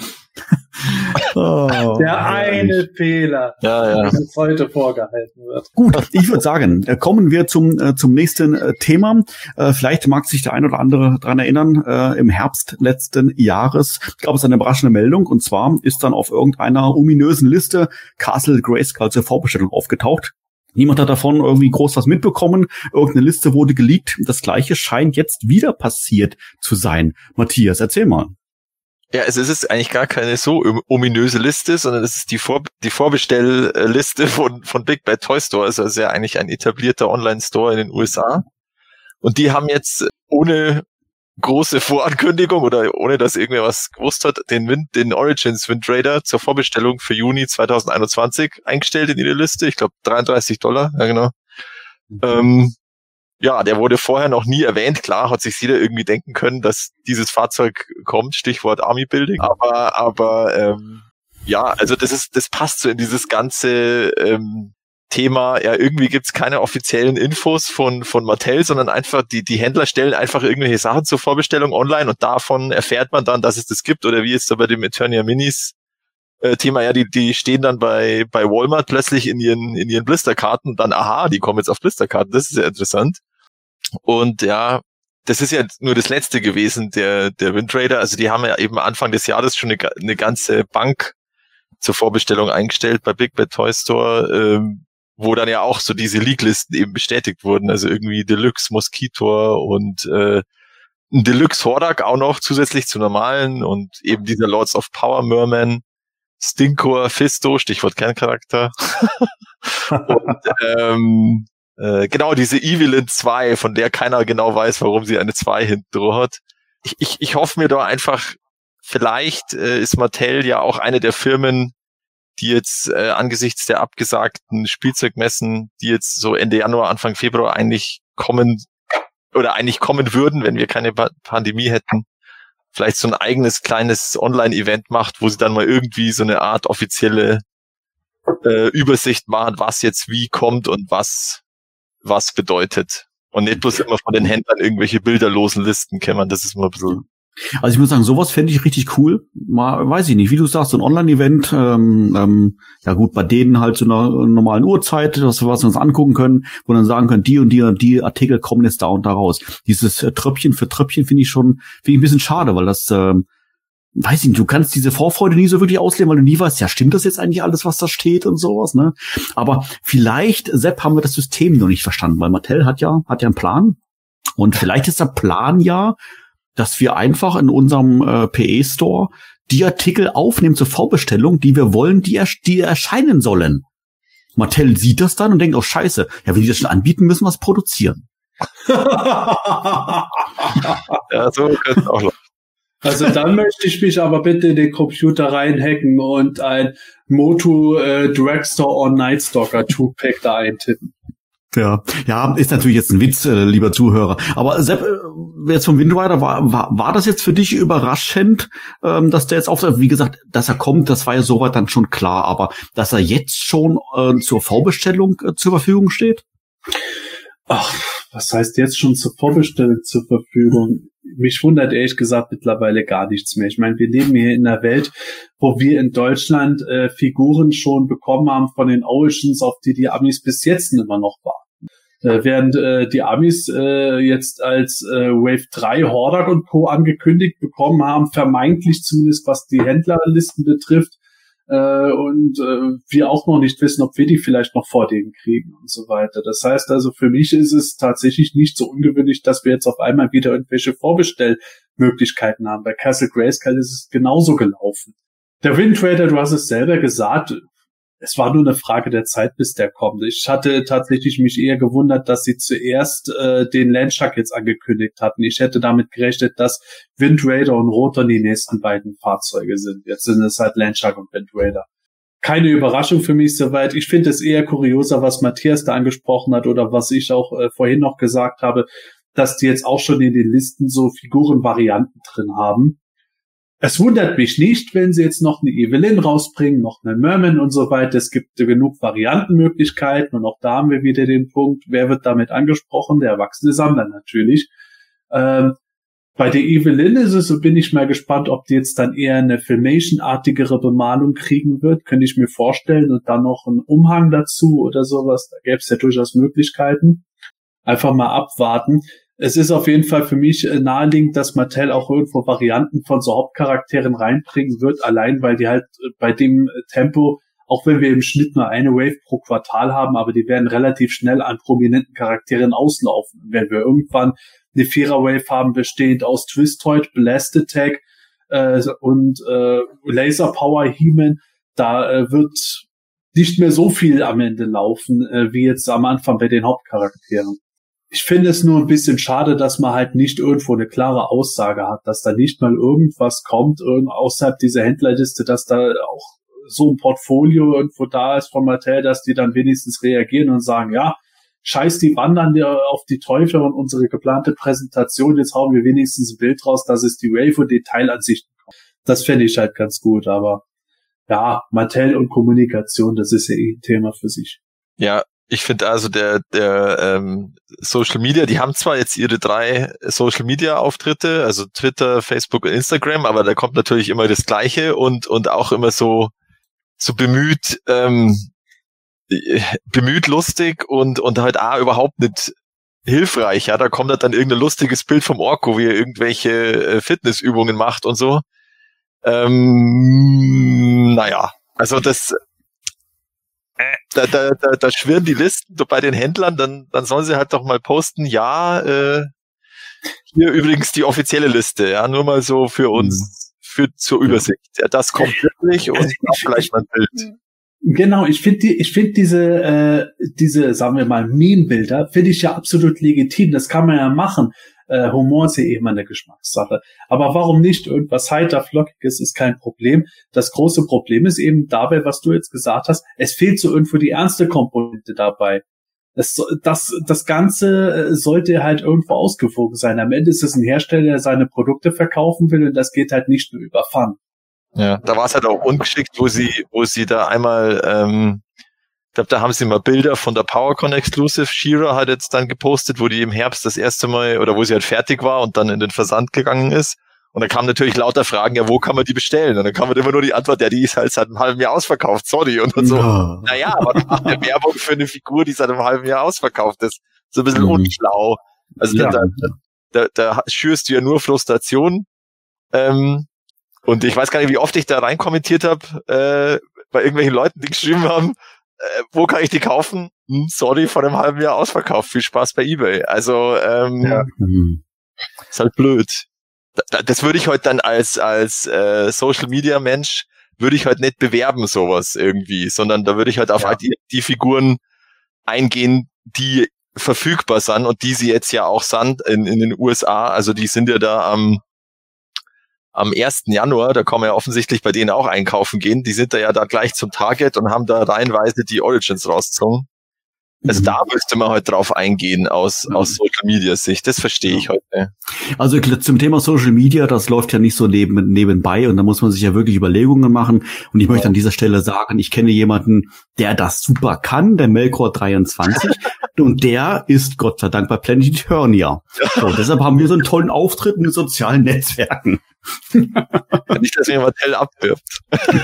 Oh, der eine Fehler, ja, ja. der uns heute vorgehalten wird. Gut, ich würde sagen, kommen wir zum äh, zum nächsten äh, Thema. Äh, vielleicht mag sich der ein oder andere dran erinnern, äh, im Herbst letzten Jahres gab es eine überraschende Meldung, und zwar ist dann auf irgendeiner ominösen Liste Castle Grayskull zur Vorbestellung aufgetaucht. Niemand hat davon irgendwie groß was mitbekommen. Irgendeine Liste wurde geleakt. Das Gleiche scheint jetzt wieder passiert zu sein. Matthias, erzähl mal. Ja, es ist eigentlich gar keine so ominöse Liste, sondern es ist die Vor- die Vorbestellliste von von Big Bad Toy Store. Also es ist ja eigentlich ein etablierter Online-Store in den U S A. Und die haben jetzt ohne große Vorankündigung oder ohne dass irgendwer was gewusst hat, den Wind, den Origins Wind Raider zur Vorbestellung für Juni zwanzig einundzwanzig eingestellt in ihre Liste. Ich glaube dreiunddreißig Dollar, ja genau. Mhm. Ähm, ja, der wurde vorher noch nie erwähnt. Klar hat sich jeder irgendwie denken können, dass dieses Fahrzeug kommt, Stichwort Army Building. Aber, aber ähm, ja, also das ist, das passt so in dieses ganze ähm, Thema. Ja, irgendwie gibt's keine offiziellen Infos von von Mattel, sondern einfach die die Händler stellen einfach irgendwelche Sachen zur Vorbestellung online und davon erfährt man dann, dass es das gibt, oder wie jetzt da bei dem Eternia Minis äh, Thema, ja, die die stehen dann bei bei Walmart plötzlich in ihren in ihren Blisterkarten und dann, aha, die kommen jetzt auf Blisterkarten. Das ist ja interessant. Und ja, das ist ja nur das letzte gewesen, der der Wind Raider. Also die haben ja eben Anfang des Jahres schon eine, eine ganze Bank zur Vorbestellung eingestellt bei Big Bad Toy Store, ähm, wo dann ja auch so diese Leaklisten eben bestätigt wurden. Also irgendwie Deluxe Mosquitor und äh, ein Deluxe Hordak auch noch zusätzlich zu normalen und eben dieser Lords of Power Merman, Stinkor, Fisto, Stichwort Kerncharakter. und ähm, äh, genau diese Evelyn zwei, von der keiner genau weiß, warum sie eine zwei hinten drauf hat. Ich, ich, ich hoffe mir da einfach, vielleicht äh, ist Mattel ja auch eine der Firmen, die jetzt äh, angesichts der abgesagten Spielzeugmessen, die jetzt so Ende Januar, Anfang Februar eigentlich kommen oder eigentlich kommen würden, wenn wir keine pa- Pandemie hätten, vielleicht so ein eigenes kleines Online-Event macht, wo sie dann mal irgendwie so eine Art offizielle äh, Übersicht machen, was jetzt wie kommt und was was bedeutet. Und nicht bloß immer von den Händlern irgendwelche bilderlosen Listen kämmern, das ist mal ein bisschen... Also ich muss sagen, sowas fände ich richtig cool. Mal, weiß ich nicht, wie du sagst, so ein Online-Event, ähm, ähm, ja gut, bei denen halt zu einer normalen Uhrzeit, dass wir was uns angucken können, wo dann sagen können, die und die und die Artikel kommen jetzt da und da raus. Dieses äh, Tröpfchen für Tröpfchen finde ich schon, finde ich ein bisschen schade, weil das, ähm, weiß ich nicht, du kannst diese Vorfreude nie so wirklich ausleben, weil du nie weißt, ja, stimmt das jetzt eigentlich alles, was da steht und sowas, ne? Aber vielleicht, Sepp, haben wir das System noch nicht verstanden, weil Mattel hat ja, hat ja einen Plan. Und vielleicht ist der Plan ja, dass wir einfach in unserem äh, P E-Store die Artikel aufnehmen zur Vorbestellung, die wir wollen, die, er, die erscheinen sollen. Mattel sieht das dann und denkt, oh scheiße, ja, wenn die das schon anbieten, müssen wir es produzieren. Ja, so könnte es auch laufen. Also dann möchte ich mich aber bitte in den Computer reinhacken und ein Motu äh, Dragstore or Night Stalker Two-Pack da eintippen. Ja, ja, ist natürlich jetzt ein Witz, äh, lieber Zuhörer. Aber Sepp, äh, jetzt vom Wind Rider, war, war, war das jetzt für dich überraschend, ähm, dass der jetzt auf, wie gesagt, dass er kommt, das war ja soweit dann schon klar, aber dass er jetzt schon äh, zur Vorbestellung äh, zur Verfügung steht? Ach, was heißt jetzt schon zur Vorbestellung zur Verfügung? Mich wundert ehrlich gesagt mittlerweile gar nichts mehr. Ich meine, wir leben hier in einer Welt, wo wir in Deutschland äh, Figuren schon bekommen haben von den Oceans, auf die die Amis bis jetzt immer noch warten. Äh, während äh, die Amis äh, jetzt als äh, Wave drei Hordak und Co. angekündigt bekommen haben, vermeintlich zumindest was die Händlerlisten betrifft, äh, und äh, wir auch noch nicht wissen, ob wir die vielleicht noch vor denen kriegen und so weiter. Das heißt also, für mich ist es tatsächlich nicht so ungewöhnlich, dass wir jetzt auf einmal wieder irgendwelche Vorbestellmöglichkeiten haben. Bei Castle Grayskull ist es genauso gelaufen. Der Wind Raider, du hast es selber gesagt, es war nur eine Frage der Zeit, bis der kommt. Ich hatte tatsächlich mich eher gewundert, dass sie zuerst äh, den Landshark jetzt angekündigt hatten. Ich hätte damit gerechnet, dass Wind Raider und Roton die nächsten beiden Fahrzeuge sind. Jetzt sind es halt Landshark und Wind Raider. Keine Überraschung für mich soweit. Ich finde es eher kurioser, was Matthias da angesprochen hat oder was ich auch äh, vorhin noch gesagt habe, dass die jetzt auch schon in den Listen so Figurenvarianten drin haben. Es wundert mich nicht, wenn sie jetzt noch eine Evelyn rausbringen, noch eine Merman und so weiter. Es gibt genug Variantenmöglichkeiten und auch da haben wir wieder den Punkt, wer wird damit angesprochen? Der erwachsene Sammler natürlich. Ähm, bei der Evelyn ist es, so bin ich mal gespannt, ob die jetzt dann eher eine Filmation-artigere Bemalung kriegen wird, könnte ich mir vorstellen, und dann noch einen Umhang dazu oder sowas. Da gäbe es ja durchaus Möglichkeiten. Einfach mal abwarten. Es ist auf jeden Fall für mich naheliegend, dass Mattel auch irgendwo Varianten von so Hauptcharakteren reinbringen wird, allein weil die halt bei dem Tempo, auch wenn wir im Schnitt nur eine Wave pro Quartal haben, aber die werden relativ schnell an prominenten Charakteren auslaufen. Wenn wir irgendwann eine Vierer-Wave haben, bestehend aus Twistoid, Blast Attack äh, und äh, Laser Power He-Man, da äh, wird nicht mehr so viel am Ende laufen, äh, wie jetzt am Anfang bei den Hauptcharakteren. Ich finde es nur ein bisschen schade, dass man halt nicht irgendwo eine klare Aussage hat, dass da nicht mal irgendwas kommt, irgend außerhalb dieser Händlerliste, dass da auch so ein Portfolio irgendwo da ist von Mattel, dass die dann wenigstens reagieren und sagen, ja, scheiß die wandern auf die Teufel und unsere geplante Präsentation, jetzt hauen wir wenigstens ein Bild raus, dass es die Wave und Detailansichten kommt. Das fände ich halt ganz gut, aber ja, Mattel und Kommunikation, das ist ja eh ein Thema für sich. Ja, ich finde also der der ähm, Social Media, die haben zwar jetzt ihre drei Social Media Auftritte, also Twitter, Facebook und Instagram, aber da kommt natürlich immer das Gleiche und und auch immer so so bemüht ähm, bemüht lustig und und halt auch überhaupt nicht hilfreich. Ja, da kommt halt dann irgendein lustiges Bild vom Orko, wie er irgendwelche Fitnessübungen macht und so. Ähm, naja, also das Da, da, da, da schwirren die Listen bei den Händlern, dann, dann sollen sie halt doch mal posten, ja, äh, hier übrigens die offizielle Liste, ja, nur mal so für uns, für zur Übersicht. Ja, das kommt wirklich und auch vielleicht mal ein Bild. Genau, ich finde die, ich finde diese, äh, diese, sagen wir mal, Meme-Bilder, finde ich ja absolut legitim. Das kann man ja machen. Äh, Humor ist ja eben eine Geschmackssache. Aber warum nicht? Irgendwas heiter, flockiges ist kein Problem. Das große Problem ist eben dabei, was du jetzt gesagt hast, es fehlt so irgendwo die ernste Komponente dabei. Das, das, das Ganze sollte halt irgendwo ausgewogen sein. Am Ende ist es ein Hersteller, der seine Produkte verkaufen will, und das geht halt nicht nur über Fun. Ja, da war es halt auch ungeschickt, wo sie, wo sie da einmal ähm, glaube, da haben sie mal Bilder von der PowerCon Exclusive. She-Ra hat jetzt dann gepostet, wo die im Herbst das erste Mal, oder wo sie halt fertig war und dann in den Versand gegangen ist. Und dann kamen natürlich lauter Fragen, ja, wo kann man die bestellen? Und dann kam halt immer nur die Antwort, ja, die ist halt seit einem halben Jahr ausverkauft, sorry. Und dann so, ja. naja, aber das macht eine Werbung für eine Figur, die seit einem halben Jahr ausverkauft ist. So ein bisschen mhm. unschlau. Also ja. da, da, da schürst du ja nur Frustration. Ähm, und ich weiß gar nicht, wie oft ich da rein kommentiert habe, äh, bei irgendwelchen Leuten, die geschrieben haben, äh, wo kann ich die kaufen? Hm, sorry, vor einem halben Jahr ausverkauft. Viel Spaß bei eBay. Also, ähm, ja. ist halt blöd. Das würde ich heute dann als als äh, Social Media Mensch würde ich heute nicht bewerben sowas irgendwie, sondern da würde ich halt auf ja. die, die Figuren eingehen, die verfügbar sind und die sie jetzt ja auch sind in in den U S A. Also die sind ja da am am ersten Januar, da kann man ja offensichtlich bei denen auch einkaufen gehen. Die sind da ja da gleich zum Target und haben da reihenweise die Origins rausgezogen. Also da müsste man halt drauf eingehen aus aus Social Media Sicht. Das verstehe ich heute. Also zum Thema Social Media, das läuft ja nicht so neben, nebenbei und da muss man sich ja wirklich Überlegungen machen. Und ich möchte an dieser Stelle sagen, ich kenne jemanden, der das super kann, der Melkor dreiundzwanzig und der ist Gott sei Dank bei Planet Eternia. So, deshalb haben wir so einen tollen Auftritt in den sozialen Netzwerken. Nicht, dass jemand Mattel abwirft.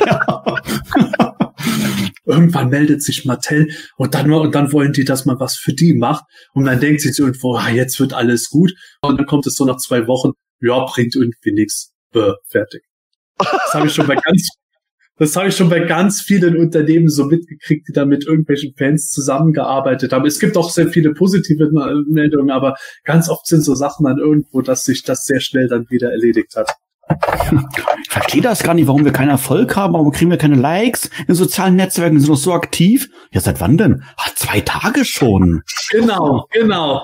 Ja. Irgendwann meldet sich Mattel und dann und dann wollen die, dass man was für die macht und dann denkt sich so irgendwo, ah, jetzt wird alles gut und dann kommt es so nach zwei Wochen, ja, bringt irgendwie nichts, Bäh, fertig. Das habe ich schon bei ganz, das habe ich schon bei ganz vielen Unternehmen so mitgekriegt, die da mit irgendwelchen Fans zusammengearbeitet haben. Es gibt auch sehr viele positive Meldungen, aber ganz oft sind so Sachen dann irgendwo, dass sich das sehr schnell dann wieder erledigt hat. Ich verstehe das gar nicht, warum wir keinen Erfolg haben, warum kriegen wir keine Likes in den sozialen Netzwerken, sind noch so aktiv. Ja, seit wann denn? Ach, zwei Tage schon. Genau, genau.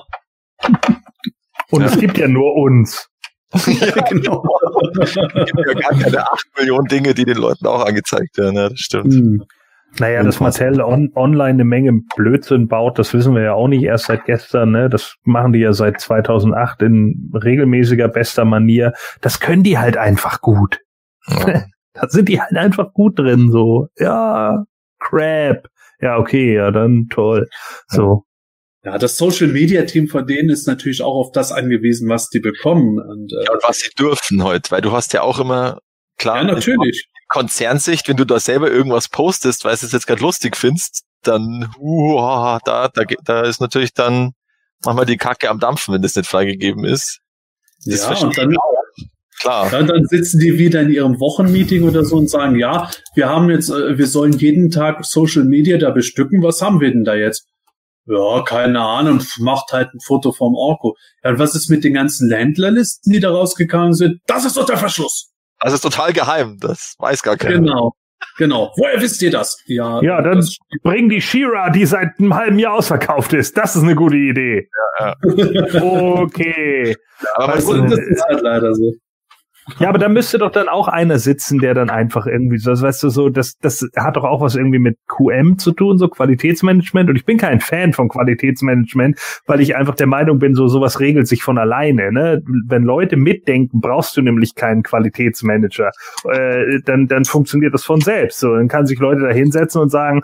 Und ja. es gibt ja nur uns. Ja, genau. Es gibt ja gar keine acht Millionen Dinge, die den Leuten auch angezeigt werden. Ja, das stimmt. Hm. Naja, dass Mattel on, online eine Menge Blödsinn baut, das wissen wir ja auch nicht erst seit gestern, ne? Das machen die ja seit zweitausendacht in regelmäßiger, bester Manier. Das können die halt einfach gut. Ja. Da sind die halt einfach gut drin, so. Ja, Crap. Ja, okay, ja, dann toll. So. Ja, das Social-Media-Team von denen ist natürlich auch auf das angewiesen, was die bekommen. Und, äh, ja, und was sie dürfen heute, weil du hast ja auch immer, klar. Ja, natürlich. Konzernsicht, wenn du da selber irgendwas postest, weil du es jetzt gerade lustig findest, dann uh, da, da, da ist natürlich dann manchmal die Kacke am Dampfen, wenn das nicht freigegeben ist. Das ja, und dann, klar. Ja, dann sitzen die wieder in ihrem Wochenmeeting oder so und sagen, ja, wir haben jetzt, wir sollen jeden Tag Social Media da bestücken, was haben wir denn da jetzt? Ja, keine Ahnung, macht halt ein Foto vom Orko. Ja, und was ist mit den ganzen Ländlerlisten, die da rausgegangen sind? Das ist unter Verschluss. Das ist total geheim, das weiß gar keiner. Genau, genau. Woher wisst ihr das? Ja, ja dann das bring die She-Ra, die seit einem halben Jahr ausverkauft ist. Das ist eine gute Idee. Ja, ja. Okay. Ja, aber weißt du, das ist halt leider so. Ja, aber da müsste doch dann auch einer sitzen, der dann einfach irgendwie so, weißt du, so, das, das hat doch auch was irgendwie mit Q M zu tun, so Qualitätsmanagement. Und ich bin kein Fan von Qualitätsmanagement, weil ich einfach der Meinung bin, so sowas regelt sich von alleine, ne? Wenn Leute mitdenken, brauchst du nämlich keinen Qualitätsmanager. Äh, dann, dann funktioniert das von selbst. So, dann kann sich Leute da hinsetzen und sagen,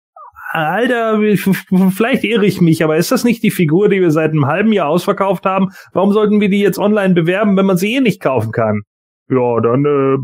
Alter, vielleicht irre ich mich, aber ist das nicht die Figur, die wir seit einem halben Jahr ausverkauft haben? Warum sollten wir die jetzt online bewerben, wenn man sie eh nicht kaufen kann? Ja, dann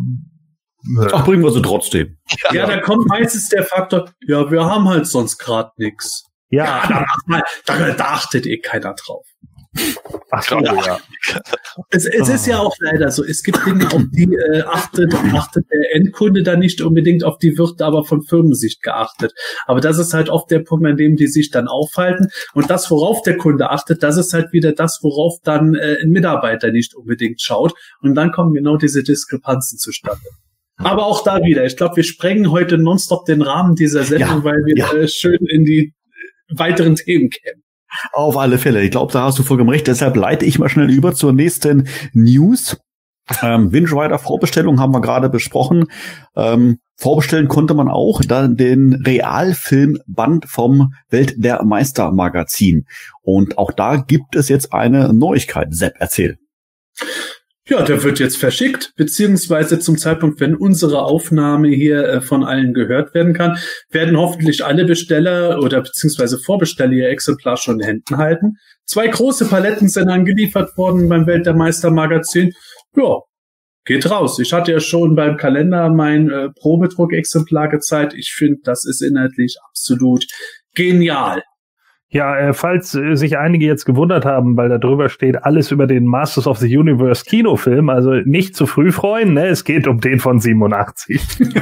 äh, Ach, bringen wir sie trotzdem. Ja, ja, da kommt meistens der Faktor, ja, wir haben halt sonst gerade nix. Ja, ja da, mal, da, da achtet eh keiner drauf. Ach so, ja. Es, es ist ja auch leider so, es gibt Dinge, auf die äh, achtet, achtet der Endkunde da nicht unbedingt, auf die wird aber von Firmensicht geachtet. Aber das ist halt oft der Punkt, an dem die sich dann aufhalten. Und das, worauf der Kunde achtet, das ist halt wieder das, worauf dann äh, ein Mitarbeiter nicht unbedingt schaut. Und dann kommen genau diese Diskrepanzen zustande. Aber auch da wieder, ich glaube, wir sprengen heute nonstop den Rahmen dieser Sendung, ja, weil wir ja. äh, schön in die weiteren Themen kämen. Auf alle Fälle. Ich glaube, da hast du vollkommen recht. Deshalb leite ich mal schnell über zur nächsten News. Ähm, Wind Rider Vorbestellung haben wir gerade besprochen. Ähm, vorbestellen konnte man auch dann den Realfilmband vom Welt der Meister Magazin. Und auch da gibt es jetzt eine Neuigkeit. Sepp, erzähl. Ja, der wird jetzt verschickt, beziehungsweise zum Zeitpunkt, wenn unsere Aufnahme hier äh, von allen gehört werden kann, werden hoffentlich alle Besteller oder beziehungsweise Vorbesteller ihr Exemplar schon in Händen halten. Zwei große Paletten sind angeliefert worden beim Welt der Meister Magazin. Ja, geht raus. Ich hatte ja schon beim Kalender mein äh, Probedruck-Exemplar gezeigt. Ich finde, das ist inhaltlich absolut genial. Ja, äh, falls äh, sich einige jetzt gewundert haben, weil da drüber steht, alles über den Masters of the Universe Kinofilm, also nicht zu früh freuen, ne? Es geht um den von siebenundachtzig.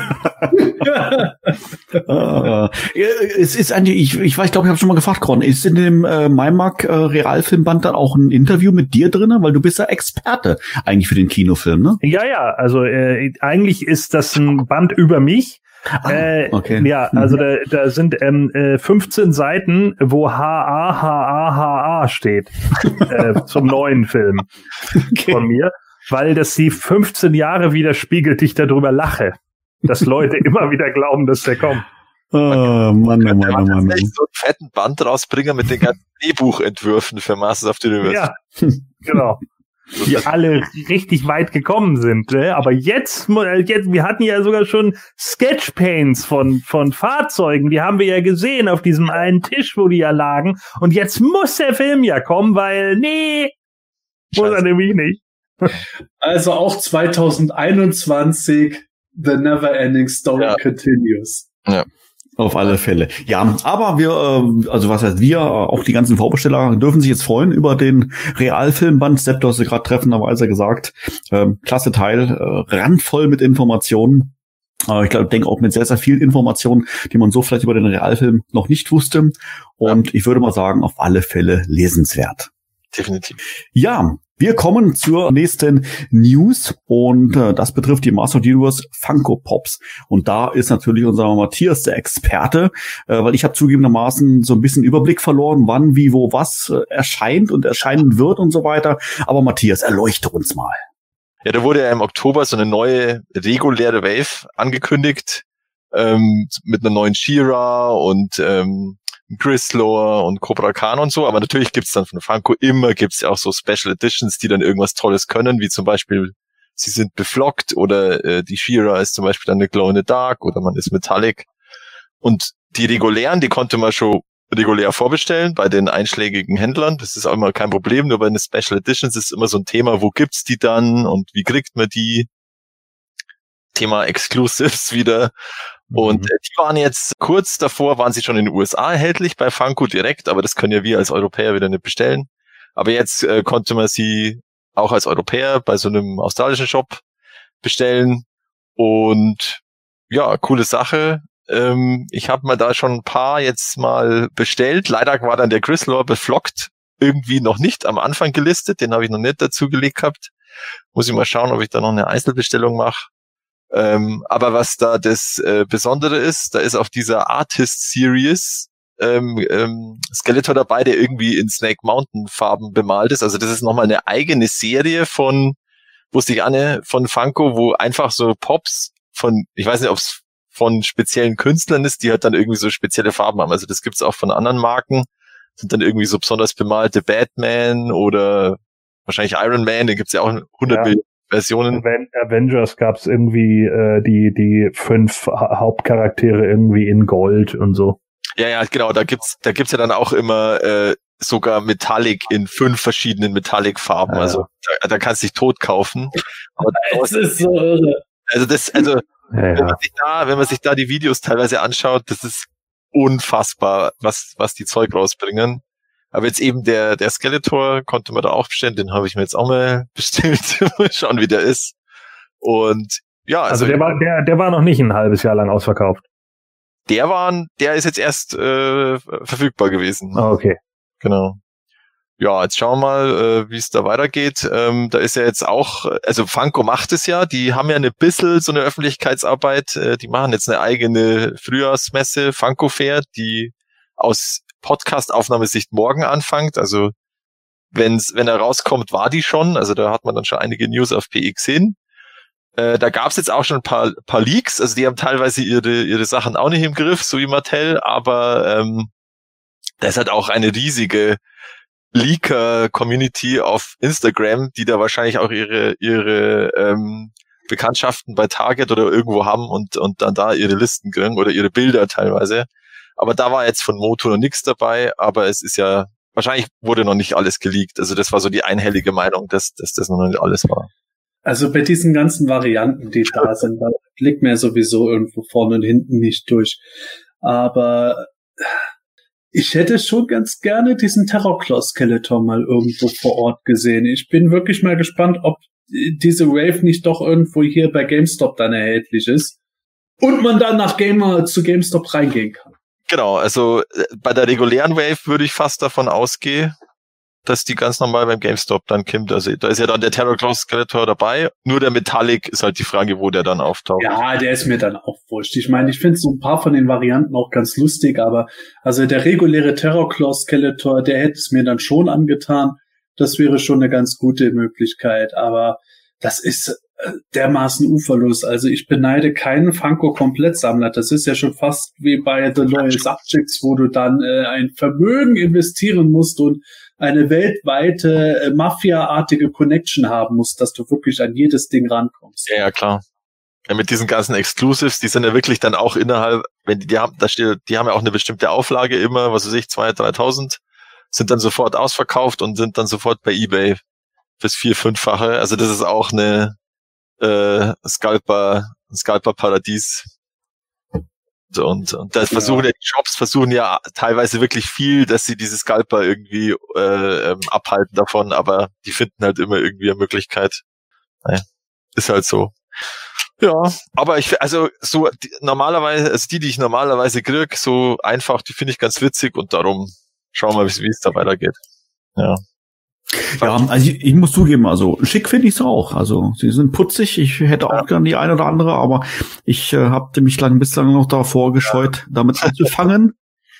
ah, es ist eigentlich, ich, ich weiß, ich glaube, ich habe schon mal gefragt, Gron, ist in dem äh, Maimark äh, Realfilmband dann auch ein Interview mit dir drin? Weil du bist ja Experte eigentlich für den Kinofilm, ne? Ja, ja, also äh, eigentlich ist das ein Band über mich. Ah, äh, okay. Ja, also da, da sind ähm, äh, fünfzehn Seiten, wo H A H A H A steht äh, zum neuen Film okay. von mir, weil das die fünfzehn Jahre widerspiegelt, die ich darüber lache, dass Leute immer wieder glauben, dass der kommt. Oh, Mann, oh Mann, oh Mann. Ich so einen fetten Band rausbringen mit den ganzen Drehbuchentwürfen für Masters of the Universe. Ja, genau. Die alle richtig weit gekommen sind, ne? Aber jetzt, jetzt, wir hatten ja sogar schon Sketchpaints von von Fahrzeugen, die haben wir ja gesehen auf diesem einen Tisch, wo die ja lagen. Und jetzt muss der Film ja kommen, weil nee, muss er nämlich nicht. Also auch zwanzig einundzwanzig, The Never Ending Story ja. continues. Ja. Auf alle Fälle. Ja, aber wir, äh, also was heißt wir, auch die ganzen Vorbesteller dürfen sich jetzt freuen über den Realfilmband. Sepp, du hast ja gerade treffenderweise gesagt, ähm, klasse Teil, äh, randvoll mit Informationen. Äh, ich glaube, denke auch mit sehr, sehr vielen Informationen, die man so vielleicht über den Realfilm noch nicht wusste. Und ja. ich würde mal sagen, auf alle Fälle lesenswert. Definitiv. Ja, wir kommen zur nächsten News und äh, das betrifft die Master of the Universe Funko Pops. Und da ist natürlich unser Matthias der Experte, äh, weil ich habe zugegebenermaßen so ein bisschen Überblick verloren, wann, wie, wo, was äh, erscheint und erscheinen wird und so weiter. Aber Matthias, erleuchte uns mal. Ja, da wurde ja im Oktober so eine neue reguläre Wave angekündigt ähm, mit einer neuen She-Ra und ähm, Grislor und Cobra Khan und so, aber natürlich gibt's dann von Funko immer, gibt's ja auch so Special Editions, die dann irgendwas Tolles können, wie zum Beispiel, sie sind beflockt oder äh, die She-Ra ist zum Beispiel dann eine Glow in the Dark oder man ist Metallic. Und die regulären, die konnte man schon regulär vorbestellen bei den einschlägigen Händlern, das ist auch immer kein Problem, nur bei den Special Editions ist immer so ein Thema, wo gibt's die dann und wie kriegt man die? Thema Exclusives wieder. Und äh, die waren jetzt kurz davor, waren sie schon in den U S A erhältlich bei Funko direkt, aber das können ja wir als Europäer wieder nicht bestellen. Aber jetzt äh, konnte man sie auch als Europäer bei so einem australischen Shop bestellen. Und ja, coole Sache. Ähm, ich habe mir da schon ein paar jetzt mal bestellt. Leider war dann der Grislor beflockt irgendwie noch nicht am Anfang gelistet. Den habe ich noch nicht dazu gelegt gehabt. Muss ich mal schauen, ob ich da noch eine Einzelbestellung mache. Ähm, aber was da das äh, Besondere ist, da ist auf dieser Artist Series ähm, ähm, Skeletor dabei, der irgendwie in Snake Mountain Farben bemalt ist. Also das ist nochmal eine eigene Serie von, wusste ich Anne, von Funko, wo einfach so Pops von, ich weiß nicht, ob es von speziellen Künstlern ist, die halt dann irgendwie so spezielle Farben haben. Also das gibt's auch von anderen Marken, sind dann irgendwie so besonders bemalte Batman oder wahrscheinlich Iron Man, den gibt's ja auch hundert ja. Millionen Versionen. Avengers gab's irgendwie äh, die die fünf ha- Hauptcharaktere irgendwie in Gold und so. Ja, ja, genau, da gibt's da gibt's ja dann auch immer äh, sogar Metallic in fünf verschiedenen Metallic-Farben. Ja. Also da, da kannst du dich tot kaufen. Aber das ist so irre. Also das, also ja, ja. wenn man sich da, wenn man sich da die Videos teilweise anschaut, das ist unfassbar, was was die Zeug rausbringen. Aber jetzt eben der der Skeletor konnte man da auch bestellen, den habe ich mir jetzt auch mal bestellt. Mal schauen, wie der ist. Und ja, also, also der war der der war noch nicht ein halbes Jahr lang ausverkauft. Der war, der ist jetzt erst äh, verfügbar gewesen. Ah, okay. Genau. Ja, jetzt schauen wir mal, äh, wie es da weitergeht. Ähm, da ist ja jetzt auch, also Funko macht es ja, die haben ja eine bisschen so eine Öffentlichkeitsarbeit, äh, die machen jetzt eine eigene Frühjahrsmesse, Funko Fair, die aus Podcast-Aufnahmesicht morgen anfängt. Also wenn's, wenn er rauskommt, war die schon. Also da hat man dann schon einige News auf P X hin. Äh, da gab's jetzt auch schon ein paar, paar Leaks. Also die haben teilweise ihre, ihre Sachen auch nicht im Griff, so wie Mattel. Aber ähm, da ist halt auch eine riesige Leaker-Community auf Instagram, die da wahrscheinlich auch ihre ihre ähm, Bekanntschaften bei Target oder irgendwo haben und und dann da ihre Listen kriegen oder ihre Bilder teilweise. Aber da war jetzt von Moto noch nichts dabei, aber es ist ja, wahrscheinlich wurde noch nicht alles geleakt. Also das war so die einhellige Meinung, dass, dass das noch nicht alles war. Also bei diesen ganzen Varianten, die da sind, da blickt mir sowieso irgendwo vorne und hinten nicht durch. Aber ich hätte schon ganz gerne diesen Terrorclaw-Skeletor mal irgendwo vor Ort gesehen. Ich bin wirklich mal gespannt, ob diese Wave nicht doch irgendwo hier bei GameStop dann erhältlich ist und man dann nach Gamer zu GameStop reingehen kann. Genau, also bei der regulären Wave würde ich fast davon ausgehen, dass die ganz normal beim GameStop dann kommt. Also da ist ja dann der Terrorclaw Skeletor dabei. Nur der Metallic ist halt die Frage, wo der dann auftaucht. Ja, der ist mir dann auch wurscht. Ich meine, ich finde so ein paar von den Varianten auch ganz lustig, aber also der reguläre Terrorclaw Skeletor, der hätte es mir dann schon angetan. Das wäre schon eine ganz gute Möglichkeit, aber das ist dermaßen uferlos. Also ich beneide keinen Funko-Komplettsammler. Das ist ja schon fast wie bei The Loyal Subjects, wo du dann äh, ein Vermögen investieren musst und eine weltweite äh, Mafia-artige Connection haben musst, dass du wirklich an jedes Ding rankommst. Ja, ja, klar. Ja, mit diesen ganzen Exclusives, die sind ja wirklich dann auch innerhalb, wenn die, die haben, da steht, die haben ja auch eine bestimmte Auflage immer, was weiß ich, zweitausend, dreitausend, sind dann sofort ausverkauft und sind dann sofort bei eBay fürs vier-, fünffache. Also das ist auch eine äh, Scalper, Scalper-Paradies. Und, und da versuchen ja. ja die Shops versuchen ja teilweise wirklich viel, dass sie diese Scalper irgendwie äh, ähm, abhalten davon, aber die finden halt immer irgendwie eine Möglichkeit. Naja, ist halt so. Ja, aber ich, also so die, normalerweise, also die, die ich normalerweise krieg, so einfach, die finde ich ganz witzig und darum schauen wir mal, wie es da weitergeht. Ja. Ja, also ich, ich muss zugeben, also schick finde ich es auch. Also sie sind putzig. Ich hätte auch ja. gern die eine oder andere, aber ich äh, habe mich lang bislang noch davor gescheut, ja. damit anzufangen.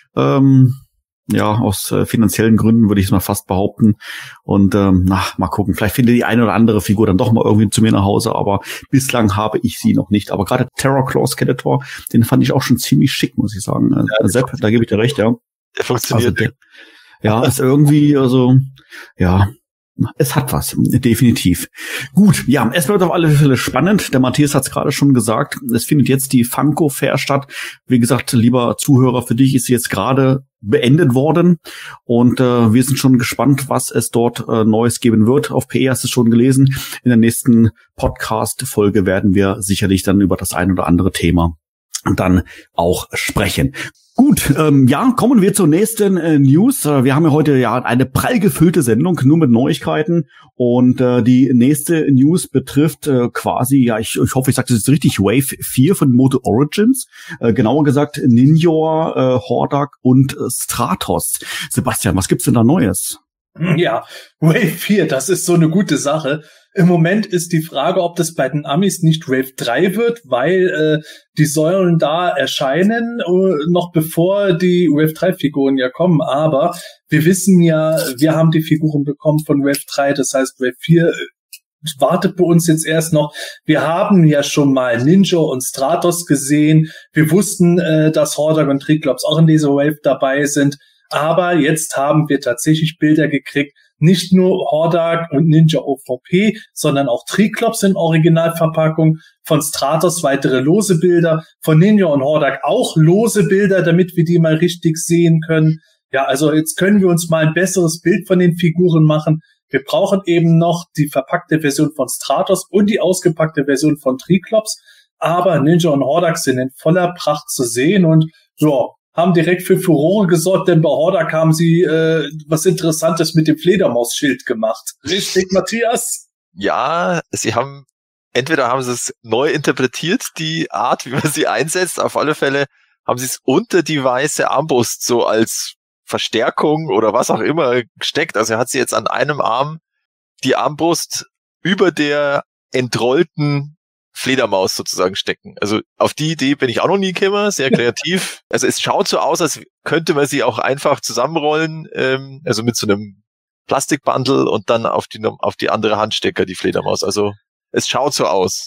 ähm, ja, aus äh, finanziellen Gründen würde ich es mal fast behaupten. Und ähm, na, mal gucken. Vielleicht finde die eine oder andere Figur dann doch mal irgendwie zu mir nach Hause, aber bislang habe ich sie noch nicht. Aber gerade Terrorclaw Skeletor, den fand ich auch schon ziemlich schick, muss ich sagen. Ja, Sepp, da gebe ich dir recht, ja. Der funktioniert. Also, der, ja, ist irgendwie, also, ja, es hat was, definitiv. Gut, ja, es wird auf alle Fälle spannend. Der Matthias hat es gerade schon gesagt. Es findet jetzt die Funko Fair statt. Wie gesagt, lieber Zuhörer, für dich ist sie jetzt gerade beendet worden. Und äh, wir sind schon gespannt, was es dort äh, Neues geben wird. Auf P E hast du es schon gelesen. In der nächsten Podcast-Folge werden wir sicherlich dann über das ein oder andere Thema dann auch sprechen. Gut, ähm, ja, kommen wir zur nächsten äh, News. Äh, wir haben ja heute ja eine prall gefüllte Sendung, nur mit Neuigkeiten. Und äh, die nächste News betrifft äh, quasi, ja, ich, ich hoffe, ich sage das jetzt richtig, Wave vier von Moto Origins. Äh, genauer gesagt Ninja, äh, Hordak und äh, Stratos. Sebastian, was gibt's denn da Neues? Ja, Wave vier, das ist so eine gute Sache. Im Moment ist die Frage, ob das bei den Amis nicht Wave drei wird, weil äh, die sollen da erscheinen, äh, noch bevor die Wave drei Figuren ja kommen. Aber wir wissen ja, wir haben die Figuren bekommen von Wave drei, das heißt Wave vier äh, wartet bei uns jetzt erst noch. Wir haben ja schon mal Ninja und Stratos gesehen. Wir wussten, äh, dass Hordak und Triclops auch in dieser Wave dabei sind. Aber jetzt haben wir tatsächlich Bilder gekriegt, nicht nur Hordak und Ninja O V P, sondern auch Triclops in Originalverpackung, von Stratos weitere lose Bilder, von Ninja und Hordak auch lose Bilder, damit wir die mal richtig sehen können. Ja, also jetzt können wir uns mal ein besseres Bild von den Figuren machen. Wir brauchen eben noch die verpackte Version von Stratos und die ausgepackte Version von Triclops, aber Ninja und Hordak sind in voller Pracht zu sehen und ja, haben direkt für Furore gesorgt, denn bei Hordak haben sie äh, was Interessantes mit dem Fledermausschild gemacht. Richtig, Matthias? Ja, sie haben, entweder haben sie es neu interpretiert, die Art, wie man sie einsetzt. Auf alle Fälle haben sie es unter die weiße Armbrust so als Verstärkung oder was auch immer gesteckt. Also er hat sie jetzt an einem Arm die Armbrust über der entrollten Fledermaus sozusagen stecken. Also auf die Idee bin ich auch noch nie gekommen, sehr kreativ. Also es schaut so aus, als könnte man sie auch einfach zusammenrollen, ähm, also mit so einem Plastikbundle und dann auf die auf die andere Hand stecken, die Fledermaus. Also es schaut so aus.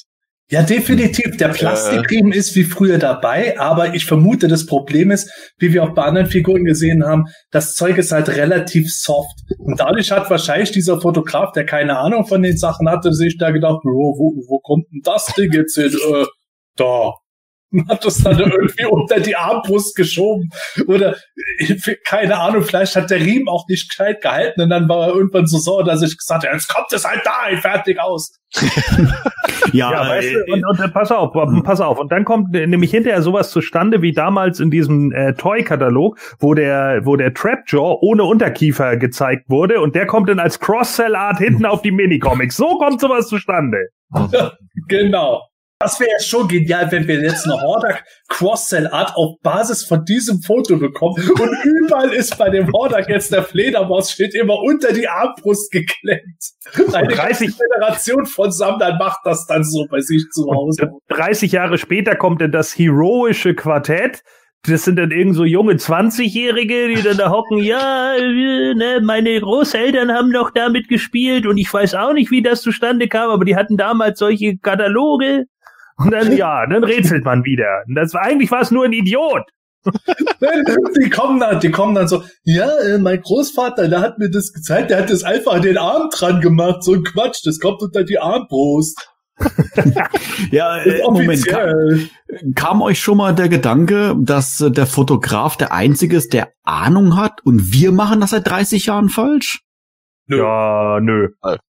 Ja, definitiv. Der Plastikriemen äh. ist wie früher dabei, aber ich vermute, das Problem ist, wie wir auch bei anderen Figuren gesehen haben, das Zeug ist halt relativ soft. Und dadurch hat wahrscheinlich dieser Fotograf, der keine Ahnung von den Sachen hatte, sich da gedacht, wo, wo, wo kommt denn das Ding jetzt hin? Äh, da. Und hat das dann irgendwie unter die Armbrust geschoben. Oder, keine Ahnung, vielleicht hat der Riemen auch nicht gescheit gehalten und dann war er irgendwann so sauer, dass ich gesagt habe, jetzt kommt es halt da, fertig aus. ja, ja weißt du, und, und pass auf, pass auf. Und dann kommt nämlich hinterher sowas zustande wie damals in diesem äh, Toy-Katalog, wo der, wo der Trapjaw ohne Unterkiefer gezeigt wurde und der kommt dann als Cross-Cell-Art hinten auf die Minicomics. So kommt sowas zustande. Genau. Das wäre schon genial, wenn wir jetzt eine Hordak Cross-Cell-Art auf Basis von diesem Foto bekommen und überall ist bei dem Hordak jetzt der Fledermaus, steht immer unter die Armbrust geklemmt. Eine ganze Generation von Sammlern macht das dann so bei sich zu Hause. dreißig Jahre später kommt dann das heroische Quartett. Das sind dann irgend so junge zwanzigjährige, die dann da hocken, ja, ne, meine Großeltern haben doch damit gespielt und ich weiß auch nicht, wie das zustande kam, aber die hatten damals solche Kataloge. Und dann, ja, dann rätselt man wieder. Und das war, eigentlich war es nur ein Idiot. Die kommen dann, die kommen dann so, ja, äh, mein Großvater, der hat mir das gezeigt, der hat das einfach an den Arm dran gemacht, so ein Quatsch, das kommt unter die Armbrust. ja, äh, Moment, kam, kam euch schon mal der Gedanke, dass äh, der Fotograf der Einzige ist, der Ahnung hat und wir machen das seit dreißig Jahren falsch? Nö. Ja, nö.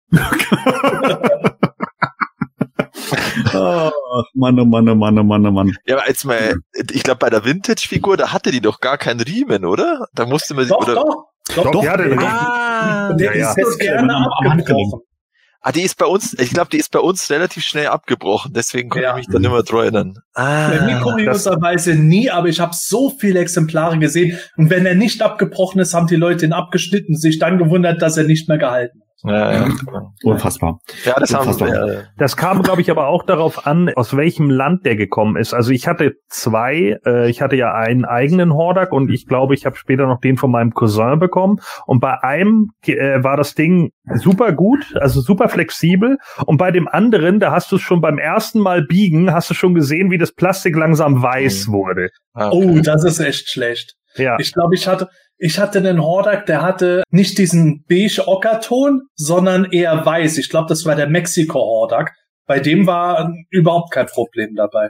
Oh, Mann, oh Mann, oh Mann, oh Mann, oh Mann. Ja, aber jetzt mal, ich glaube, bei der Vintage-Figur, da hatte die doch gar keinen Riemen, oder? Da musste man sie, doch, oder? Doch, doch, doch, ja, der ah, der ja, ist ja. gerne abgebrochen. Ah, die ist bei uns, ich glaube, die ist bei uns relativ schnell abgebrochen, deswegen konnte ja. ich mich dann immer dran erinnern. Ah, bei mir kurioserweise nie, aber ich habe so viele Exemplare gesehen und wenn er nicht abgebrochen ist, haben die Leute ihn abgeschnitten, sich dann gewundert, dass er nicht mehr gehalten hat. Ja, ja. Unfassbar. Ja, das Unfassbar. haben wir. Das kam, glaube ich, aber auch darauf an, aus welchem Land der gekommen ist. Also ich hatte zwei, äh, ich hatte ja einen eigenen Hordak und ich glaube, ich habe später noch den von meinem Cousin bekommen. Und bei einem äh, war das Ding super gut, also super flexibel. Und bei dem anderen, da hast du es schon beim ersten Mal biegen, hast du schon gesehen, wie das Plastik langsam weiß mhm. wurde. Okay. Oh, das ist echt schlecht. Ja. Ich glaube, ich hatte ich hatte einen Hordak, der hatte nicht diesen beige-Ockerton, sondern eher weiß. Ich glaube, das war der Mexiko-Hordak. Bei dem war überhaupt kein Problem dabei.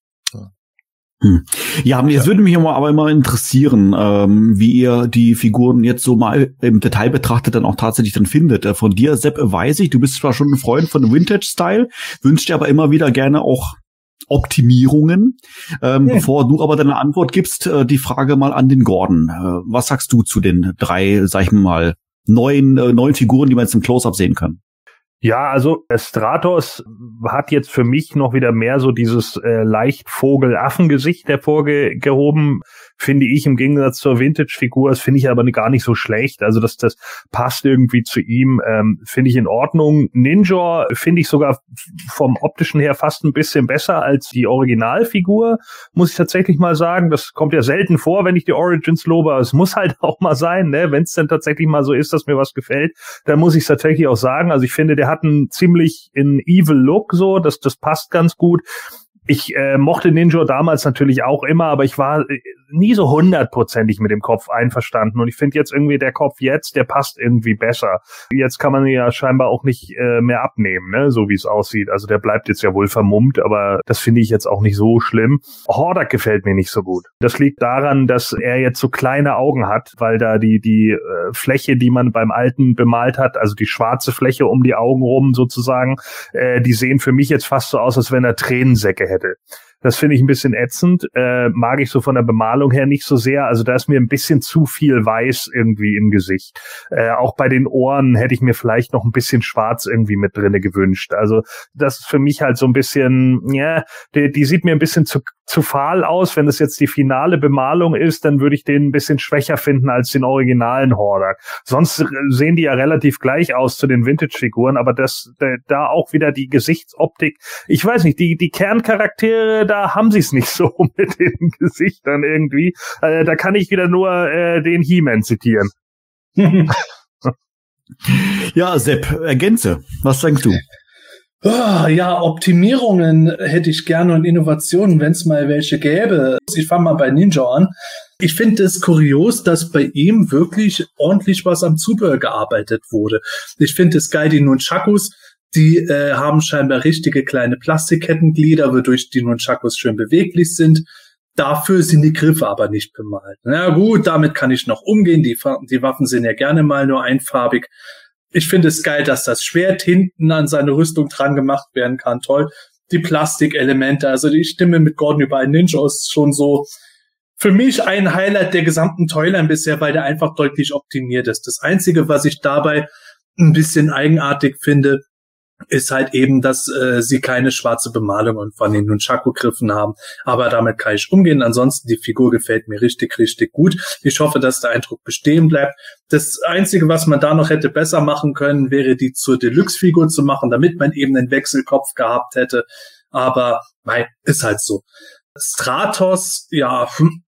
Hm. Ja, jetzt würde mich aber immer interessieren, ähm, wie ihr die Figuren jetzt so mal im Detail betrachtet dann auch tatsächlich dann findet. Äh, von dir, Sepp, weiß ich, du bist zwar schon ein Freund von Vintage-Style, wünschst dir aber immer wieder gerne auch Optimierungen. Ähm, ja. Bevor du aber deine Antwort gibst, äh, die Frage mal an den Gordon. Äh, was sagst du zu den drei, sag ich mal, neuen, äh, neuen Figuren, die man jetzt im Close-Up sehen kann? Ja, also Stratos hat jetzt für mich noch wieder mehr so dieses äh, leicht Vogel-Affengesicht hervorgehoben, finde ich, im Gegensatz zur Vintage-Figur. Das finde ich aber gar nicht so schlecht. Also das, das passt irgendwie zu ihm, ähm, finde ich in Ordnung. Ninja finde ich sogar vom optischen her fast ein bisschen besser als die Originalfigur, muss ich tatsächlich mal sagen. Das kommt ja selten vor, wenn ich die Origins lobe. Es muss halt auch mal sein, ne? Wenn es denn tatsächlich mal so ist, dass mir was gefällt, dann muss ich es tatsächlich auch sagen. Also ich finde, der hat einen ziemlich in evil Look, so, das, das passt ganz gut. Ich äh, mochte Ninja damals natürlich auch immer, aber ich war äh, nie so hundertprozentig mit dem Kopf einverstanden. Und ich finde jetzt irgendwie der Kopf jetzt, der passt irgendwie besser. Jetzt kann man ihn ja scheinbar auch nicht äh, mehr abnehmen, ne, so wie es aussieht. Also der bleibt jetzt ja wohl vermummt, aber das finde ich jetzt auch nicht so schlimm. Hordak gefällt mir nicht so gut. Das liegt daran, dass er jetzt so kleine Augen hat, weil da die die äh, Fläche, die man beim Alten bemalt hat, also die schwarze Fläche um die Augen rum sozusagen, äh, die sehen für mich jetzt fast so aus, als wenn er Tränensäcke hätte. Das finde ich ein bisschen ätzend, äh, mag ich so von der Bemalung her nicht so sehr, also da ist mir ein bisschen zu viel weiß irgendwie im Gesicht. Äh, auch bei den Ohren hätte ich mir vielleicht noch ein bisschen schwarz irgendwie mit drinne gewünscht. Also das ist für mich halt so ein bisschen, ja, die, die sieht mir ein bisschen zu zu fahl aus. Wenn es jetzt die finale Bemalung ist, dann würde ich den ein bisschen schwächer finden als den originalen Hordak. Sonst sehen die ja relativ gleich aus zu den Vintage-Figuren, aber das da auch wieder die Gesichtsoptik, ich weiß nicht, die die Kerncharaktere, da haben sie es nicht so mit den Gesichtern irgendwie. Äh, da kann ich wieder nur äh, den He-Man zitieren. Ja, Sepp, ergänze. Was denkst du? Oh, ja, Optimierungen hätte ich gerne und Innovationen, wenn es mal welche gäbe. Ich fange mal bei Ninja an. Ich finde es kurios, dass bei ihm wirklich ordentlich was am Zubehör gearbeitet wurde. Ich finde es geil, die Nunchakus, die äh, haben scheinbar richtige kleine Plastikkettenglieder, wodurch die Nunchakus schön beweglich sind. Dafür sind die Griffe aber nicht bemalt. Na gut, damit kann ich noch umgehen. Die, die Waffen sind ja gerne mal nur einfarbig. Ich finde es geil, dass das Schwert hinten an seine Rüstung dran gemacht werden kann. Toll. Die Plastikelemente, also die Stimme mit Gordon überein Ninja ist schon so für mich ein Highlight der gesamten Toyline bisher, weil der einfach deutlich optimiert ist. Das Einzige, was ich dabei ein bisschen eigenartig finde, ist halt eben, dass äh, sie keine schwarze Bemalung von den Nunchaku-Griffen haben. Aber damit kann ich umgehen. Ansonsten, die Figur gefällt mir richtig, richtig gut. Ich hoffe, dass der Eindruck bestehen bleibt. Das Einzige, was man da noch hätte besser machen können, wäre die zur Deluxe-Figur zu machen, damit man eben einen Wechselkopf gehabt hätte. Aber, nein, ist halt so. Stratos, ja,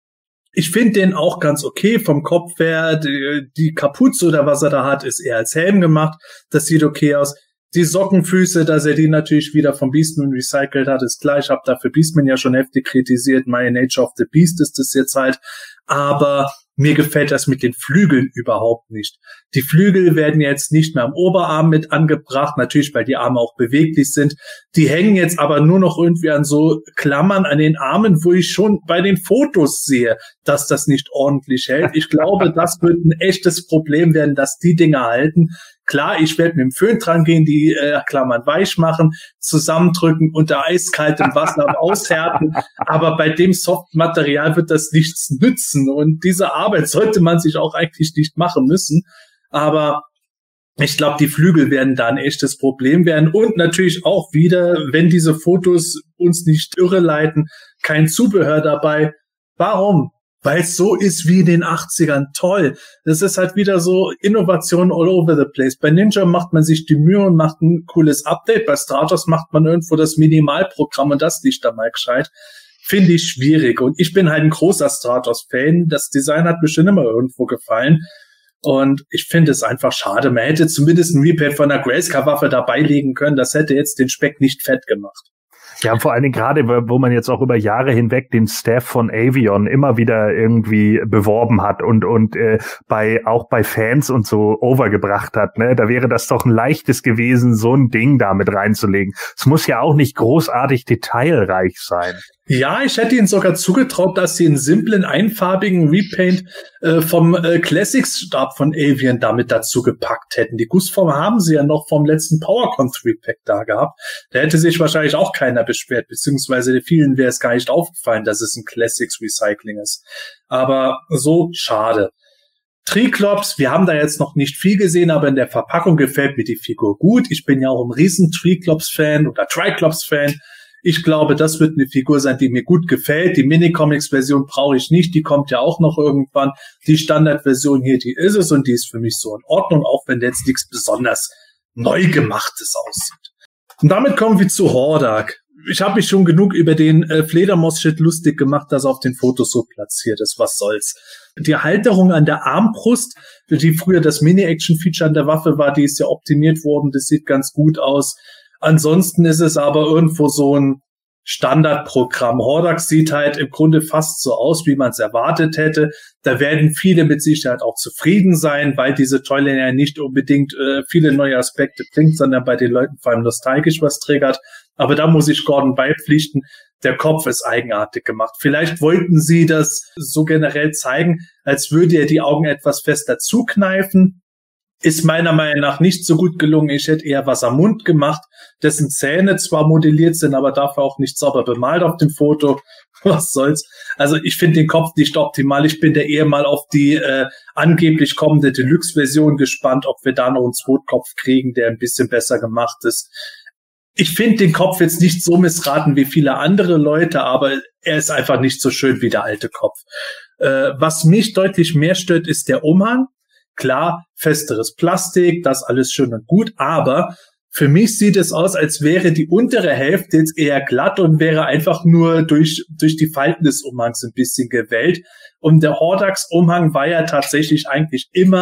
ich finde den auch ganz okay vom Kopf her. Die, die Kapuze oder was er da hat, ist eher als Helm gemacht. Das sieht okay aus. Die Sockenfüße, dass er die natürlich wieder vom Beastman recycelt hat, ist klar. Ich habe dafür Beastman ja schon heftig kritisiert. My Nature of the Beast ist es jetzt halt. Aber mir gefällt das mit den Flügeln überhaupt nicht. Die Flügel werden jetzt nicht mehr am Oberarm mit angebracht, natürlich, weil die Arme auch beweglich sind. Die hängen jetzt aber nur noch irgendwie an so Klammern an den Armen, wo ich schon bei den Fotos sehe, dass das nicht ordentlich hält. Ich glaube, das wird ein echtes Problem werden, dass die Dinger halten. Klar, ich werde mit dem Föhn dran gehen, die äh, Klammern weich machen, zusammendrücken, unter eiskaltem Wasser aushärten. Aber bei dem Softmaterial wird das nichts nützen. Und diese Arbeit sollte man sich auch eigentlich nicht machen müssen. Aber ich glaube, die Flügel werden da ein echtes Problem werden. Und natürlich auch wieder, wenn diese Fotos uns nicht irreleiten, kein Zubehör dabei. Warum? Weil es so ist wie in den achtzigern. Toll. Das ist halt wieder so Innovation all over the place. Bei Ninja macht man sich die Mühe und macht ein cooles Update. Bei Stratos macht man irgendwo das Minimalprogramm und das nicht einmal gescheit. Finde ich schwierig. Und ich bin halt ein großer Stratos-Fan. Das Design hat mir schon immer irgendwo gefallen. Und ich finde es einfach schade. Man hätte zumindest ein Repaint von einer Grayscale-Waffe dabei legen können. Das hätte jetzt den Speck nicht fett gemacht. Ja, vor allen Dingen gerade, wo man jetzt auch über Jahre hinweg den Staff von Avion immer wieder irgendwie beworben hat und und äh, bei auch bei Fans und so overgebracht hat, ne? Da wäre das doch ein leichtes gewesen, so ein Ding da mit reinzulegen. Es muss ja auch nicht großartig detailreich sein. Ja, ich hätte ihnen sogar zugetraut, dass sie einen simplen, einfarbigen Repaint äh, vom äh, Classics-Stab von Avion damit dazu gepackt hätten. Die Gussform haben sie ja noch vom letzten PowerCon drei Pack da gehabt. Da hätte sich wahrscheinlich auch keiner beschwert, beziehungsweise vielen wäre es gar nicht aufgefallen, dass es ein Classics-Recycling ist. Aber so schade. Triclops, wir haben da jetzt noch nicht viel gesehen, aber in der Verpackung gefällt mir die Figur gut. Ich bin ja auch ein riesen Triclops-Fan oder Triclops-Fan. Ich glaube, das wird eine Figur sein, die mir gut gefällt. Die Minicomics-Version brauche ich nicht, die kommt ja auch noch irgendwann. Die Standardversion hier, die ist es und die ist für mich so in Ordnung, auch wenn jetzt nichts besonders Neugemachtes aussieht. Und damit kommen wir zu Hordak. Ich habe mich schon genug über den äh, Fledermaus-Shit lustig gemacht, dass er auf den Fotos so platziert ist. Was soll's? Die Halterung an der Armbrust, die früher das Mini-Action-Feature an der Waffe war, die ist ja optimiert worden. Das sieht ganz gut aus. Ansonsten ist es aber irgendwo so ein Standardprogramm. Hordak sieht halt im Grunde fast so aus, wie man es erwartet hätte. Da werden viele mit Sicherheit auch zufrieden sein, weil diese Toyline ja nicht unbedingt äh, viele neue Aspekte bringt, sondern bei den Leuten vor allem nostalgisch was triggert. Aber da muss ich Gordon beipflichten, der Kopf ist eigenartig gemacht. Vielleicht wollten sie das so generell zeigen, als würde er die Augen etwas fester zukneifen. Ist meiner Meinung nach nicht so gut gelungen. Ich hätte eher was am Mund gemacht, dessen Zähne zwar modelliert sind, aber dafür auch nicht sauber bemalt auf dem Foto. Was soll's? Also ich finde den Kopf nicht optimal. Ich bin da eher mal auf die äh, angeblich kommende Deluxe-Version gespannt, ob wir da noch einen Zweitkopf kriegen, der ein bisschen besser gemacht ist. Ich finde den Kopf jetzt nicht so missraten wie viele andere Leute, aber er ist einfach nicht so schön wie der alte Kopf. Äh, was mich deutlich mehr stört, ist der Umhang. Klar, festeres Plastik, das alles schön und gut, aber für mich sieht es aus, als wäre die untere Hälfte jetzt eher glatt und wäre einfach nur durch durch die Falten des Umhangs ein bisschen gewellt. Und der Hordaks-Umhang war ja tatsächlich eigentlich immer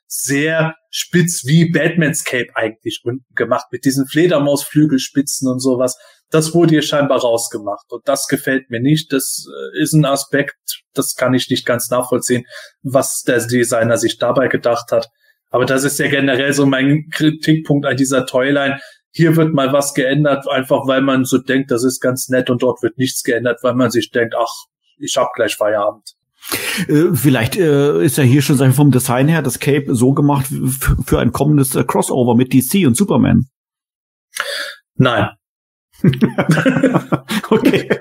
sehr spitz wie Batmans Cape eigentlich unten gemacht, mit diesen Fledermausflügelspitzen und sowas. Das wurde hier scheinbar rausgemacht und das gefällt mir nicht. Das ist ein Aspekt, das kann ich nicht ganz nachvollziehen, was der Designer sich dabei gedacht hat. Aber das ist ja generell so mein Kritikpunkt an dieser Toyline. Hier wird mal was geändert, einfach weil man so denkt, das ist ganz nett und dort wird nichts geändert, weil man sich denkt, ach, ich hab gleich Feierabend. Äh, vielleicht äh, ist ja hier schon sag ich, vom Design her das Cape so gemacht f- für ein kommendes äh, Crossover mit D C und Superman. Nein. Okay.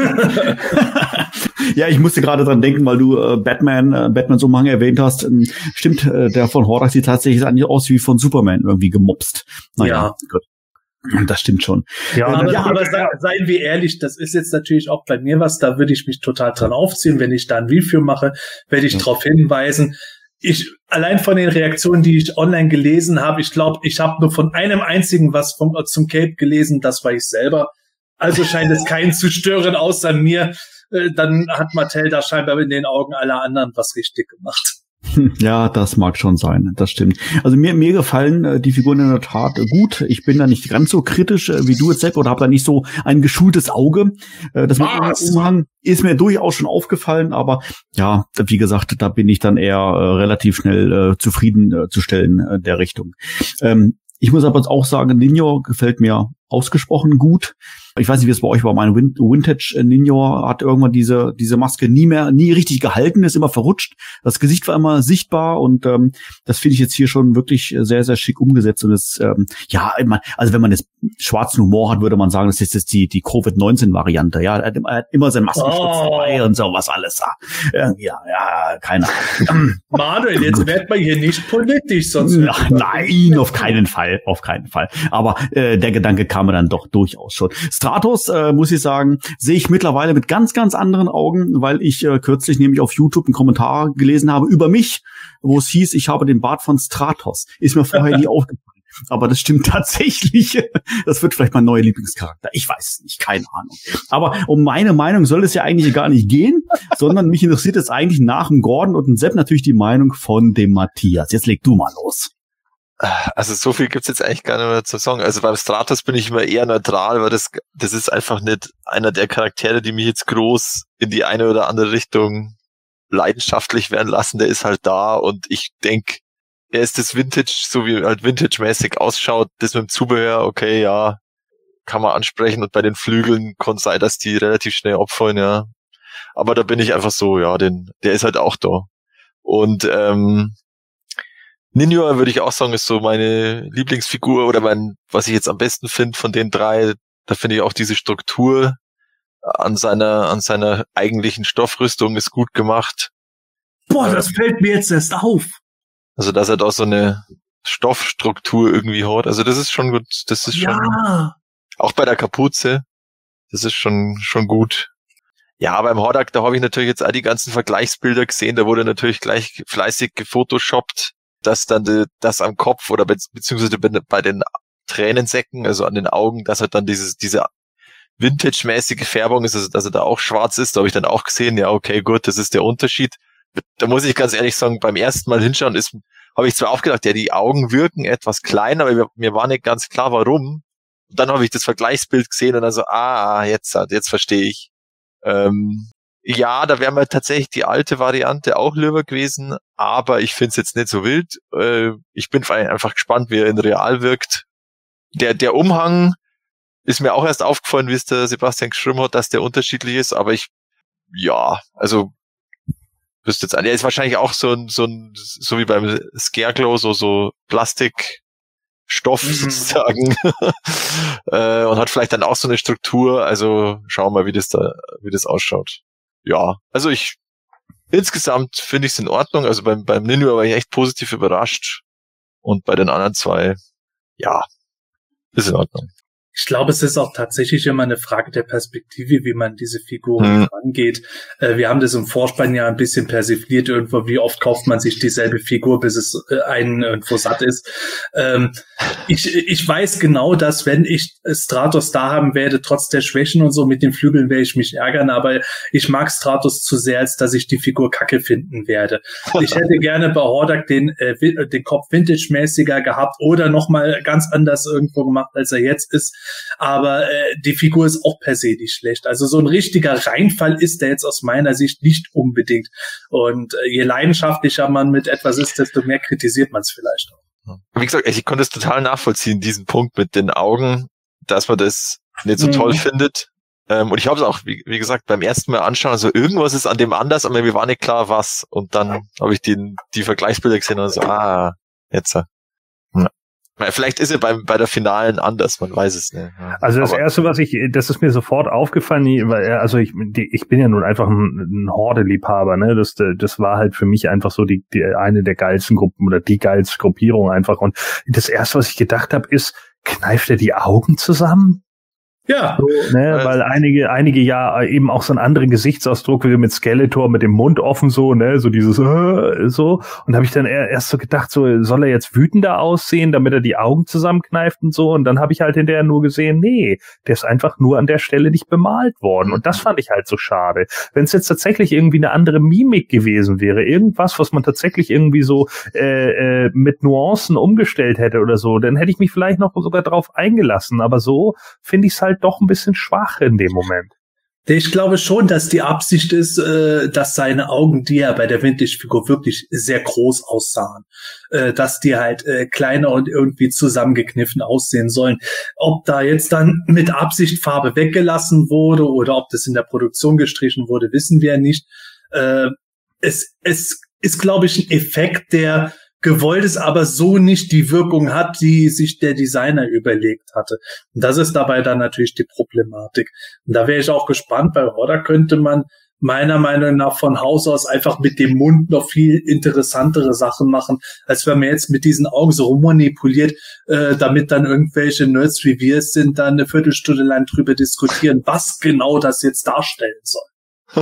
Ja, ich musste gerade dran denken, weil du äh, Batman, äh, Batmans Umhang erwähnt hast. Ähm, stimmt, äh, der von Hordak sieht tatsächlich eigentlich aus wie von Superman irgendwie gemopst. Naja, Ja. gut. Das stimmt schon. Ja, aber ja, aber sei, seien wir ehrlich, das ist jetzt natürlich auch bei mir was, da würde ich mich total dran aufziehen, wenn ich da ein Review mache, werde ich Ja. darauf hinweisen. Ich, allein von den Reaktionen, die ich online gelesen habe, ich glaube, ich habe nur von einem einzigen was vom, zum Cape gelesen, das war ich selber. Also scheint es keinen zu stören, außer mir. Äh, Dann hat Mattel da scheinbar in den Augen aller anderen was richtig gemacht. Ja, das mag schon sein, das stimmt. Also mir mir gefallen äh, die Figuren in der Tat äh, gut. Ich bin da nicht ganz so kritisch äh, wie du jetzt, Sepp, oder habe da nicht so ein geschultes Auge. Äh, das mit dem Was? Umhang ist mir durchaus schon aufgefallen, aber ja, wie gesagt, da bin ich dann eher äh, relativ schnell äh, zufrieden äh, zu stellen äh, der Richtung. Ähm, ich muss aber auch sagen, Ninja gefällt mir ausgesprochen gut. Ich weiß nicht, wie es bei euch war. Mein Vin- Vintage Ninja hat irgendwann diese diese Maske nie mehr, nie richtig gehalten, ist immer verrutscht. Das Gesicht war immer sichtbar und ähm, das finde ich jetzt hier schon wirklich sehr, sehr schick umgesetzt. Und es, ähm, ja, immer, also wenn man jetzt schwarzen Humor hat, würde man sagen, das ist jetzt die die Covid neunzehn Variante. Ja, er hat, immer- er hat immer sein Maskenschutz Oh. dabei und sowas alles. Ja, ja, ja keine Ahnung. Manuel, jetzt wird man hier nicht politisch, sonst Na, nein, auf keinen Fall, auf keinen Fall. Aber äh, der Gedanke kam mir dann doch durchaus schon. Stratos, äh, muss ich sagen, sehe ich mittlerweile mit ganz, ganz anderen Augen, weil ich äh, kürzlich nämlich auf YouTube einen Kommentar gelesen habe über mich, wo es hieß, ich habe den Bart von Stratos. Ist mir vorher nie aufgefallen. Aber das stimmt tatsächlich. Das wird vielleicht mein neuer Lieblingscharakter. Ich weiß es nicht, keine Ahnung. Aber um meine Meinung soll es ja eigentlich gar nicht gehen, sondern mich interessiert jetzt eigentlich nach dem Gordon und dem Sepp natürlich die Meinung von dem Matthias. Jetzt leg du mal los. Also so viel gibt's jetzt eigentlich gar nicht mehr zu sagen. Also beim Stratos bin ich immer eher neutral, weil das das ist einfach nicht einer der Charaktere, die mich jetzt groß in die eine oder andere Richtung leidenschaftlich werden lassen. Der ist halt da und ich denke, er ist das Vintage, so wie halt Vintage-mäßig ausschaut. Das mit dem Zubehör, okay, ja, kann man ansprechen. Und bei den Flügeln kann sein, dass die relativ schnell abfallen, ja. Aber da bin ich einfach so, ja, den, der ist halt auch da. Und ähm, Ninja würde ich auch sagen, ist so meine Lieblingsfigur oder mein, was ich jetzt am besten finde von den drei. Da finde ich auch diese Struktur an seiner, an seiner eigentlichen Stoffrüstung ist gut gemacht. Boah, das fällt mir jetzt erst auf. Also, dass er da so eine Stoffstruktur irgendwie hat. Also, das ist schon gut. Das ist schon, Ja. auch bei der Kapuze. Das ist schon, schon gut. Ja, beim Hordak, da habe ich natürlich jetzt all die ganzen Vergleichsbilder gesehen. Da wurde natürlich gleich fleißig gefotoshoppt, dass dann die, das am Kopf oder be- beziehungsweise bei den Tränensäcken, also an den Augen, dass halt dann dieses, diese Vintage-mäßige Färbung ist, also dass er da auch schwarz ist. Da habe ich dann auch gesehen, ja, okay, gut, das ist der Unterschied. Da muss ich ganz ehrlich sagen, beim ersten Mal hinschauen ist, habe ich zwar auch gedacht, ja, die Augen wirken etwas klein, aber mir, mir war nicht ganz klar, warum. Und dann habe ich das Vergleichsbild gesehen und dann so, ah, jetzt, jetzt verstehe ich. Ähm, ja, da wäre mir tatsächlich die alte Variante auch lieber gewesen, aber ich finde es jetzt nicht so wild. Äh, ich bin einfach gespannt, wie er in Real wirkt. Der, der Umhang ist mir auch erst aufgefallen, wie es der Sebastian geschrieben hat, dass der unterschiedlich ist, aber ich, ja, also wüsste jetzt an. Der ist wahrscheinlich auch so ein, so ein, so wie beim Scareglow, so, so Plastikstoff Mhm. sozusagen. äh, und hat vielleicht dann auch so eine Struktur. Also schauen wir mal, wie das da, wie das ausschaut. Ja, also ich, insgesamt finde ich es in Ordnung. Also beim, beim Ninja war ich echt positiv überrascht. Und bei den anderen zwei, ja, ist in Ordnung. Ich glaube, es ist auch tatsächlich immer eine Frage der Perspektive, wie man diese Figuren hm. angeht. Äh, wir haben das im Vorspann ja ein bisschen persifliert irgendwo, wie oft kauft man sich dieselbe Figur, bis es äh, einen irgendwo satt ist. Ähm, ich, ich weiß genau, dass wenn ich Stratos da haben werde, trotz der Schwächen und so, mit den Flügeln werde ich mich ärgern, aber ich mag Stratos zu sehr, als dass ich die Figur kacke finden werde. Ich hätte gerne bei Hordak den, äh, den Kopf Vintage-mäßiger gehabt oder nochmal ganz anders irgendwo gemacht, als er jetzt ist. Aber äh, die Figur ist auch per se nicht schlecht. Also so ein richtiger Reinfall ist der jetzt aus meiner Sicht nicht unbedingt. Und äh, je leidenschaftlicher man mit etwas ist, desto mehr kritisiert man es vielleicht auch. Wie gesagt, ich konnte es total nachvollziehen, diesen Punkt mit den Augen, dass man das nicht so mhm. toll findet. Ähm, und ich habe es auch, wie, wie gesagt, beim ersten Mal anschauen, also irgendwas ist an dem anders, aber mir war nicht klar, was. Und dann habe ich den, die Vergleichsbilder gesehen und so, ah, jetzt. Ja. Vielleicht ist er bei, bei der Finalen anders, man weiß es nicht. Ja. Also das Aber Erste, was ich, das ist mir sofort aufgefallen, weil, also ich, die, ich bin ja nun einfach ein, ein Horde-Liebhaber, ne, das, das war halt für mich einfach so die, die eine der geilsten Gruppen oder die geilste Gruppierung einfach. Und das Erste, was ich gedacht habe, ist, kneift er die Augen zusammen? Ja, so, ne, weil einige, einige ja eben auch so einen anderen Gesichtsausdruck wie mit Skeletor mit dem Mund offen so, ne, so dieses äh, so. Und da habe ich dann erst so gedacht, so soll er jetzt wütender aussehen, damit er die Augen zusammenkneift und so. Und dann habe ich halt hinterher nur gesehen, nee, der ist einfach nur an der Stelle nicht bemalt worden. Und das fand ich halt so schade. Wenn es jetzt tatsächlich irgendwie eine andere Mimik gewesen wäre, irgendwas, was man tatsächlich irgendwie so äh, äh, mit Nuancen umgestellt hätte oder so, dann hätte ich mich vielleicht noch sogar drauf eingelassen. Aber so finde ich es halt doch ein bisschen schwach in dem Moment. Ich glaube schon, dass die Absicht ist, äh, dass seine Augen, die ja bei der Vintage-Figur wirklich sehr groß aussahen, äh, dass die halt äh, kleiner und irgendwie zusammengekniffen aussehen sollen. Ob da jetzt dann mit Absicht Farbe weggelassen wurde oder ob das in der Produktion gestrichen wurde, wissen wir nicht. Äh, es, es ist, glaube ich, ein Effekt, der gewollt ist, aber so nicht die Wirkung hat, die sich der Designer überlegt hatte. Und das ist dabei dann natürlich die Problematik. Und da wäre ich auch gespannt, bei Horda könnte man meiner Meinung nach von Haus aus einfach mit dem Mund noch viel interessantere Sachen machen, als wenn man jetzt mit diesen Augen so rummanipuliert, äh, damit dann irgendwelche Nerds wie wir es sind, dann eine Viertelstunde lang drüber diskutieren, was genau das jetzt darstellen soll.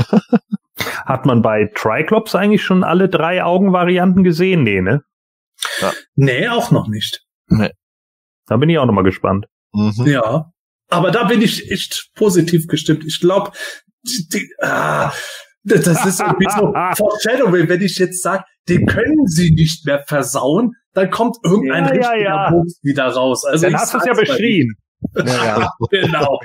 Hat man bei Triclops eigentlich schon alle drei Augenvarianten gesehen? Nee, ne? Ja. Nee, auch noch nicht. Nee. Da bin ich auch noch mal gespannt. Mhm. Ja, aber da bin ich echt positiv gestimmt. Ich glaube, ah, das ist irgendwie so Foreshadowing, wenn ich jetzt sage, den können sie nicht mehr versauen, dann kommt irgendein ja, richtiger ja, ja. Buch wieder raus. Also dann hast du es ja beschrieben. Ja, ja. Genau.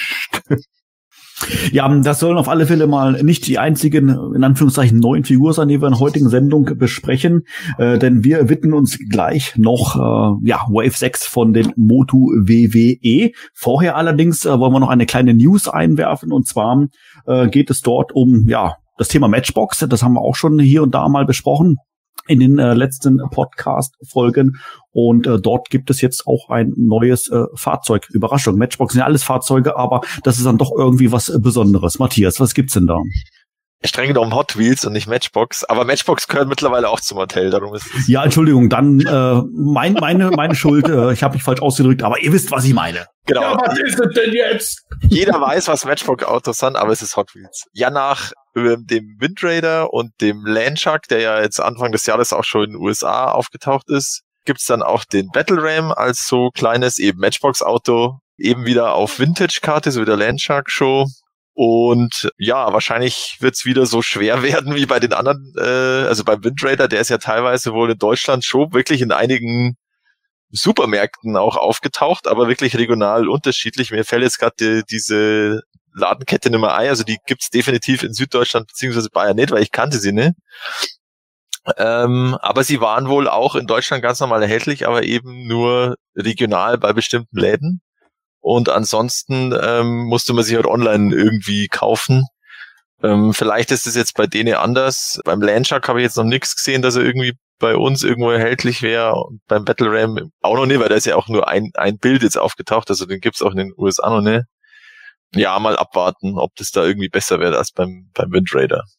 Ja, das sollen auf alle Fälle mal nicht die einzigen, in Anführungszeichen, neuen Figuren sein, die wir in der heutigen Sendung besprechen, äh, denn wir widmen uns gleich noch äh, ja Wave sechs von den Motu W W E. Vorher allerdings äh, wollen wir noch eine kleine News einwerfen, und zwar äh, geht es dort um ja das Thema Matchbox. Das haben wir auch schon hier und da mal besprochen in den äh, letzten Podcast-Folgen. Und äh, dort gibt es jetzt auch ein neues äh, Fahrzeug. Überraschung, Matchbox sind ja alles Fahrzeuge, aber das ist dann doch irgendwie was äh, Besonderes. Matthias, was gibt's denn da? Streng genommen Hot Wheels und nicht Matchbox. Aber Matchbox gehört mittlerweile auch zum Mattel, darum ist es. Ja, Entschuldigung, dann äh, mein, meine meine Schuld. Äh, ich habe mich falsch ausgedrückt, aber ihr wisst, was ich meine. Genau. Ja, was ist es denn jetzt? Jeder weiß, was Matchbox-Autos sind, aber es ist Hot Wheels. Ja, nach äh, dem Wind Raider und dem Landshark, der ja jetzt Anfang des Jahres auch schon in den U S A aufgetaucht ist, gibt's dann auch den Battle Ram als so kleines eben Matchbox-Auto, eben wieder auf Vintage-Karte, so wie der Landshark Show. Und ja, wahrscheinlich wird's wieder so schwer werden wie bei den anderen, äh, also beim Wind Raider, der ist ja teilweise wohl in Deutschland schon wirklich in einigen Supermärkten auch aufgetaucht, aber wirklich regional unterschiedlich. Mir fällt jetzt gerade die, diese Ladenkette Nummer ein, also die gibt's definitiv in Süddeutschland beziehungsweise Bayern nicht, weil ich kannte sie nicht. Ähm, aber sie waren wohl auch in Deutschland ganz normal erhältlich, aber eben nur regional bei bestimmten Läden. Und ansonsten ähm, musste man sich halt online irgendwie kaufen. Ähm, vielleicht ist es jetzt bei denen anders. Beim Landshark habe ich jetzt noch nichts gesehen, dass er irgendwie bei uns irgendwo erhältlich wäre. Und beim Battle Ram auch noch nicht, weil da ist ja auch nur ein ein Bild jetzt aufgetaucht. Also den gibt's auch in den U S A noch nicht. Ja, mal abwarten, ob das da irgendwie besser wird als beim beim Wind Raider.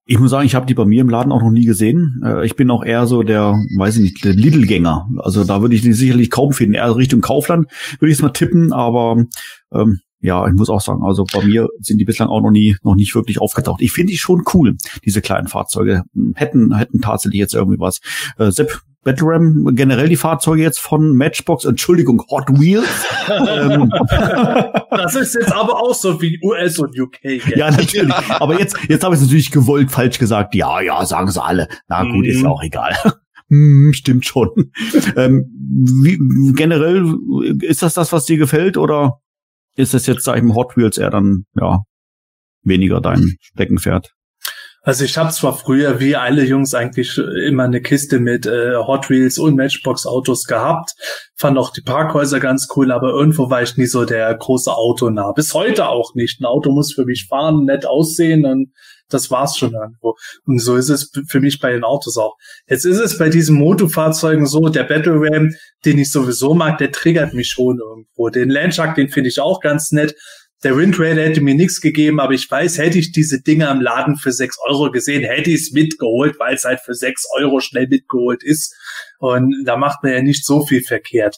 Ich muss sagen, ich habe die bei mir im Laden auch noch nie gesehen. Ich bin auch eher so der, weiß ich nicht, der Lidl-Gänger. Also da würde ich die sicherlich kaum finden. Eher Richtung Kaufland würde ich es mal tippen. Aber ähm, ja, ich muss auch sagen, also bei mir sind die bislang auch noch nie, noch nicht wirklich aufgetaucht. Ich finde die schon cool, diese kleinen Fahrzeuge. Hätten, hätten tatsächlich jetzt irgendwie was. Äh, Sepp, Battleram, generell die Fahrzeuge jetzt von Matchbox, Entschuldigung, Hot Wheels. ähm, das ist jetzt aber auch so wie U S und U K. Gell? Ja, natürlich. Aber jetzt, jetzt habe ich es natürlich gewollt falsch gesagt. Ja, ja, sagen sie alle. Na gut, mm. ist ja auch egal. hm, stimmt schon. ähm, wie, generell, ist das das, was dir gefällt, oder ist das jetzt, sag ich mal, Hot Wheels eher dann, ja, weniger dein Steckenpferd? Also ich habe zwar früher, wie alle Jungs, eigentlich immer eine Kiste mit äh, Hot Wheels und Matchbox-Autos gehabt, fand auch die Parkhäuser ganz cool, aber irgendwo war ich nie so der große Autonah. Bis heute auch nicht. Ein Auto muss für mich fahren, nett aussehen, und das war's schon irgendwo. Und so ist es für mich bei den Autos auch. Jetzt ist es bei diesen Motofahrzeugen so, der Battleram, den ich sowieso mag, der triggert mich schon irgendwo. Den Landshark, den finde ich auch ganz nett. Der Wind Raider hätte mir nichts gegeben, aber ich weiß, hätte ich diese Dinger im Laden für sechs Euro gesehen, hätte ich es mitgeholt, weil es halt für sechs Euro schnell mitgeholt ist. Und da macht man ja nicht so viel verkehrt.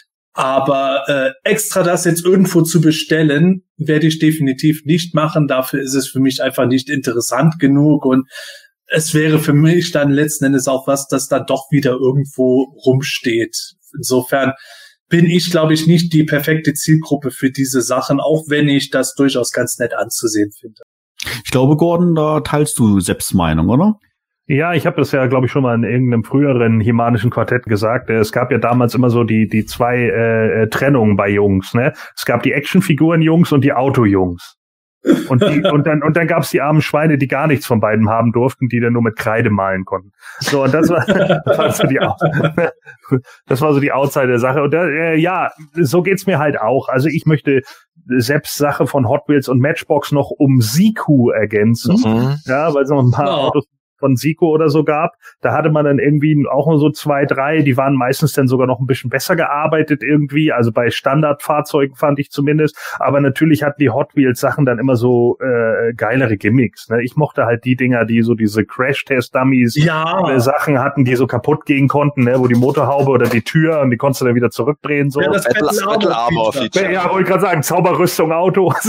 Aber äh, extra das jetzt irgendwo zu bestellen, werde ich definitiv nicht machen. Dafür ist es für mich einfach nicht interessant genug. Und es wäre für mich dann letzten Endes auch was, das dann doch wieder irgendwo rumsteht. Insofern bin ich, glaube ich, nicht die perfekte Zielgruppe für diese Sachen, auch wenn ich das durchaus ganz nett anzusehen finde. Ich glaube, Gordon, da teilst du selbst Meinung, oder? Ja, ich habe das ja, glaube ich, schon mal in irgendeinem früheren Himanischen Quartett gesagt. Es gab ja damals immer so die die zwei äh, Trennungen bei Jungs, ne? Es gab die Actionfiguren-Jungs und die Auto-Jungs. Und, die, und dann und dann gab's die armen Schweine, die gar nichts von beiden haben durften, die dann nur mit Kreide malen konnten. So, und das war, das war so die das war so die Outside der Sache. Und da, äh, ja, so geht's mir halt auch. Also ich möchte selbst Sache von Hot Wheels und Matchbox noch um Siku ergänzen, mhm. ja, weil es noch ein paar oh. Autos von Siko oder so gab. Da hatte man dann irgendwie auch nur so zwei, drei, die waren meistens dann sogar noch ein bisschen besser gearbeitet irgendwie, also bei Standardfahrzeugen fand ich zumindest, aber natürlich hatten die Hot Wheels Sachen dann immer so äh, geilere Gimmicks, ne? Ich mochte halt die Dinger, die so diese Crash-Test-Dummies ja. äh, Sachen hatten, die so kaputt gehen konnten, ne? Wo die Motorhaube oder die Tür, und die konntest du dann wieder zurückdrehen, so. Ja, das Battle, Battle Armor Feature. Ja, wollte ich gerade sagen, Zauberrüstung Auto, so.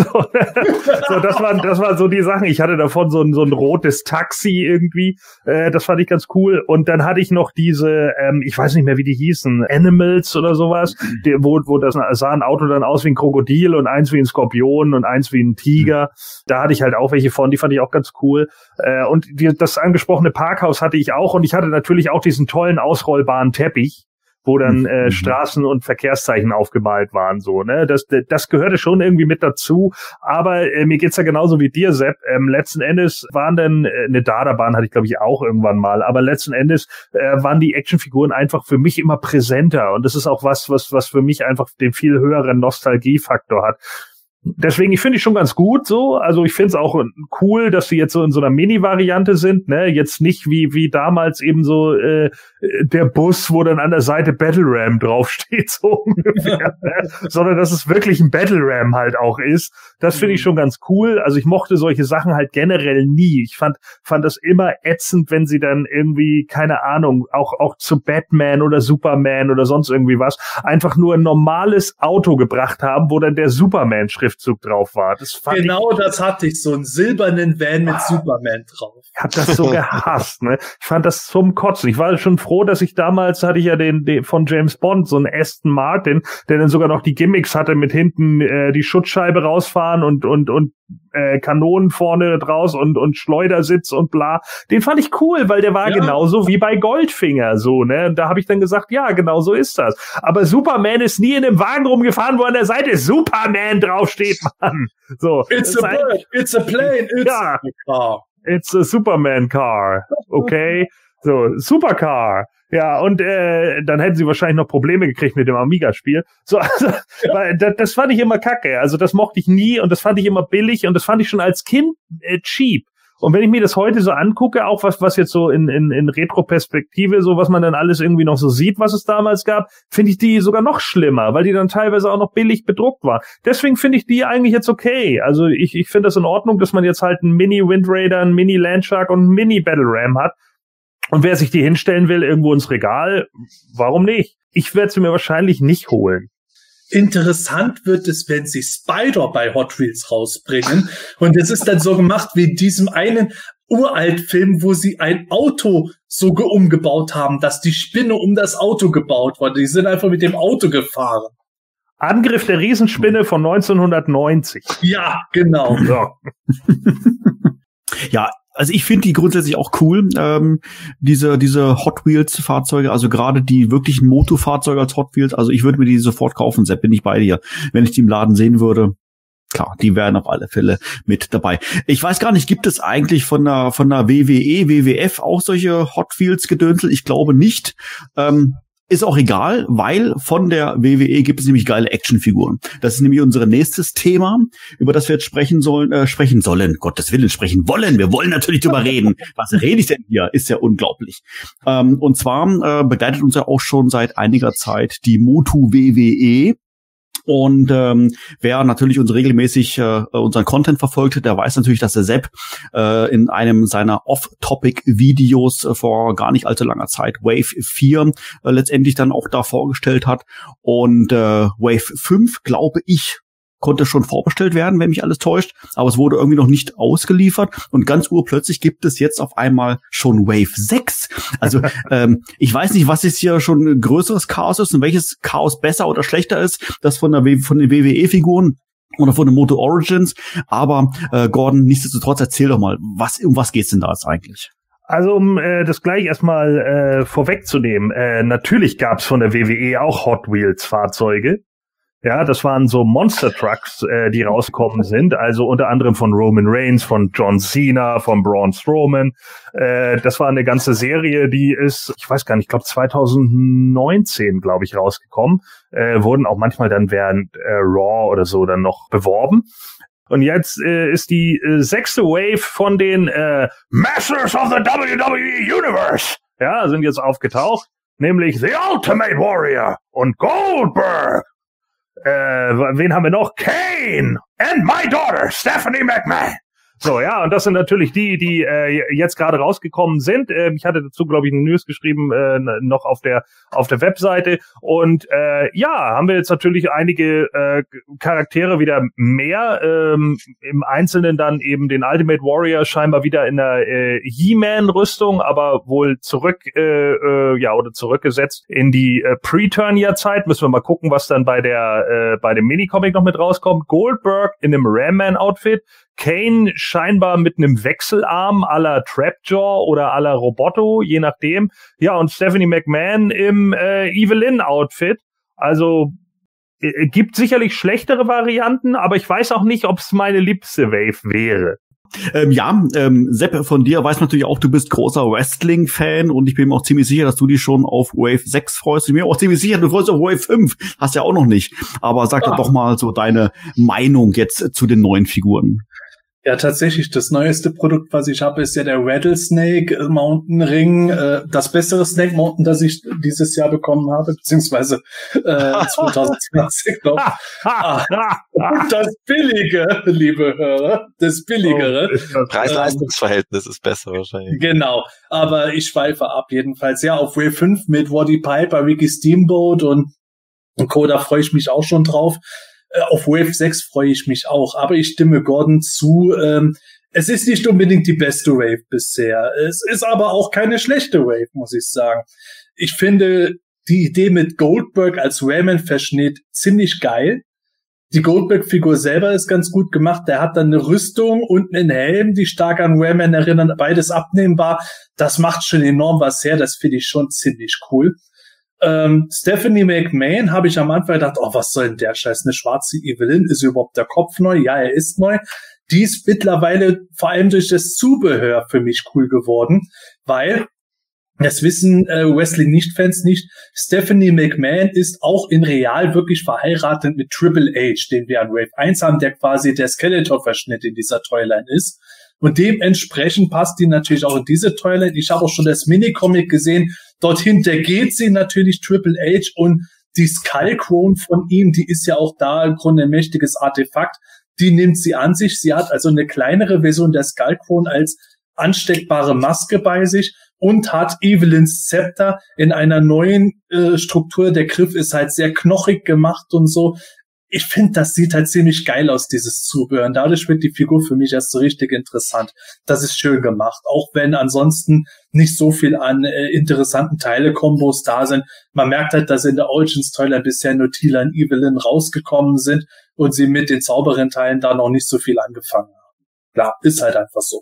So, das waren, das waren so die Sachen. Ich hatte davon so ein, so ein rotes Taxi irgendwie. Äh, das fand ich ganz cool. Und dann hatte ich noch diese, ähm, ich weiß nicht mehr, wie die hießen, Animals oder sowas, die, wo, wo das sah ein Auto dann aus wie ein Krokodil und eins wie ein Skorpion und eins wie ein Tiger. Da hatte ich halt auch welche von, die fand ich auch ganz cool. Äh, und die, das angesprochene Parkhaus hatte ich auch, und ich hatte natürlich auch diesen tollen ausrollbaren Teppich, wo dann äh, Straßen und Verkehrszeichen aufgemalt waren, so, ne? Das das gehörte schon irgendwie mit dazu, aber äh, mir geht's ja genauso wie dir, Sepp. Ähm, letzten Endes waren dann äh, eine Dardabahn hatte ich, glaube ich, auch irgendwann mal, aber letzten Endes äh, waren die Actionfiguren einfach für mich immer präsenter, und das ist auch was, was was für mich einfach den viel höheren Nostalgiefaktor hat. Deswegen, ich finde ich schon ganz gut so. Also ich finde es auch cool, dass sie jetzt so in so einer Mini-Variante sind, ne? Jetzt nicht wie wie damals eben so äh, der Bus, wo dann an der Seite Battleram draufsteht, so ungefähr, ne? Sondern dass es wirklich ein Battleram halt auch ist. Das finde ich schon ganz cool. Also ich mochte solche Sachen halt generell nie. Ich fand fand das immer ätzend, wenn sie dann irgendwie, keine Ahnung, auch auch zu Batman oder Superman oder sonst irgendwie was, einfach nur ein normales Auto gebracht haben, wo dann der Superman-Schrift Zug drauf war. Das fand genau ich, das hatte ich, so einen silbernen Van mit Superman drauf. Ich hab das so gehasst, ne? Ich fand das zum Kotzen. Ich war schon froh, dass ich damals, hatte ich ja den, den von James Bond, so einen Aston Martin, der dann sogar noch die Gimmicks hatte, mit hinten äh, die Schutzscheibe rausfahren und und und äh, Kanonen vorne draus und und Schleudersitz und bla. Den fand ich cool, weil der war ja genauso wie bei Goldfinger, so, ne? Und da habe ich dann gesagt, ja, genau so ist das. Aber Superman ist nie in einem Wagen rumgefahren, wo an der Seite Superman draufsteht, Mann. So. It's a bird, it's a plane, it's ja, a car. It's a Superman car, okay? So, Supercar. Ja, und äh, dann hätten sie wahrscheinlich noch Probleme gekriegt mit dem Amiga-Spiel. So, also, ja. weil das, das fand ich immer kacke. Also das mochte ich nie, und das fand ich immer billig, und das fand ich schon als Kind äh, cheap. Und wenn ich mir das heute so angucke, auch was, was jetzt so in, in, in Retro-Perspektive, so was man dann alles irgendwie noch so sieht, was es damals gab, finde ich die sogar noch schlimmer, weil die dann teilweise auch noch billig bedruckt war. Deswegen finde ich die eigentlich jetzt okay. Also ich, ich finde das in Ordnung, dass man jetzt halt einen Mini-Wind Raider, einen Mini-Landshark und einen Mini-Battle Ram hat. Und wer sich die hinstellen will, irgendwo ins Regal, warum nicht? Ich werde sie mir wahrscheinlich nicht holen. Interessant wird es, wenn sie Spider bei Hot Wheels rausbringen. Und es ist dann so gemacht wie in diesem einen Uralt-Film, wo sie ein Auto so umgebaut haben, dass die Spinne um das Auto gebaut wurde. Die sind einfach mit dem Auto gefahren. Angriff der Riesenspinne von neunzehnhundertneunzig. Ja, genau. Ja. Ja, also ich finde die grundsätzlich auch cool, ähm, diese diese Hot Wheels Fahrzeuge, also gerade die wirklichen Moto-Fahrzeuge als Hot Wheels, also ich würde mir die sofort kaufen, Sepp, bin ich bei dir. Wenn ich die im Laden sehen würde, klar, die wären auf alle Fälle mit dabei. Ich weiß gar nicht, gibt es eigentlich von der von der W W E, W W F auch solche Hot Wheels Gedönsel? Ich glaube nicht. Ähm, Ist auch egal, weil von der W W E gibt es nämlich geile Actionfiguren. Das ist nämlich unser nächstes Thema, über das wir jetzt sprechen sollen, äh, sprechen sollen. Gottes Willen, sprechen wollen. Wir wollen natürlich drüber reden. Was rede ich denn hier? Ist ja unglaublich. Ähm, und zwar äh, begleitet uns ja auch schon seit einiger Zeit die Motu W W E. Und ähm, wer natürlich uns regelmäßig äh, unseren Content verfolgt, der weiß natürlich, dass der Sepp äh, in einem seiner Off-Topic-Videos äh, vor gar nicht allzu langer Zeit Wave vier äh, letztendlich dann auch da vorgestellt hat. Und äh, Wave fünf, glaube ich, konnte schon vorbestellt werden, wenn mich alles täuscht, aber es wurde irgendwie noch nicht ausgeliefert und ganz urplötzlich gibt es jetzt auf einmal schon Wave sechs. Also ähm, ich weiß nicht, was jetzt hier schon ein größeres Chaos ist und welches Chaos besser oder schlechter ist, das von der w- von den W W E-Figuren oder von den Moto Origins, aber äh, Gordon, nichtsdestotrotz erzähl doch mal, was um was geht's denn da jetzt eigentlich? Also um äh, das gleich erstmal äh, vorwegzunehmen, äh, natürlich gab's von der W W E auch Hot Wheels Fahrzeuge. Ja, das waren so Monster Trucks, äh, die rausgekommen sind, also unter anderem von Roman Reigns, von John Cena, von Braun Strowman. Äh, das war eine ganze Serie, die ist, ich weiß gar nicht, ich glaube zweitausendneunzehn, glaube ich, rausgekommen. Äh, wurden auch manchmal dann während äh, Raw oder so dann noch beworben. Und jetzt äh, ist die äh, sechste Wave von den äh, Masters of the W W E Universe, ja, sind jetzt aufgetaucht, nämlich The Ultimate Warrior und Goldberg. Äh, wen haben wir noch? Kane and my daughter, Stephanie McMahon. So, ja, und das sind natürlich die, die äh, jetzt gerade rausgekommen sind. Äh, ich hatte dazu, glaube ich, eine News geschrieben, äh, noch auf der auf der Webseite. Und äh, ja, haben wir jetzt natürlich einige äh, Charaktere wieder mehr. Ähm, im Einzelnen dann eben den Ultimate Warrior scheinbar wieder in der äh, He-Man-Rüstung, aber wohl zurück, äh, äh, ja, oder zurückgesetzt in die äh, Pre-Turnier-Zeit. Müssen wir mal gucken, was dann bei der äh, bei dem Minicomic noch mit rauskommt. Goldberg in einem Ram-Man-Outfit. Kane scheinbar mit einem Wechselarm à la Trapjaw oder à la Roboto, je nachdem. Ja, und Stephanie McMahon im äh, Evelyn-Outfit. Also äh, gibt sicherlich schlechtere Varianten, aber ich weiß auch nicht, ob es meine liebste Wave wäre. Ähm, ja, ähm, Sepp, von dir weiß natürlich auch, du bist großer Wrestling-Fan und ich bin mir auch ziemlich sicher, dass du dich schon auf Wave sechs freust. Ich bin mir auch ziemlich sicher, du freust auf Wave fünf. Hast ja auch noch nicht. Aber sag ah. doch mal so deine Meinung jetzt zu den neuen Figuren. Ja, tatsächlich, das neueste Produkt, was ich habe, ist ja der Rattlesnake Mountain Ring. Äh, das bessere Snake Mountain, das ich dieses Jahr bekommen habe, beziehungsweise äh, zwanzig zwanzig, glaube ich. Ah, und das Billige, liebe Hörer, das Billigere. Oh, Preis-Leistungs-Verhältnis ähm, ist besser wahrscheinlich. Genau, aber ich schweife ab jedenfalls. Ja, auf Wave fünf mit Roddy Piper, Ricky Steamboat und, und Co., da freue ich mich auch schon drauf. Auf Wave sechs freue ich mich auch, aber ich stimme Gordon zu. Ähm, es ist nicht unbedingt die beste Wave bisher. Es ist aber auch keine schlechte Wave, muss ich sagen. Ich finde die Idee mit Goldberg als Ramen-Verschnitt ziemlich geil. Die Goldberg-Figur selber ist ganz gut gemacht. Der hat dann eine Rüstung und einen Helm, die stark an Ramen erinnern, beides abnehmbar. Das macht schon enorm was her. Das finde ich schon ziemlich cool. Ähm, Stephanie McMahon habe ich am Anfang gedacht, oh, was soll denn der Scheiß, eine schwarze Evelyn, ist überhaupt der Kopf neu? Ja, er ist neu. Die ist mittlerweile vor allem durch das Zubehör für mich cool geworden, weil, das wissen äh, Wrestling-Nicht-Fans nicht, Stephanie McMahon ist auch in real wirklich verheiratet mit Triple H, den wir an Wave eins haben, der quasi der Skeletor-Verschnitt in dieser Toyline ist. Und dementsprechend passt die natürlich auch in diese Toyline. Ich habe auch schon das Minicomic gesehen. Dort hintergeht sie natürlich Triple H und die Skullcrone von ihm, die ist ja auch da im Grunde ein mächtiges Artefakt. Die nimmt sie an sich. Sie hat also eine kleinere Version der Skullcrone als ansteckbare Maske bei sich und hat Evelyns Zepter in einer neuen äh, Struktur. Der Griff ist halt sehr knochig gemacht und so. Ich finde, das sieht halt ziemlich geil aus, dieses Zubehör. Und dadurch wird die Figur für mich erst so richtig interessant. Das ist schön gemacht. Auch wenn ansonsten nicht so viel an äh, interessanten Teile-Kombos da sind. Man merkt halt, dass in der Origins-Toyline bisher nur Teela und Evelyn rausgekommen sind und sie mit den Zauberin-Teilen da noch nicht so viel angefangen haben. Klar, ist halt einfach so.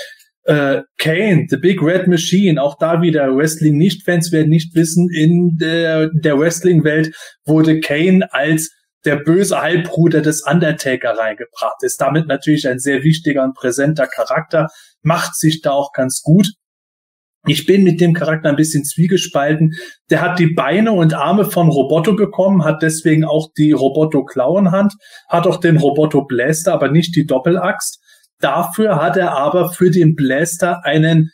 Äh, Kane, The Big Red Machine, auch da wieder Wrestling-Nicht-Fans werden nicht wissen, in der, der Wrestling-Welt wurde Kane als der böse Halbbruder des Undertaker reingebracht. Ist damit natürlich ein sehr wichtiger und präsenter Charakter, macht sich da auch ganz gut. Ich bin mit dem Charakter ein bisschen zwiegespalten. Der hat die Beine und Arme von Roboto bekommen, hat deswegen auch die Roboto-Klauenhand, hat auch den Roboto-Blaster, aber nicht die Doppelaxt. Dafür hat er aber für den Blaster einen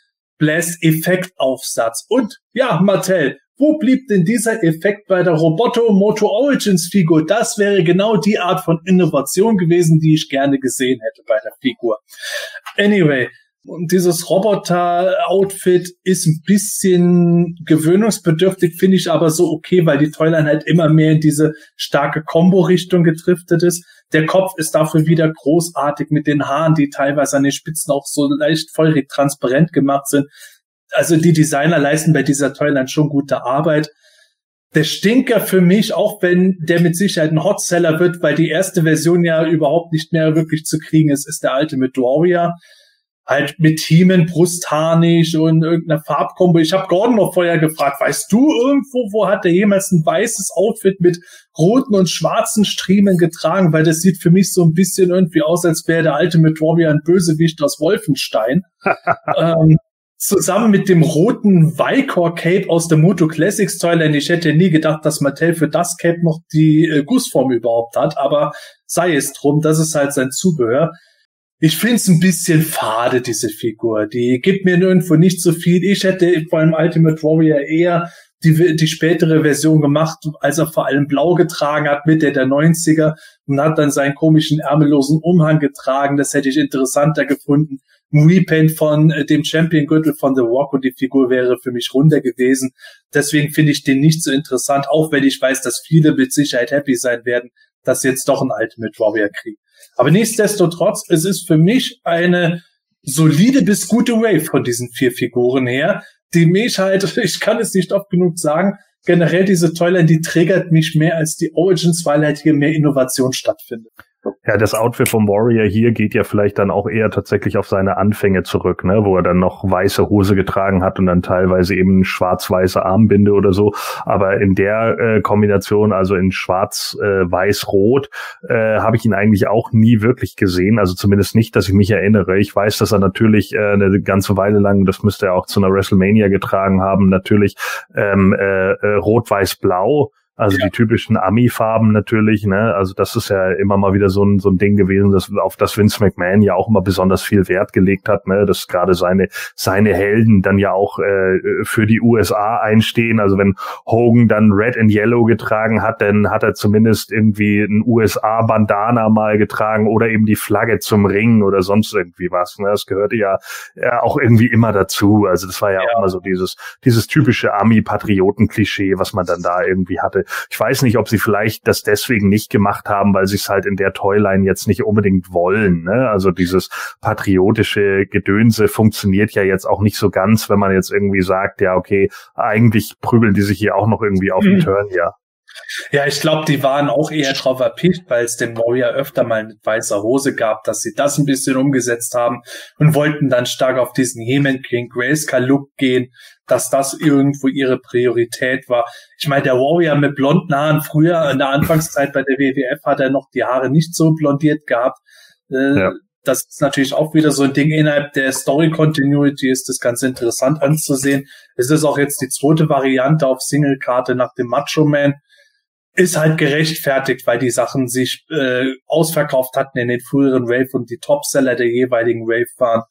Blast-Effekt-Aufsatz. Und ja, Mattel, wo blieb denn dieser Effekt bei der Roboto Moto Origins Figur? Das wäre genau die Art von Innovation gewesen, die ich gerne gesehen hätte bei der Figur. Anyway, und dieses Roboter-Outfit ist ein bisschen gewöhnungsbedürftig, finde ich aber so okay, weil die Toyline halt immer mehr in diese starke Combo-Richtung gedriftet ist. Der Kopf ist dafür wieder großartig mit den Haaren, die teilweise an den Spitzen auch so leicht feurig transparent gemacht sind. Also die Designer leisten bei dieser Toyline schon gute Arbeit. Der Stinker für mich, auch wenn der mit Sicherheit ein Hotseller wird, weil die erste Version ja überhaupt nicht mehr wirklich zu kriegen ist, ist der Ultimate Warrior. Halt mit Themen, Brustharnisch und irgendeiner Farbkombo. Ich habe Gordon noch vorher gefragt, weißt du irgendwo, wo hat der jemals ein weißes Outfit mit roten und schwarzen Striemen getragen? Weil das sieht für mich so ein bisschen irgendwie aus, als wäre der Ultimate Warrior ein Bösewicht aus Wolfenstein. ähm, Zusammen mit dem roten Vicor Cape aus der Moto Classics Toyline. Ich hätte nie gedacht, dass Mattel für das Cape noch die äh, Gussform überhaupt hat, aber sei es drum, das ist halt sein Zubehör. Ich find's ein bisschen fade, diese Figur. Die gibt mir irgendwo nicht so viel. Ich hätte vor allem Ultimate Warrior eher die, die spätere Version gemacht, als er vor allem blau getragen hat, Mitte der neunziger und hat dann seinen komischen ärmellosen Umhang getragen. Das hätte ich interessanter gefunden. Ein Repaint von äh, dem Champion-Gürtel von The Rock und die Figur wäre für mich runder gewesen. Deswegen finde ich den nicht so interessant, auch wenn ich weiß, dass viele mit Sicherheit happy sein werden, dass sie jetzt doch ein Ultimate Warrior kriegen. Aber nichtsdestotrotz, es ist für mich eine solide bis gute Wave von diesen vier Figuren her, die mich halt, ich kann es nicht oft genug sagen, generell diese Toyline, die triggert mich mehr als die Origins, weil halt hier mehr Innovation stattfindet. Ja, das Outfit vom Warrior hier geht ja vielleicht dann auch eher tatsächlich auf seine Anfänge zurück, ne, wo er dann noch weiße Hose getragen hat und dann teilweise eben schwarz-weiße Armbinde oder so. Aber in der äh, Kombination, also in schwarz-weiß-rot, äh, äh, habe ich ihn eigentlich auch nie wirklich gesehen. Also zumindest nicht, dass ich mich erinnere. Ich weiß, dass er natürlich äh, eine ganze Weile lang, das müsste er auch zu einer WrestleMania getragen haben, natürlich ähm, äh, äh, rot-weiß-blau. Also ja. Die typischen Ami-Farben natürlich, ne? Also das ist ja immer mal wieder so ein so ein Ding gewesen, das, auf das Vince McMahon ja auch immer besonders viel Wert gelegt hat, ne? Dass gerade seine seine Helden dann ja auch äh, für die U S A einstehen. Also wenn Hogan dann Red and Yellow getragen hat, dann hat er zumindest irgendwie ein U S A-Bandana mal getragen oder eben die Flagge zum Ring oder sonst irgendwie was. Ne? Das gehörte ja, ja auch irgendwie immer dazu. Also das war ja, ja. auch immer so dieses dieses typische Ami-Patrioten-Klischee, was man dann da irgendwie hatte. Ich weiß nicht, ob sie vielleicht das deswegen nicht gemacht haben, weil sie es halt in der Toyline jetzt nicht unbedingt wollen. Ne? Also dieses patriotische Gedönse funktioniert ja jetzt auch nicht so ganz, wenn man jetzt irgendwie sagt, ja okay, eigentlich prügeln die sich hier auch noch irgendwie auf den mhm. Turn, ja. Ja, ich glaube, die waren auch eher drauf erpicht, weil es den Warrior öfter mal mit weißer Hose gab, dass sie das ein bisschen umgesetzt haben und wollten dann stark auf diesen He-Man King Grayskull Look gehen, dass das irgendwo ihre Priorität war. Ich meine, der Warrior mit blonden Haaren, früher in der Anfangszeit bei der W W F hat er noch die Haare nicht so blondiert gehabt. Äh, ja. Das ist natürlich auch wieder so ein Ding innerhalb der Story Continuity, ist das ganz interessant anzusehen. Es ist auch jetzt die zweite Variante auf Single-Karte nach dem Macho Man. ist halt gerechtfertigt, weil die Sachen sich äh, ausverkauft hatten in den früheren Wave und die Topseller der jeweiligen Wave waren.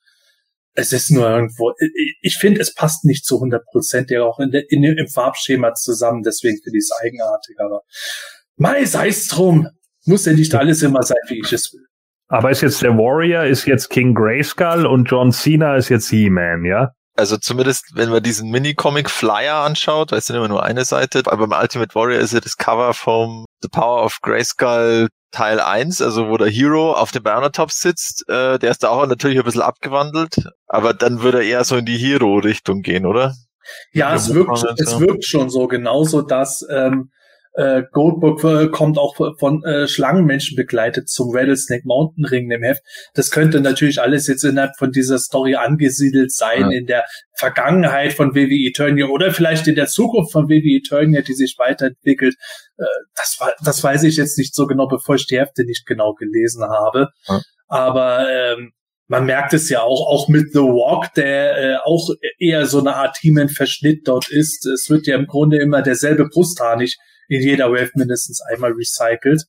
Es ist nur irgendwo, ich finde, es passt nicht zu hundert Prozent ja auch in der, in, im Farbschema zusammen, deswegen finde ich es eigenartig, aber mei, sei's drum. Muss ja nicht alles immer sein, wie ich es will. Aber ist jetzt der Warrior, ist jetzt King Grayskull und John Cena ist jetzt He-Man, ja? Also zumindest, wenn man diesen Mini-Comic-Flyer anschaut, weil es sind immer nur eine Seite, aber beim Ultimate Warrior ist ja das Cover vom The Power of Grayskull Teil eins, also wo der Hero auf dem Bionotops sitzt, äh, der ist da auch natürlich ein bisschen abgewandelt, aber dann würde er eher so in die Hero-Richtung gehen, oder? Ja, es wirkt, es wirkt schon so, genauso, dass ähm, äh, Goldberg äh, kommt auch von äh, Schlangenmenschen begleitet zum Rattlesnake Mountain Ring im Heft. Das könnte natürlich alles jetzt innerhalb von dieser Story angesiedelt sein, ja. In der Vergangenheit von W W E Eternia oder vielleicht in der Zukunft von W W E Eternia, die sich weiterentwickelt. Äh, das, war, das weiß ich jetzt nicht so genau, bevor ich die Hefte nicht genau gelesen habe. Ja. Aber ähm, man merkt es ja auch, auch mit The Walk, der äh, auch eher so eine Art He-Man-Verschnitt dort ist. Es wird ja im Grunde immer derselbe Brustharnisch in jeder Wave mindestens einmal recycelt.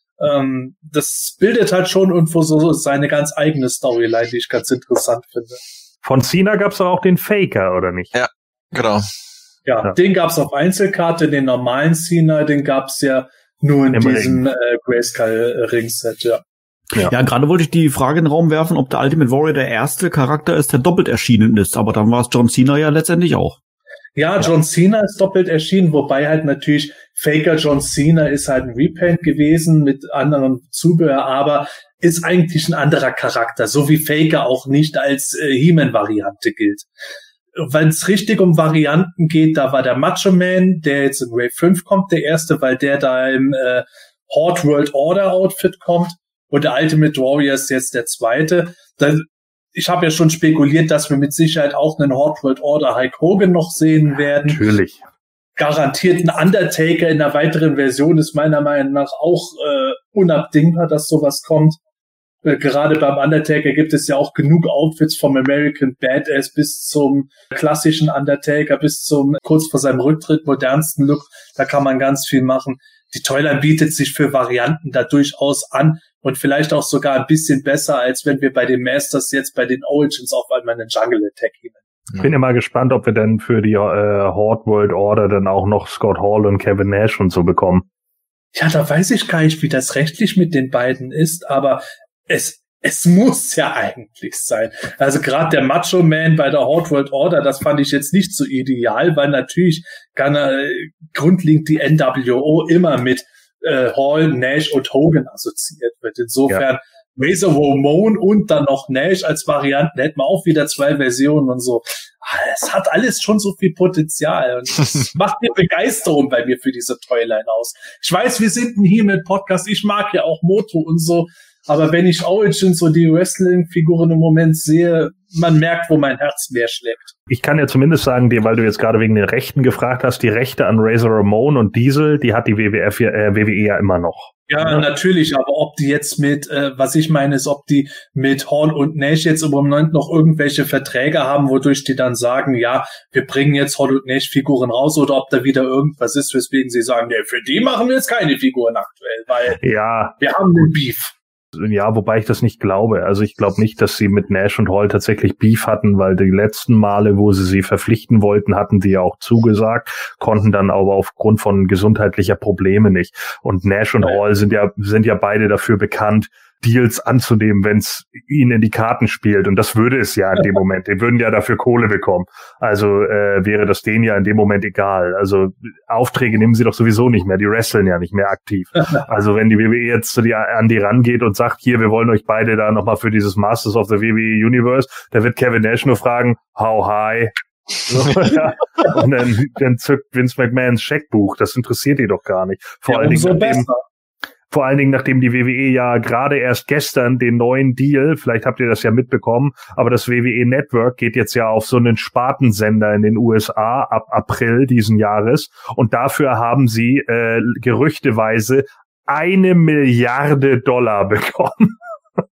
Ähm, das bildet halt schon irgendwo so seine ganz eigene Storyline, die ich ganz interessant finde. Von Cena gab's auch den Faker, oder nicht? Ja, genau. Ja, ja. Den gab's auf Einzelkarte, den normalen Cena, den gab's ja nur in Im diesem äh, Grayskull-Ringset, ja. Ja, ja, gerade wollte ich die Frage in den Raum werfen, ob der Ultimate Warrior der erste Charakter ist, der doppelt erschienen ist. Aber dann war es John Cena ja letztendlich auch. Ja, John Cena ist doppelt erschienen, wobei halt natürlich Faker John Cena ist halt ein Repaint gewesen mit anderem Zubehör, aber ist eigentlich ein anderer Charakter, so wie Faker auch nicht als äh, He-Man-Variante gilt. Wenn es richtig um Varianten geht, da war der Macho Man, der jetzt in Wave fünf kommt, der erste, weil der da im äh, Horde World Order Outfit kommt und der Ultimate Warrior ist jetzt der zweite. Dann Ich habe ja schon spekuliert, dass wir mit Sicherheit auch einen Horde World Order Hulk Hogan noch sehen werden. Natürlich. Garantiert ein Undertaker in einer weiteren Version ist meiner Meinung nach auch äh, unabdingbar, dass sowas kommt. Äh, gerade beim Undertaker gibt es ja auch genug Outfits vom American Badass bis zum klassischen Undertaker, bis zum kurz vor seinem Rücktritt modernsten Look. Da kann man ganz viel machen. Die Toyline bietet sich für Varianten da durchaus an. Und vielleicht auch sogar ein bisschen besser, als wenn wir bei den Masters jetzt bei den Origins auf einmal einen Jungle Attack nehmen. Ich bin immer gespannt, ob wir dann für die äh, Horde World Order dann auch noch Scott Hall und Kevin Nash und so bekommen. Ja, da weiß ich gar nicht, wie das rechtlich mit den beiden ist, aber es es muss ja eigentlich sein. Also gerade der Macho Man bei der Horde World Order, das fand ich jetzt nicht so ideal, weil natürlich kann äh, grundlegend die N W O immer mit Äh, Hall, Nash und Hogan assoziiert wird. Insofern ja. Razor Ramon und dann noch Nash als Varianten, hätten wir auch wieder zwei Versionen und so. Es hat alles schon so viel Potenzial und das macht mir Begeisterung bei mir für diese Toyline aus. Ich weiß, wir sind ein He-Man-Podcast, ich mag ja auch Moto und so, aber wenn ich Origins und die Wrestling-Figuren im Moment sehe, man merkt, wo mein Herz mehr schlägt. Ich kann ja zumindest sagen dir, weil du jetzt gerade wegen den Rechten gefragt hast, die Rechte an Razor Ramon und Diesel, die hat die W W F ja, äh, W W E ja immer noch. Ja, ja, natürlich, aber ob die jetzt mit, äh, was ich meine, ist, ob die mit Hall und Nash jetzt im Moment noch irgendwelche Verträge haben, wodurch die dann sagen, ja, wir bringen jetzt Hall und Nash Figuren raus, oder ob da wieder irgendwas ist, weswegen sie sagen, nee, für die machen wir jetzt keine Figuren aktuell, weil ja. wir haben den Beef. Ja, wobei ich das nicht glaube. Also ich glaube nicht, dass sie mit Nash und Hall tatsächlich Beef hatten, weil die letzten Male, wo sie sie verpflichten wollten, hatten sie ja auch zugesagt, konnten dann aber aufgrund von gesundheitlicher Probleme nicht. Und Nash und Hall sind ja sind ja beide dafür bekannt, Deals anzunehmen, wenn es ihnen in die Karten spielt. Und das würde es ja in dem Moment. Die würden ja dafür Kohle bekommen. Also äh, wäre das denen ja in dem Moment egal. Also Aufträge nehmen sie doch sowieso nicht mehr. Die wresteln ja nicht mehr aktiv. Also wenn die W W E jetzt zu die, an die rangeht und sagt, hier, wir wollen euch beide da nochmal für dieses Masters of the W W E Universe, da wird Kevin Nash nur fragen, how high? So, ja. Und dann, dann zückt Vince McMahons Scheckbuch. Das interessiert die doch gar nicht. Vor ja, allen Dingen nachdem, besser. Vor allen Dingen, nachdem die W W E ja gerade erst gestern den neuen Deal, vielleicht habt ihr das ja mitbekommen, aber das W W E Network geht jetzt ja auf so einen Spartensender in den U S A ab April diesen Jahres und dafür haben sie äh, gerüchteweise eine Milliarde Dollar bekommen.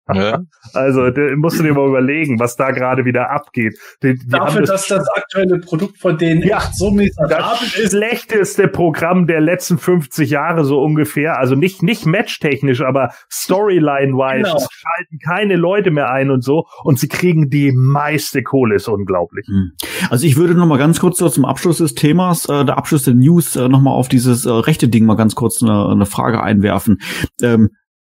Ja. Also, da musst du dir mal überlegen, was da gerade wieder abgeht. Die, die Dafür, das, dass das aktuelle Produkt von denen ja, echt so miserabel das ist. schlechteste Programm der letzten fünfzig Jahre so ungefähr. Also nicht, nicht matchtechnisch, aber Storyline-wise. Genau. Es schalten keine Leute mehr ein und so. Und sie kriegen die meiste Kohle, ist unglaublich. Also ich würde noch mal ganz kurz so zum Abschluss des Themas, äh, der Abschluss der News, äh, noch mal auf dieses äh, rechte Ding mal ganz kurz eine, eine Frage einwerfen. Ähm,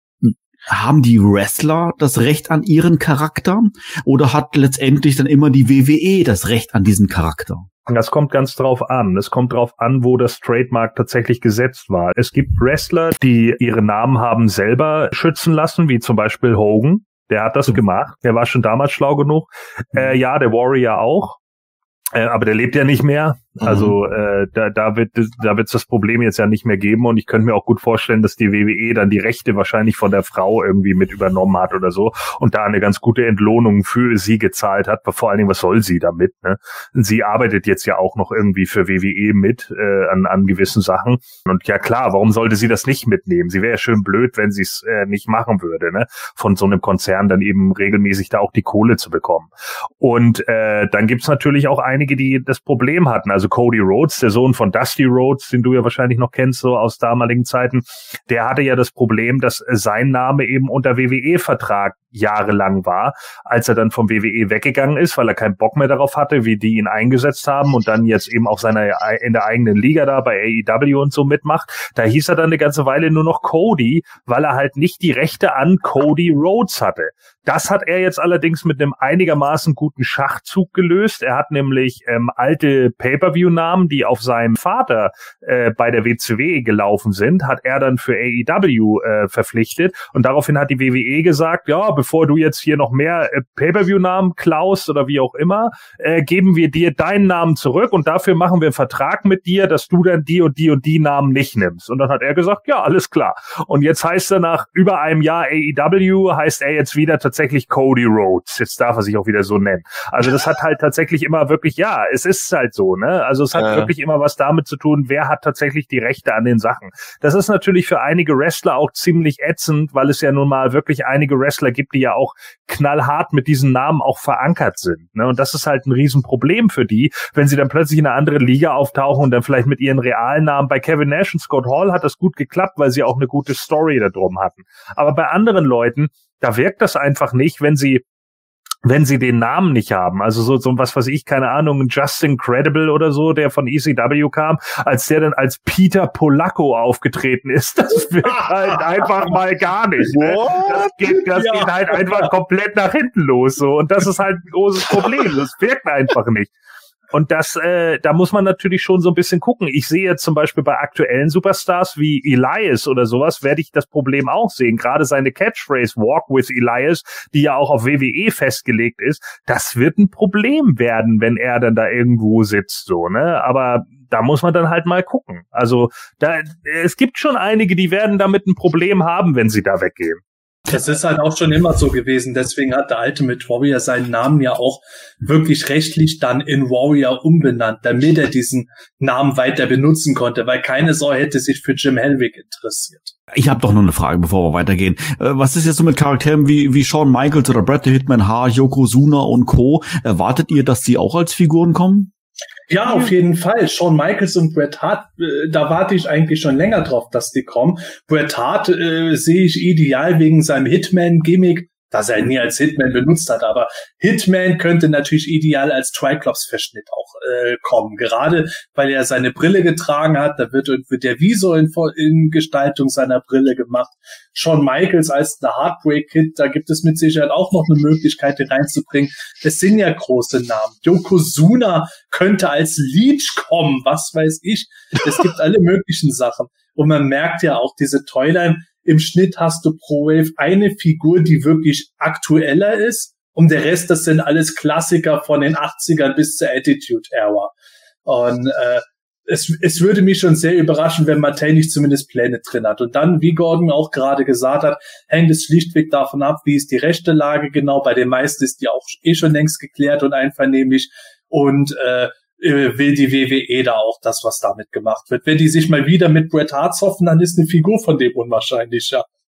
Haben die Wrestler das Recht an ihren Charakter oder hat letztendlich dann immer die W W E das Recht an diesen Charakter? Das kommt ganz drauf an. Es kommt drauf an, wo das Trademark tatsächlich gesetzt war. Es gibt Wrestler, die ihre Namen haben selber schützen lassen, wie zum Beispiel Hogan. Der hat das gemacht. Der war schon damals schlau genug. Äh, ja, der Warrior auch. Äh, aber der lebt ja nicht mehr. Also äh, da, da wird da wird's das Problem jetzt ja nicht mehr geben und ich könnte mir auch gut vorstellen, dass die W W E dann die Rechte wahrscheinlich von der Frau irgendwie mit übernommen hat oder so und da eine ganz gute Entlohnung für sie gezahlt hat. Vor allen Dingen, was soll sie damit? Ne? Sie arbeitet jetzt ja auch noch irgendwie für W W E mit äh, an, an gewissen Sachen und ja klar, warum sollte sie das nicht mitnehmen? Sie wäre ja schön blöd, wenn sie es äh, nicht machen würde, ne? Von so einem Konzern dann eben regelmäßig da auch die Kohle zu bekommen. Und äh, dann gibt's natürlich auch einige, die das Problem hatten. Also Cody Rhodes, der Sohn von Dusty Rhodes, den du ja wahrscheinlich noch kennst, so aus damaligen Zeiten, der hatte ja das Problem, dass sein Name eben unter W W E-Vertrag jahrelang war, als er dann vom W W E weggegangen ist, weil er keinen Bock mehr darauf hatte, wie die ihn eingesetzt haben und dann jetzt eben auch seiner in der eigenen Liga da bei A E W und so mitmacht. Da hieß er dann eine ganze Weile nur noch Cody, weil er halt nicht die Rechte an Cody Rhodes hatte. Das hat er jetzt allerdings mit einem einigermaßen guten Schachzug gelöst. Er hat nämlich ähm, alte Pay-Per-View-Namen, die auf seinem Vater äh, bei der W C W gelaufen sind, hat er dann für A E W äh, verpflichtet und daraufhin hat die W W E gesagt, ja, bevor du jetzt hier noch mehr äh, Pay-Per-View-Namen klaust oder wie auch immer, äh, geben wir dir deinen Namen zurück und dafür machen wir einen Vertrag mit dir, dass du dann die und die und die Namen nicht nimmst. Und dann hat er gesagt, ja, alles klar. Und jetzt heißt er nach über einem Jahr A E W, heißt er jetzt wieder tatsächlich Cody Rhodes. Jetzt darf er sich auch wieder so nennen. Also das hat halt tatsächlich immer wirklich, ja, es ist halt so, ne? Also es hat ja. wirklich immer was damit zu tun, wer hat tatsächlich die Rechte an den Sachen. Das ist natürlich für einige Wrestler auch ziemlich ätzend, weil es ja nun mal wirklich einige Wrestler gibt, die ja auch knallhart mit diesen Namen auch verankert sind, ne? Und das ist halt ein Riesenproblem für die, wenn sie dann plötzlich in einer anderen Liga auftauchen und dann vielleicht mit ihren realen Namen. Bei Kevin Nash und Scott Hall hat das gut geklappt, weil sie auch eine gute Story da drum hatten. Aber bei anderen Leuten, da wirkt das einfach nicht, wenn sie wenn sie den Namen nicht haben. Also so, so was weiß ich, keine Ahnung, Justin Credible oder so, der von E C W kam, als der dann als Peter Polacco aufgetreten ist, das wirkt halt einfach mal gar nicht. Ne? Das, geht, das ja. geht halt einfach komplett nach hinten los. So. Und das ist halt ein großes Problem. Das wirkt einfach nicht. Und das, äh, da muss man natürlich schon so ein bisschen gucken. Ich sehe jetzt zum Beispiel bei aktuellen Superstars wie Elias oder sowas, werde ich das Problem auch sehen. Gerade seine Catchphrase Walk with Elias, die ja auch auf W W E festgelegt ist, das wird ein Problem werden, wenn er dann da irgendwo sitzt, so, ne? Aber da muss man dann halt mal gucken. Also, da, es gibt schon einige, die werden damit ein Problem haben, wenn sie da weggehen. Das ist halt auch schon immer so gewesen. Deswegen hat der Ultimate Warrior seinen Namen ja auch wirklich rechtlich dann in Warrior umbenannt, damit er diesen Namen weiter benutzen konnte, weil keine Sau hätte sich für Jim Hellwig interessiert. Ich habe doch noch eine Frage, bevor wir weitergehen. Äh, was ist jetzt so mit Charakteren wie wie Shawn Michaels oder Bret the Hitman Hart, Yokozuna und Co.? Erwartet ihr, dass die auch als Figuren kommen? Ja, auf jeden Fall. Shawn Michaels und Bret Hart, äh, da warte ich eigentlich schon länger drauf, dass die kommen. Bret Hart äh, sehe ich ideal wegen seinem Hitman-Gimmick, das er nie als Hitman benutzt hat, aber Hitman könnte natürlich ideal als Triclops-Verschnitt auch äh, kommen, gerade weil er seine Brille getragen hat, da wird irgendwie der Visor in, in Gestaltung seiner Brille gemacht. Shawn Michaels als The Heartbreak Kid, da gibt es mit Sicherheit auch noch eine Möglichkeit, den reinzubringen. Es sind ja große Namen. Yokozuna könnte als Leech kommen, was weiß ich. Es gibt alle möglichen Sachen. Und man merkt ja auch, diese Toyline, im Schnitt hast du pro Wave eine Figur, die wirklich aktueller ist. Und der Rest, das sind alles Klassiker von den achtzigern bis zur Attitude Era. Und äh, es, es würde mich schon sehr überraschen, wenn Mattel nicht zumindest Pläne drin hat. Und dann, wie Gordon auch gerade gesagt hat, hängt es schlichtweg davon ab, wie ist die rechte Lage genau. Bei den meisten ist die auch eh schon längst geklärt und einvernehmlich. Und äh, will die W W E da auch das, was damit gemacht wird. Wenn die sich mal wieder mit Bret Hart zoffen, dann ist eine Figur von dem unwahrscheinlicher.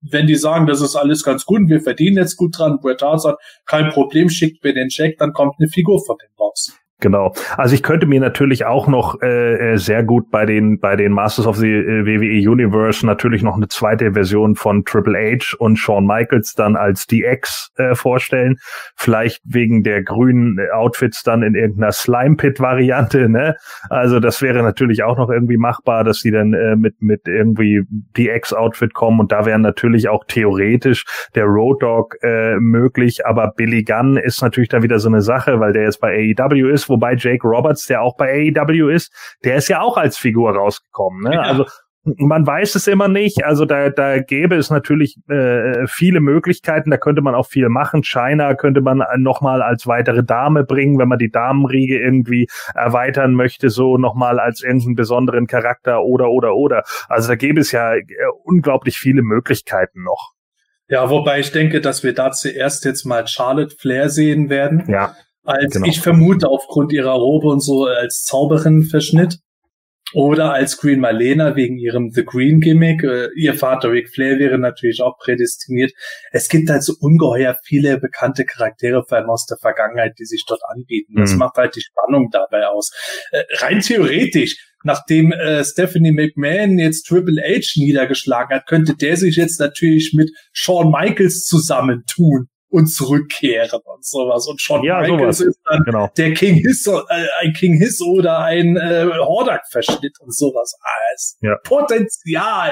wenn die sagen, das ist alles ganz gut und wir verdienen jetzt gut dran, Bret Hart sagt, kein Problem, schickt mir den Check, dann kommt eine Figur von dem raus. Genau. Also ich könnte mir natürlich auch noch äh, sehr gut bei den bei den Masters of the äh, W W E Universe natürlich noch eine zweite Version von Triple H und Shawn Michaels dann als D X äh, vorstellen. Vielleicht wegen der grünen Outfits dann in irgendeiner Slime-Pit-Variante, ne? Also das wäre natürlich auch noch irgendwie machbar, dass sie dann äh, mit mit irgendwie D X-Outfit kommen und da wäre natürlich auch theoretisch der Road Dogg äh, möglich, aber Billy Gunn ist natürlich dann wieder so eine Sache, weil der jetzt bei A E W ist, wobei Jake Roberts, der auch bei A E W ist, der ist ja auch als Figur rausgekommen, ne? Ja. Also man weiß es immer nicht, also da da gäbe es natürlich äh, viele Möglichkeiten, da könnte man auch viel machen. China könnte man nochmal als weitere Dame bringen, wenn man die Damenriege irgendwie erweitern möchte, so nochmal als irgendeinen besonderen Charakter oder oder oder. Also da gäbe es ja unglaublich viele Möglichkeiten noch. Ja, wobei ich denke, dass wir da zuerst jetzt mal Charlotte Flair sehen werden. Ja. Als genau. Ich vermute aufgrund ihrer Robe und so als Zauberin-Verschnitt oder als Queen Marlena wegen ihrem The Green Gimmick. Äh, ihr Vater Ric Flair wäre natürlich auch prädestiniert. Es gibt halt so ungeheuer viele bekannte Charaktere, vor allem aus der Vergangenheit, die sich dort anbieten. Das mhm. macht halt die Spannung dabei aus. Äh, rein theoretisch, nachdem äh, Stephanie McMahon jetzt Triple H niedergeschlagen hat, könnte der sich jetzt natürlich mit Shawn Michaels zusammentun und zurückkehren und sowas. Und Shawn ja, Michaels sowas. ist dann genau. der King Hiss, äh, ein King Hiss oder ein äh, Hordak-Verschnitt und sowas. Alles ja. Potenzial.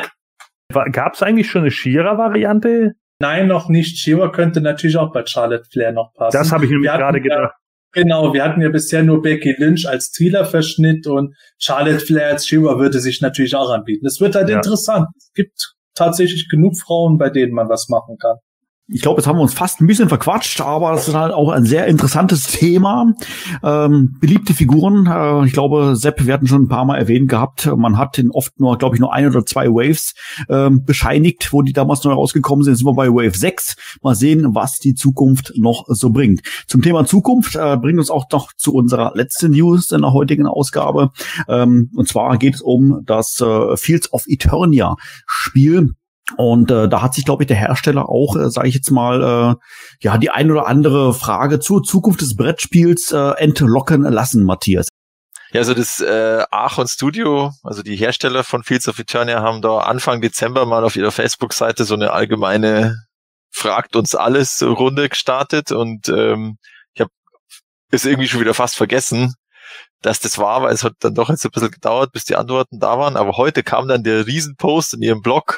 Gab es eigentlich schon eine Shira-Variante? Nein, noch nicht. Shira könnte natürlich auch bei Charlotte Flair noch passen. Das habe ich nämlich gerade gedacht. Ja, genau, wir hatten ja bisher nur Becky Lynch als Thriller-Verschnitt und Charlotte Flair als Shira würde sich natürlich auch anbieten. Es wird halt ja. interessant. Es gibt tatsächlich genug Frauen, bei denen man was machen kann. Ich glaube, jetzt haben wir uns fast ein bisschen verquatscht, aber das ist halt auch ein sehr interessantes Thema. Ähm, beliebte Figuren, äh, ich glaube, Sepp, wir hatten schon ein paar Mal erwähnt gehabt, man hat in oft nur, glaube ich, nur ein oder zwei Waves ähm, bescheinigt, wo die damals neu rausgekommen sind. Jetzt sind wir bei Wave sechs. Mal sehen, was die Zukunft noch so bringt. Zum Thema Zukunft äh, bringt uns auch noch zu unserer letzten News in der heutigen Ausgabe. Ähm, und zwar geht es um das äh, Fields of Eternia Spiel. Und äh, da hat sich, glaube ich, der Hersteller auch, äh, sage ich jetzt mal, äh, ja, die ein oder andere Frage zur Zukunft des Brettspiels äh, entlocken lassen, Matthias. Ja, also das äh, Archon Studio, also die Hersteller von Fields of Eternia, haben da Anfang Dezember mal auf ihrer Facebook-Seite so eine allgemeine Fragt uns alles Runde gestartet und ähm, ich habe es irgendwie schon wieder fast vergessen, dass das war, weil es hat dann doch jetzt ein bisschen gedauert, bis die Antworten da waren. Aber heute kam dann der Riesenpost in ihrem Blog.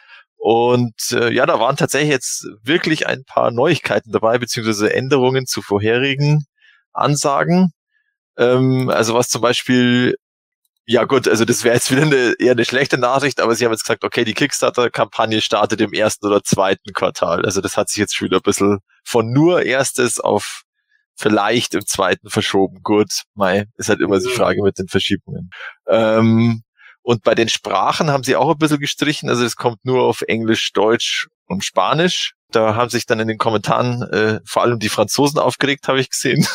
Und äh, ja, da waren tatsächlich jetzt wirklich ein paar Neuigkeiten dabei, beziehungsweise Änderungen zu vorherigen Ansagen. Ähm, also was zum Beispiel, ja gut, also das wäre jetzt wieder eine, eher eine schlechte Nachricht, aber sie haben jetzt gesagt, okay, die Kickstarter-Kampagne startet im ersten oder zweiten Quartal. Also das hat sich jetzt schon wieder ein bisschen von nur erstes auf vielleicht im zweiten verschoben. Gut, mei, ist halt immer die Frage mit den Verschiebungen. Ähm, Und bei den Sprachen haben sie auch ein bisschen gestrichen. Also es kommt nur auf Englisch, Deutsch und Spanisch. Da haben sich dann in den Kommentaren äh, vor allem die Franzosen aufgeregt, habe ich gesehen.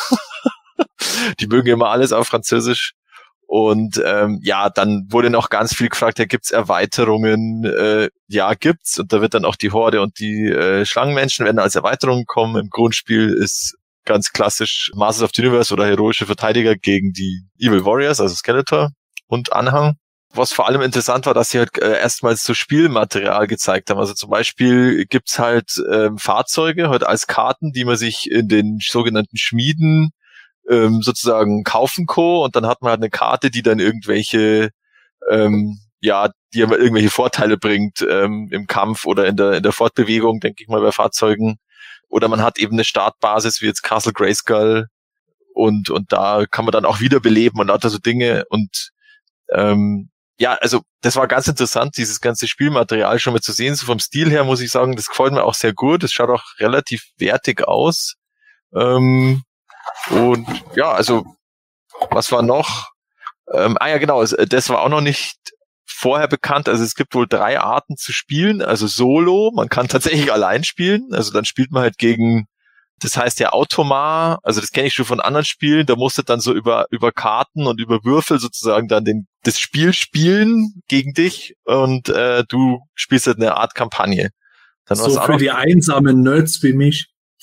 Die mögen immer alles auf Französisch. Und ähm, ja, dann wurde noch ganz viel gefragt, ja, gibt's Erweiterungen? Äh, ja, gibt's. Und da wird dann auch die Horde und die äh, Schlangenmenschen werden als Erweiterungen kommen. Im Grundspiel ist ganz klassisch Masters of the Universe oder heroische Verteidiger gegen die Evil Warriors, also Skeletor und Anhang. Was vor allem interessant war, dass sie halt äh, erstmals so Spielmaterial gezeigt haben. Also zum Beispiel gibt's halt ähm, Fahrzeuge halt als Karten, die man sich in den sogenannten Schmieden ähm, sozusagen kaufen kann. Und dann hat man halt eine Karte, die dann irgendwelche, ähm, ja, die aber irgendwelche Vorteile bringt ähm, im Kampf oder in der in der Fortbewegung, denke ich mal, bei Fahrzeugen. Oder man hat eben eine Startbasis wie jetzt Castle Grayskull und und da kann man dann auch wiederbeleben und lauter so Dinge und ähm, ja, also das war ganz interessant, dieses ganze Spielmaterial schon mal zu sehen. So vom Stil her muss ich sagen, das gefällt mir auch sehr gut. Das schaut auch relativ wertig aus. Ähm, und ja, also was war noch? Ähm, ah ja, genau, das war auch noch nicht vorher bekannt. Also es gibt wohl drei Arten zu spielen. Also Solo, man kann tatsächlich allein spielen. Also dann spielt man halt gegen, das heißt ja Automar, also das kenne ich schon von anderen Spielen, da musst du dann so über über Karten und über Würfel sozusagen dann den das Spiel spielen gegen dich und äh, du spielst halt eine Art Kampagne. Dann so für die einsamen Nerds wie mich.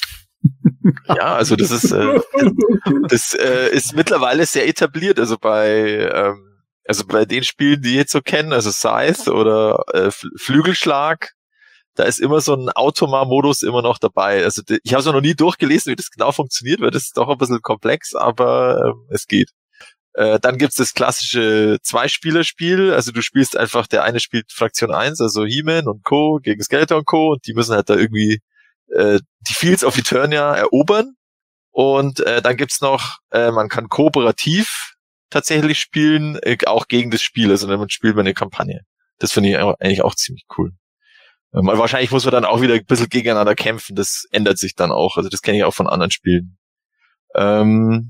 Ja, also das ist äh, das äh, ist mittlerweile sehr etabliert. Also bei ähm, also bei den Spielen, die ich jetzt so kennen, also Scythe oder äh, Flügelschlag, da ist immer so ein Automa-Modus immer noch dabei. Also die, ich habe es noch nie durchgelesen, wie das genau funktioniert, weil das ist doch ein bisschen komplex, aber ähm, es geht. Äh, dann gibt's das klassische Zwei-Spieler-Spiel. Also du spielst einfach, der eine spielt Fraktion eins, also He-Man und Co. gegen Skeletor und Co. Und die müssen halt da irgendwie äh, die Fields of Eternia erobern. Und äh, dann gibt's noch, äh, man kann kooperativ tatsächlich spielen, äh, auch gegen das Spiel. Also man spielt eine Kampagne. Das finde ich eigentlich auch ziemlich cool. Ähm, aber wahrscheinlich muss man dann auch wieder ein bisschen gegeneinander kämpfen. Das ändert sich dann auch. Also das kenne ich auch von anderen Spielen. Ähm,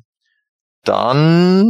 dann,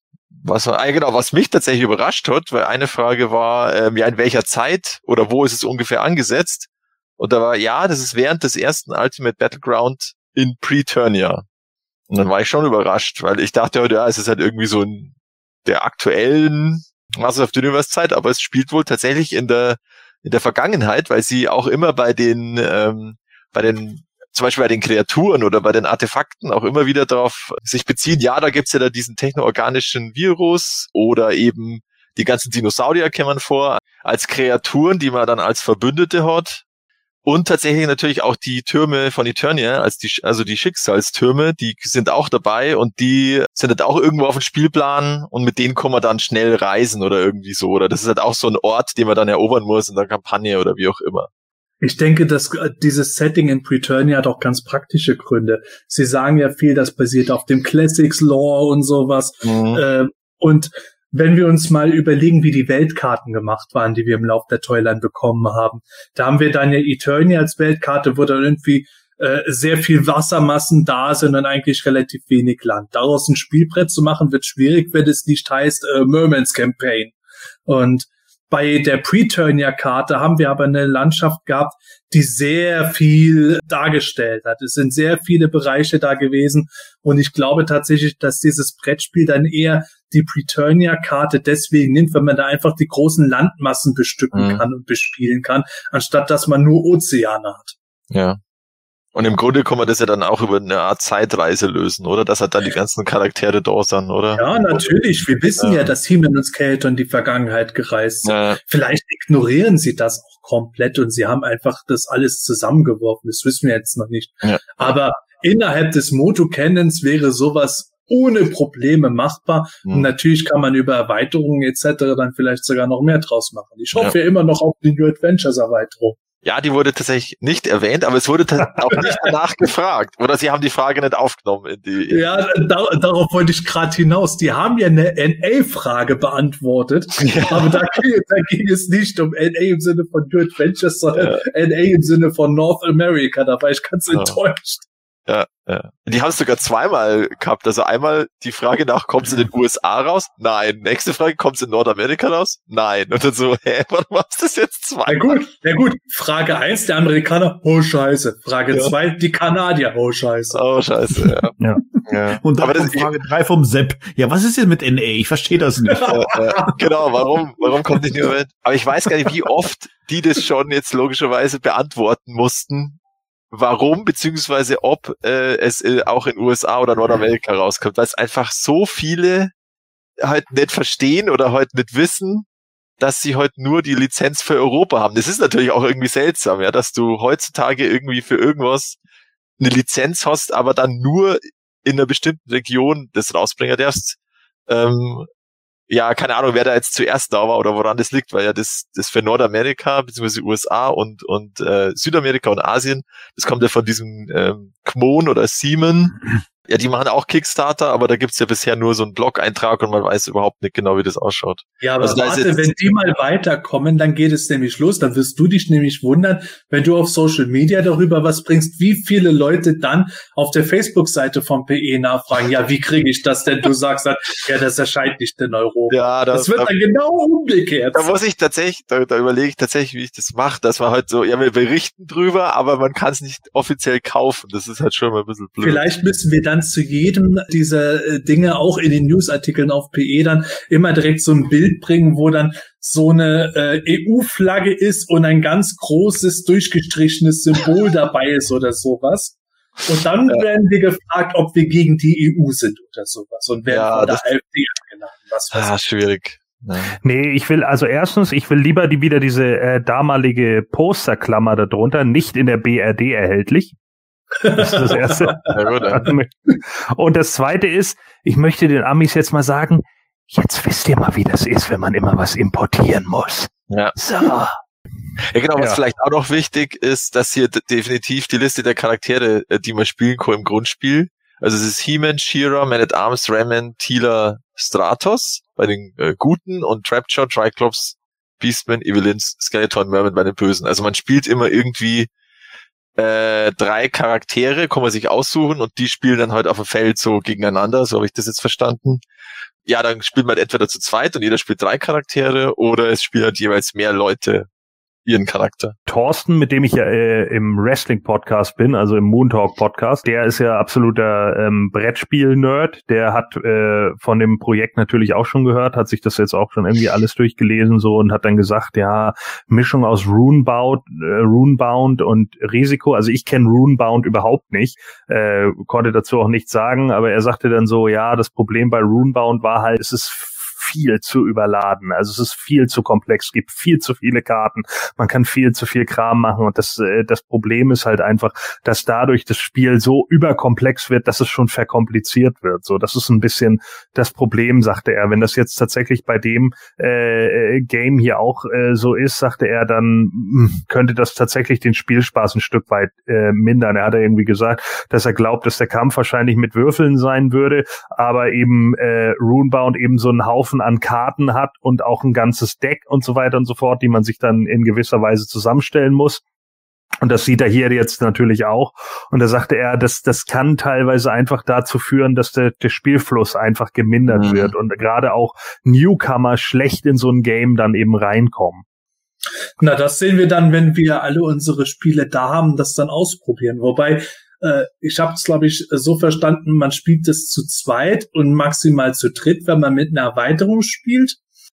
was war, ah, genau, was mich tatsächlich überrascht hat, weil eine Frage war, ähm, ja, in welcher Zeit oder wo ist es ungefähr angesetzt? Und da war, ja, das ist während des ersten Ultimate Battleground in Preternia. Und dann war ich schon überrascht, weil ich dachte, ja, es ist halt irgendwie so in der aktuellen Masters of the Universe Zeit, aber es spielt wohl tatsächlich in der in der Vergangenheit, weil sie auch immer bei den ähm, bei den zum Beispiel bei den Kreaturen oder bei den Artefakten auch immer wieder darauf sich beziehen, ja, da gibt's ja da diesen technoorganischen Virus oder eben die ganzen Dinosaurier kämen vor als Kreaturen, die man dann als Verbündete hat. Und tatsächlich natürlich auch die Türme von Eternia, als die, also die Schicksalstürme, die sind auch dabei und die sind halt auch irgendwo auf dem Spielplan und mit denen kann man dann schnell reisen oder irgendwie so. Oder das ist halt auch so ein Ort, den man dann erobern muss in der Kampagne oder wie auch immer. Ich denke, dass dieses Setting in Preternia hat auch ganz praktische Gründe. Sie sagen ja viel, das basiert auf dem Classics-Lore und sowas. Mhm. Äh, und wenn wir uns mal überlegen, wie die Weltkarten gemacht waren, die wir im Lauf der Toyline bekommen haben, da haben wir dann ja Eternia als Weltkarte, wo dann irgendwie äh, sehr viel Wassermassen da sind und eigentlich relativ wenig Land. Daraus ein Spielbrett zu machen, wird schwierig, wenn es nicht heißt äh, Merman's Campaign. Und bei der Preternia-Karte haben wir aber eine Landschaft gehabt, die sehr viel dargestellt hat. Es sind sehr viele Bereiche da gewesen und ich glaube tatsächlich, dass dieses Brettspiel dann eher die Preternia-Karte deswegen nimmt, wenn man da einfach die großen Landmassen bestücken mhm. kann und bespielen kann, anstatt dass man nur Ozeane hat. Ja. Und im Grunde kann man das ja dann auch über eine Art Zeitreise lösen, oder? Dass halt dann die ganzen Charaktere da sind, oder? Ja, natürlich. Wir wissen ja, ja dass He-Man und Skeletor in die Vergangenheit gereist sind. Ja. Vielleicht ignorieren sie das auch komplett und sie haben einfach das alles zusammengeworfen. Das wissen wir jetzt noch nicht. Ja. Aber innerhalb des Moto-Canons wäre sowas ohne Probleme machbar. Mhm. Und natürlich kann man über Erweiterungen et cetera dann vielleicht sogar noch mehr draus machen. Ich hoffe ja, ja immer noch auf die New Adventures Erweiterung. Ja, die wurde tatsächlich nicht erwähnt, aber es wurde auch nicht danach gefragt. Oder sie haben die Frage nicht aufgenommen. In die, in ja, da, darauf wollte ich gerade hinaus. Die haben ja eine N A-Frage beantwortet, ja. aber da, da ging es nicht um N A im Sinne von New Adventures, sondern ja. N A im Sinne von North America. Da war ich ganz ja. enttäuscht. Ja, ja. Die haben es sogar zweimal gehabt. Also einmal die Frage nach, kommt es in den U S A raus? Nein. Nächste Frage, kommt es in Nordamerika raus? Nein. Und dann so, hä, warum machst du das jetzt zweimal? Na gut, na gut. Frage eins, der Amerikaner, oh Scheiße. Frage zwei, ja. die Kanadier, oh Scheiße. Oh Scheiße, ja. ja. ja. Und dann kommt Frage drei vom Sepp. Ja, was ist jetzt mit N A? Ich verstehe das nicht. ja, ja. Genau, warum, warum kommt nicht nur mit? Aber ich weiß gar nicht, wie oft die das schon jetzt logischerweise beantworten mussten. Warum, beziehungsweise ob äh, es äh, auch in U S A oder Nordamerika rauskommt, weil es einfach so viele halt nicht verstehen oder halt nicht wissen, dass sie halt nur die Lizenz für Europa haben. Das ist natürlich auch irgendwie seltsam, ja, dass du heutzutage irgendwie für irgendwas eine Lizenz hast, aber dann nur in einer bestimmten Region das rausbringen darfst. Ähm, ja, keine Ahnung, wer da jetzt zuerst da war oder woran das liegt, weil ja das das für Nordamerika beziehungsweise U S A und und äh, Südamerika und Asien, das kommt ja von diesem ähm, Kmon oder Siemen. Ja, die machen auch Kickstarter, aber da gibt's ja bisher nur so einen Blog-Eintrag und man weiß überhaupt nicht genau, wie das ausschaut. Ja, aber also warte, wenn die mal weiterkommen, dann geht es nämlich los. Dann wirst du dich nämlich wundern, wenn du auf Social Media darüber was bringst, wie viele Leute dann auf der Facebook-Seite vom P E nachfragen, ja, wie kriege ich das denn? Du sagst dann, ja, das erscheint nicht in Europa. Ja, das, das wird da, dann genau umgekehrt. Da muss ich tatsächlich, da, da überlege ich tatsächlich, wie ich das mache. Das war halt so, ja, wir berichten drüber, aber man kann es nicht offiziell kaufen. Das ist halt schon mal ein bisschen blöd. Vielleicht müssen wir dann kannst zu jedem dieser äh, Dinge auch in den Newsartikeln auf P E dann immer direkt so ein Bild bringen, wo dann so eine äh, E U-Flagge ist und ein ganz großes, durchgestrichenes Symbol dabei ist oder sowas. Und dann ja. werden wir gefragt, ob wir gegen die E U sind oder sowas. Und werden ja, von der AfD eingeladen. Was weiß ah, ich. schwierig. Ja. Nee, ich will, also erstens, ich will lieber die wieder diese äh, damalige Posterklammer darunter, nicht in der B R D erhältlich. Das ist das Erste. Und das Zweite ist, ich möchte den Amis jetzt mal sagen, jetzt wisst ihr mal, wie das ist, wenn man immer was importieren muss. Ja. So. Ja, genau, was Ja. vielleicht auch noch wichtig ist, dass hier d- definitiv die Liste der Charaktere, äh, die man spielen kann im Grundspiel. Also es ist He-Man, She-Ra, Man-at-Arms, Raman, Teela, Stratos bei den äh, Guten und Trapjaw, Triclops, Beastman, Evelynns, Skeleton, Merman bei den Bösen. Also man spielt immer irgendwie äh, drei Charaktere, kann man sich aussuchen und die spielen dann halt auf dem Feld so gegeneinander, so habe ich das jetzt verstanden. Ja, dann spielt man entweder zu zweit und jeder spielt drei Charaktere oder es spielen halt jeweils mehr Leute ihren Charakter. Thorsten, mit dem ich ja äh, im Wrestling-Podcast bin, also im Moon Talk-Podcast, der ist ja absoluter ähm, Brettspiel-Nerd. Der hat äh, von dem Projekt natürlich auch schon gehört, hat sich das jetzt auch schon irgendwie alles durchgelesen so und hat dann gesagt, ja, Mischung aus Runebound, äh, Runebound und Risiko. Also ich kenne Runebound überhaupt nicht, äh, konnte dazu auch nichts sagen, aber er sagte dann so, ja, das Problem bei Runebound war halt, es ist viel zu überladen. Also es ist viel zu komplex, es gibt viel zu viele Karten, man kann viel zu viel Kram machen und das äh, das Problem ist halt einfach, dass dadurch das Spiel so überkomplex wird, dass es schon verkompliziert wird. So, das ist ein bisschen das Problem, sagte er. Wenn das jetzt tatsächlich bei dem äh, Game hier auch äh, so ist, sagte er, dann mh, könnte das tatsächlich den Spielspaß ein Stück weit äh, mindern. Er hat ja irgendwie gesagt, dass er glaubt, dass der Kampf wahrscheinlich mit Würfeln sein würde, aber eben äh, Runebound eben so einen Haufen an Karten hat und auch ein ganzes Deck und so weiter und so fort, die man sich dann in gewisser Weise zusammenstellen muss. Und das sieht er hier jetzt natürlich auch. Und da sagte er, das, das kann teilweise einfach dazu führen, dass der, der Spielfluss einfach gemindert Mhm. wird und gerade auch Newcomer schlecht in so ein Game dann eben reinkommen. Na, das sehen wir dann, wenn wir alle unsere Spiele da haben, das dann ausprobieren. Wobei, äh, ich habe es, glaube ich, so verstanden, man spielt es zu zweit und maximal zu dritt, wenn man mit einer Erweiterung spielt.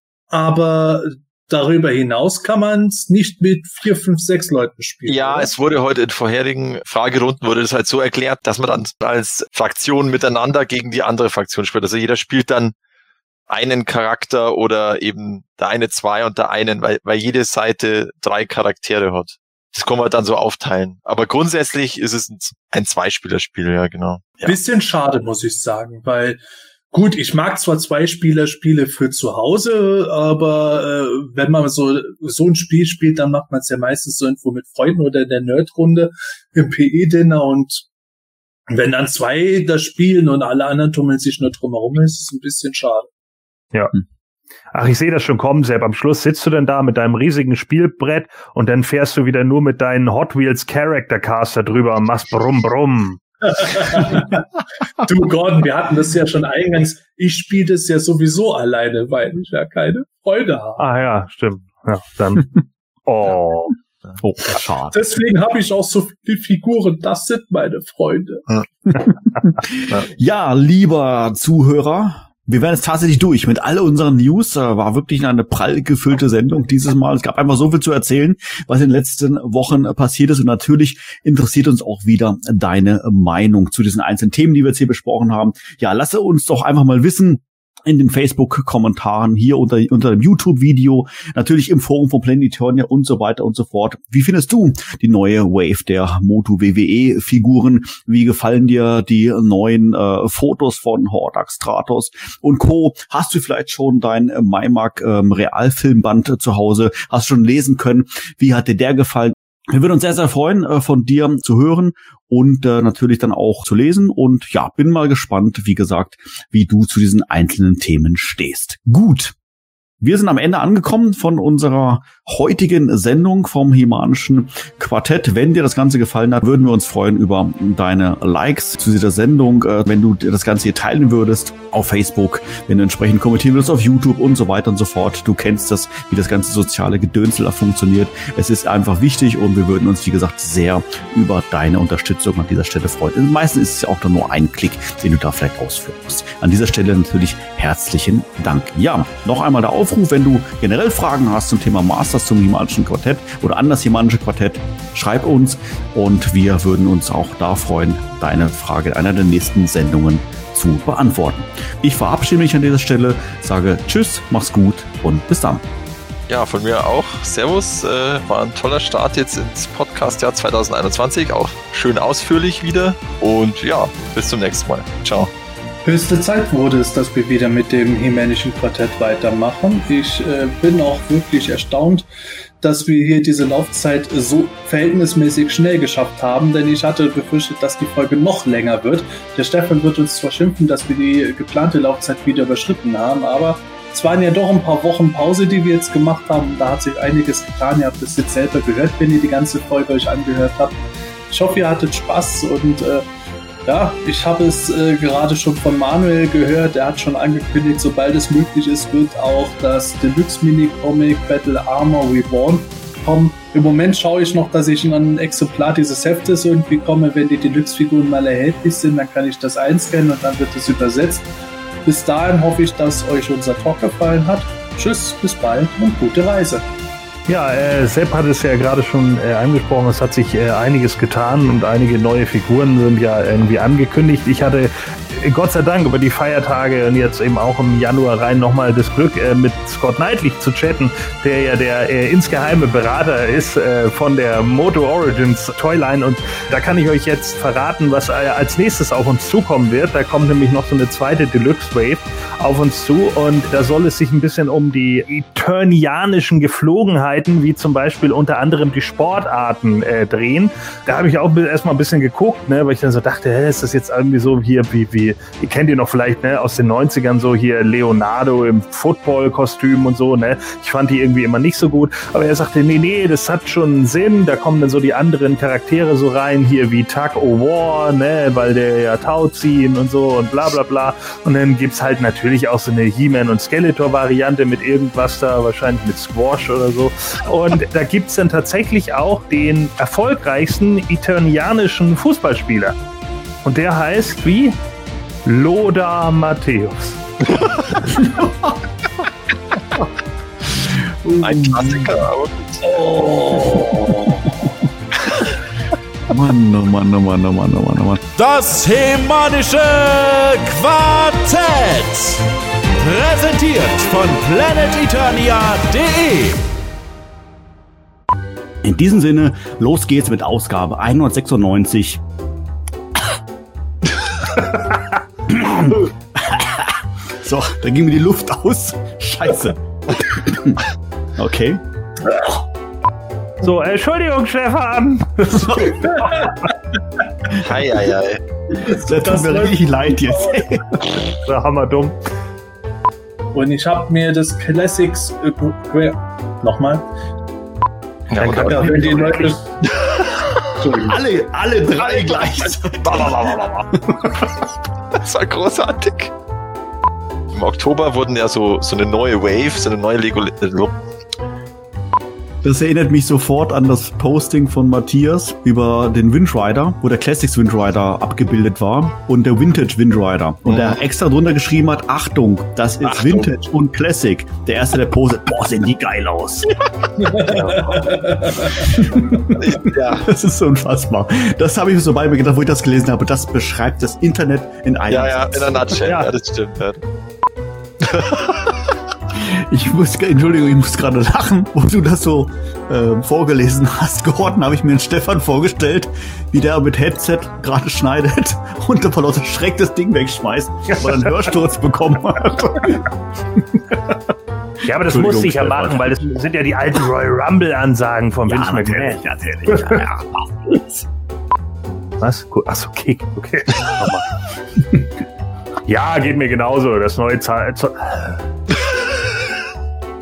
Aber darüber hinaus kann man es nicht mit vier, fünf, sechs Leuten spielen. Ja, oder? es wurde heute in vorherigen Fragerunden wurde das halt so erklärt, dass man dann als Fraktion miteinander gegen die andere Fraktion spielt. Also jeder spielt dann einen Charakter oder eben der eine zwei und der einen, weil, weil jede Seite drei Charaktere hat. Das kann man dann so aufteilen. Aber grundsätzlich ist es ein, ein Zweispielerspiel, ja, genau. Ja. Bisschen schade, muss ich sagen, weil gut, ich mag zwar Zwei-Spieler-Spiele für zu Hause, aber äh, wenn man so so ein Spiel spielt, dann macht man es ja meistens so irgendwo mit Freunden oder in der Nerd-Runde im P E-Dinner und wenn dann zwei das spielen und alle anderen tummeln sich nur drumherum, ist es ein bisschen schade. Ja. Ach, ich sehe das schon kommen, Sepp. Am Schluss sitzt du denn da mit deinem riesigen Spielbrett und dann fährst du wieder nur mit deinen Hot Wheels Character Caster drüber und machst brumm brumm. Du, Gordon, wir hatten das ja schon eingangs. Ich spiele das ja sowieso alleine, weil ich ja keine Freude habe. Ah ja, stimmt. Ja, dann. Oh. Oh, schade. Deswegen habe ich auch so viele Figuren. Das sind meine Freunde. Ja, lieber Zuhörer, wir werden jetzt tatsächlich durch mit all unseren News. Äh, war wirklich eine prall gefüllte Sendung dieses Mal. Es gab einfach so viel zu erzählen, was in den letzten Wochen äh, passiert ist. Und natürlich interessiert uns auch wieder deine Meinung zu diesen einzelnen Themen, die wir jetzt hier besprochen haben. Ja, lasse uns doch einfach mal wissen in den Facebook-Kommentaren, hier unter, unter dem YouTube-Video, natürlich im Forum von Planet Eternia und so weiter und so fort. Wie findest du die neue Wave der Moto-W W E-Figuren? Wie gefallen dir die neuen äh, Fotos von Hordax, Stratos und Co.? Hast du vielleicht schon dein äh, Maimark ähm, Realfilmband äh, zu Hause? Hast du schon lesen können? Wie hat dir der gefallen? Wir würden uns sehr, sehr freuen, äh, von dir zu hören und äh, natürlich dann auch zu lesen. Und ja, bin mal gespannt, wie gesagt, wie du zu diesen einzelnen Themen stehst. Gut. Wir sind am Ende angekommen von unserer heutigen Sendung vom He-Manischen Quartett. Wenn dir das Ganze gefallen hat, würden wir uns freuen über deine Likes zu dieser Sendung. Wenn du das Ganze hier teilen würdest auf Facebook, wenn du entsprechend kommentieren würdest auf YouTube und so weiter und so fort. Du kennst das, wie das ganze soziale Gedönsel funktioniert. Es ist einfach wichtig und wir würden uns, wie gesagt, sehr über deine Unterstützung an dieser Stelle freuen. Meistens ist es ja auch nur ein Klick, den du da vielleicht ausführen musst. An dieser Stelle natürlich herzlichen Dank. Ja, noch einmal der Aufruf, wenn du generell Fragen hast zum Thema Masters, zum He-Manischen Quartett oder an das He-Manische Quartett, schreib uns und wir würden uns auch da freuen, deine Frage in einer der nächsten Sendungen zu beantworten. Ich verabschiede mich an dieser Stelle, sage Tschüss, mach's gut und bis dann. Ja, von mir auch. Servus, äh, war ein toller Start jetzt ins Podcast-Jahr zwanzig einundzwanzig, auch schön ausführlich wieder und ja, bis zum nächsten Mal. Ciao. Höchste Zeit wurde es, dass wir wieder mit dem He-Manischen Quartett weitermachen. Ich äh, bin auch wirklich erstaunt, dass wir hier diese Laufzeit so verhältnismäßig schnell geschafft haben, denn ich hatte befürchtet, dass die Folge noch länger wird. Der Stefan wird uns zwar schimpfen, dass wir die geplante Laufzeit wieder überschritten haben, aber es waren ja doch ein paar Wochen Pause, die wir jetzt gemacht haben. Da hat sich einiges getan. Ihr habt es jetzt selber gehört, wenn ihr die ganze Folge euch angehört habt. Ich hoffe, ihr hattet Spaß und äh, ja, ich habe es äh, gerade schon von Manuel gehört. Er hat schon angekündigt, sobald es möglich ist, wird auch das Deluxe-Mini-Comic Battle Armor Reborn kommen. Im Moment schaue ich noch, dass ich in ein Exemplar dieses Heftes irgendwie komme. Wenn die Deluxe-Figuren mal erhältlich sind, dann kann ich das einscannen und dann wird es übersetzt. Bis dahin hoffe ich, dass euch unser Talk gefallen hat. Tschüss, bis bald und gute Reise. Ja, äh, Sepp hat es ja gerade schon äh, angesprochen, es hat sich äh, einiges getan und einige neue Figuren sind ja irgendwie angekündigt. Ich hatte äh, Gott sei Dank über die Feiertage und jetzt eben auch im Januar rein nochmal das Glück, äh, mit Scott Knightley zu chatten, der ja der äh, insgeheime Berater ist äh, von der Moto Origins Toyline und da kann ich euch jetzt verraten, was äh, als nächstes auf uns zukommen wird. Da kommt nämlich noch so eine zweite Deluxe Wave auf uns zu und da soll es sich ein bisschen um die eternianischen Geflogenheiten wie zum Beispiel unter anderem die Sportarten äh, drehen. Da habe ich auch erstmal ein bisschen geguckt, ne, weil ich dann so dachte, hä, ist das jetzt irgendwie so hier, wie, wie, ihr kennt ihr noch vielleicht, ne, aus den neunzigern so hier Leonardo im Football-Kostüm und so, ne. Ich fand die irgendwie immer nicht so gut, aber er sagte, nee, nee, das hat schon Sinn, da kommen dann so die anderen Charaktere so rein, hier wie Tug O' War, ne, weil der ja Tau ziehen und so und bla bla bla. Und dann gibt's halt natürlich auch so eine He-Man und Skeletor-Variante mit irgendwas da, wahrscheinlich mit Squash oder so. Und da gibt es dann tatsächlich auch den erfolgreichsten eternianischen Fußballspieler. Und der heißt wie? Lothar Matthäus. Ein Klassiker, aber Oh. Mann, oh Mann, oh Mann, oh Mann, oh Mann, oh Mann. Das He-Manische Quartett. Präsentiert von planet eternia punkt de. In diesem Sinne, los geht's mit Ausgabe hundertsechsundneunzig. So, da ging mir die Luft aus. Scheiße. Okay. So, Entschuldigung, Stefan. Hei, hei, hei. Das tut mir richtig leid jetzt. Da haben wir dumm. Und ich habe mir das Classics äh, nochmal. Ja, Dann kann ja, wenn die Leute. alle, alle drei gleichzeitig. Das war großartig. Im Oktober wurden ja so, so eine neue Wave, so eine neue Lego. Das erinnert mich sofort an das Posting von Matthias über den Wind Rider, wo der Classics Wind Rider abgebildet war und der Vintage Wind Rider. Und mhm. der extra drunter geschrieben hat, Achtung, das ist Achtung. Vintage und Classic. Der erste, der postet, boah, sehen die geil aus. Ja. Das ist so unfassbar. Das habe ich so bei mir gedacht, wo ich das gelesen habe. Das beschreibt das Internet in einem Ja, ja, Satz. in einer Nutshell. Ja, ja das stimmt. Ja. Ich muss, Entschuldigung, ich muss gerade lachen, wo du das so äh, vorgelesen hast. Gordon habe ich mir den Stefan vorgestellt, wie der mit Headset gerade schneidet und der vor lauter Schreck das Ding wegschmeißt, weil er einen Hörsturz bekommen hat. Ja, aber das musste ich ja machen, weil das sind ja die alten Royal Rumble-Ansagen von ja, Vince McMahon. Natürlich, natürlich. Ja, Was? Achso, Kick, okay. Ja, geht mir genauso. Das neue Zahl.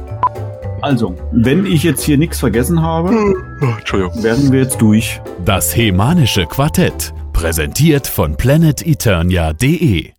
Also, wenn ich jetzt hier nichts vergessen habe, oh, Entschuldigung. werden wir jetzt durch. Das Hemanische Quartett, präsentiert von planet eternia punkt de.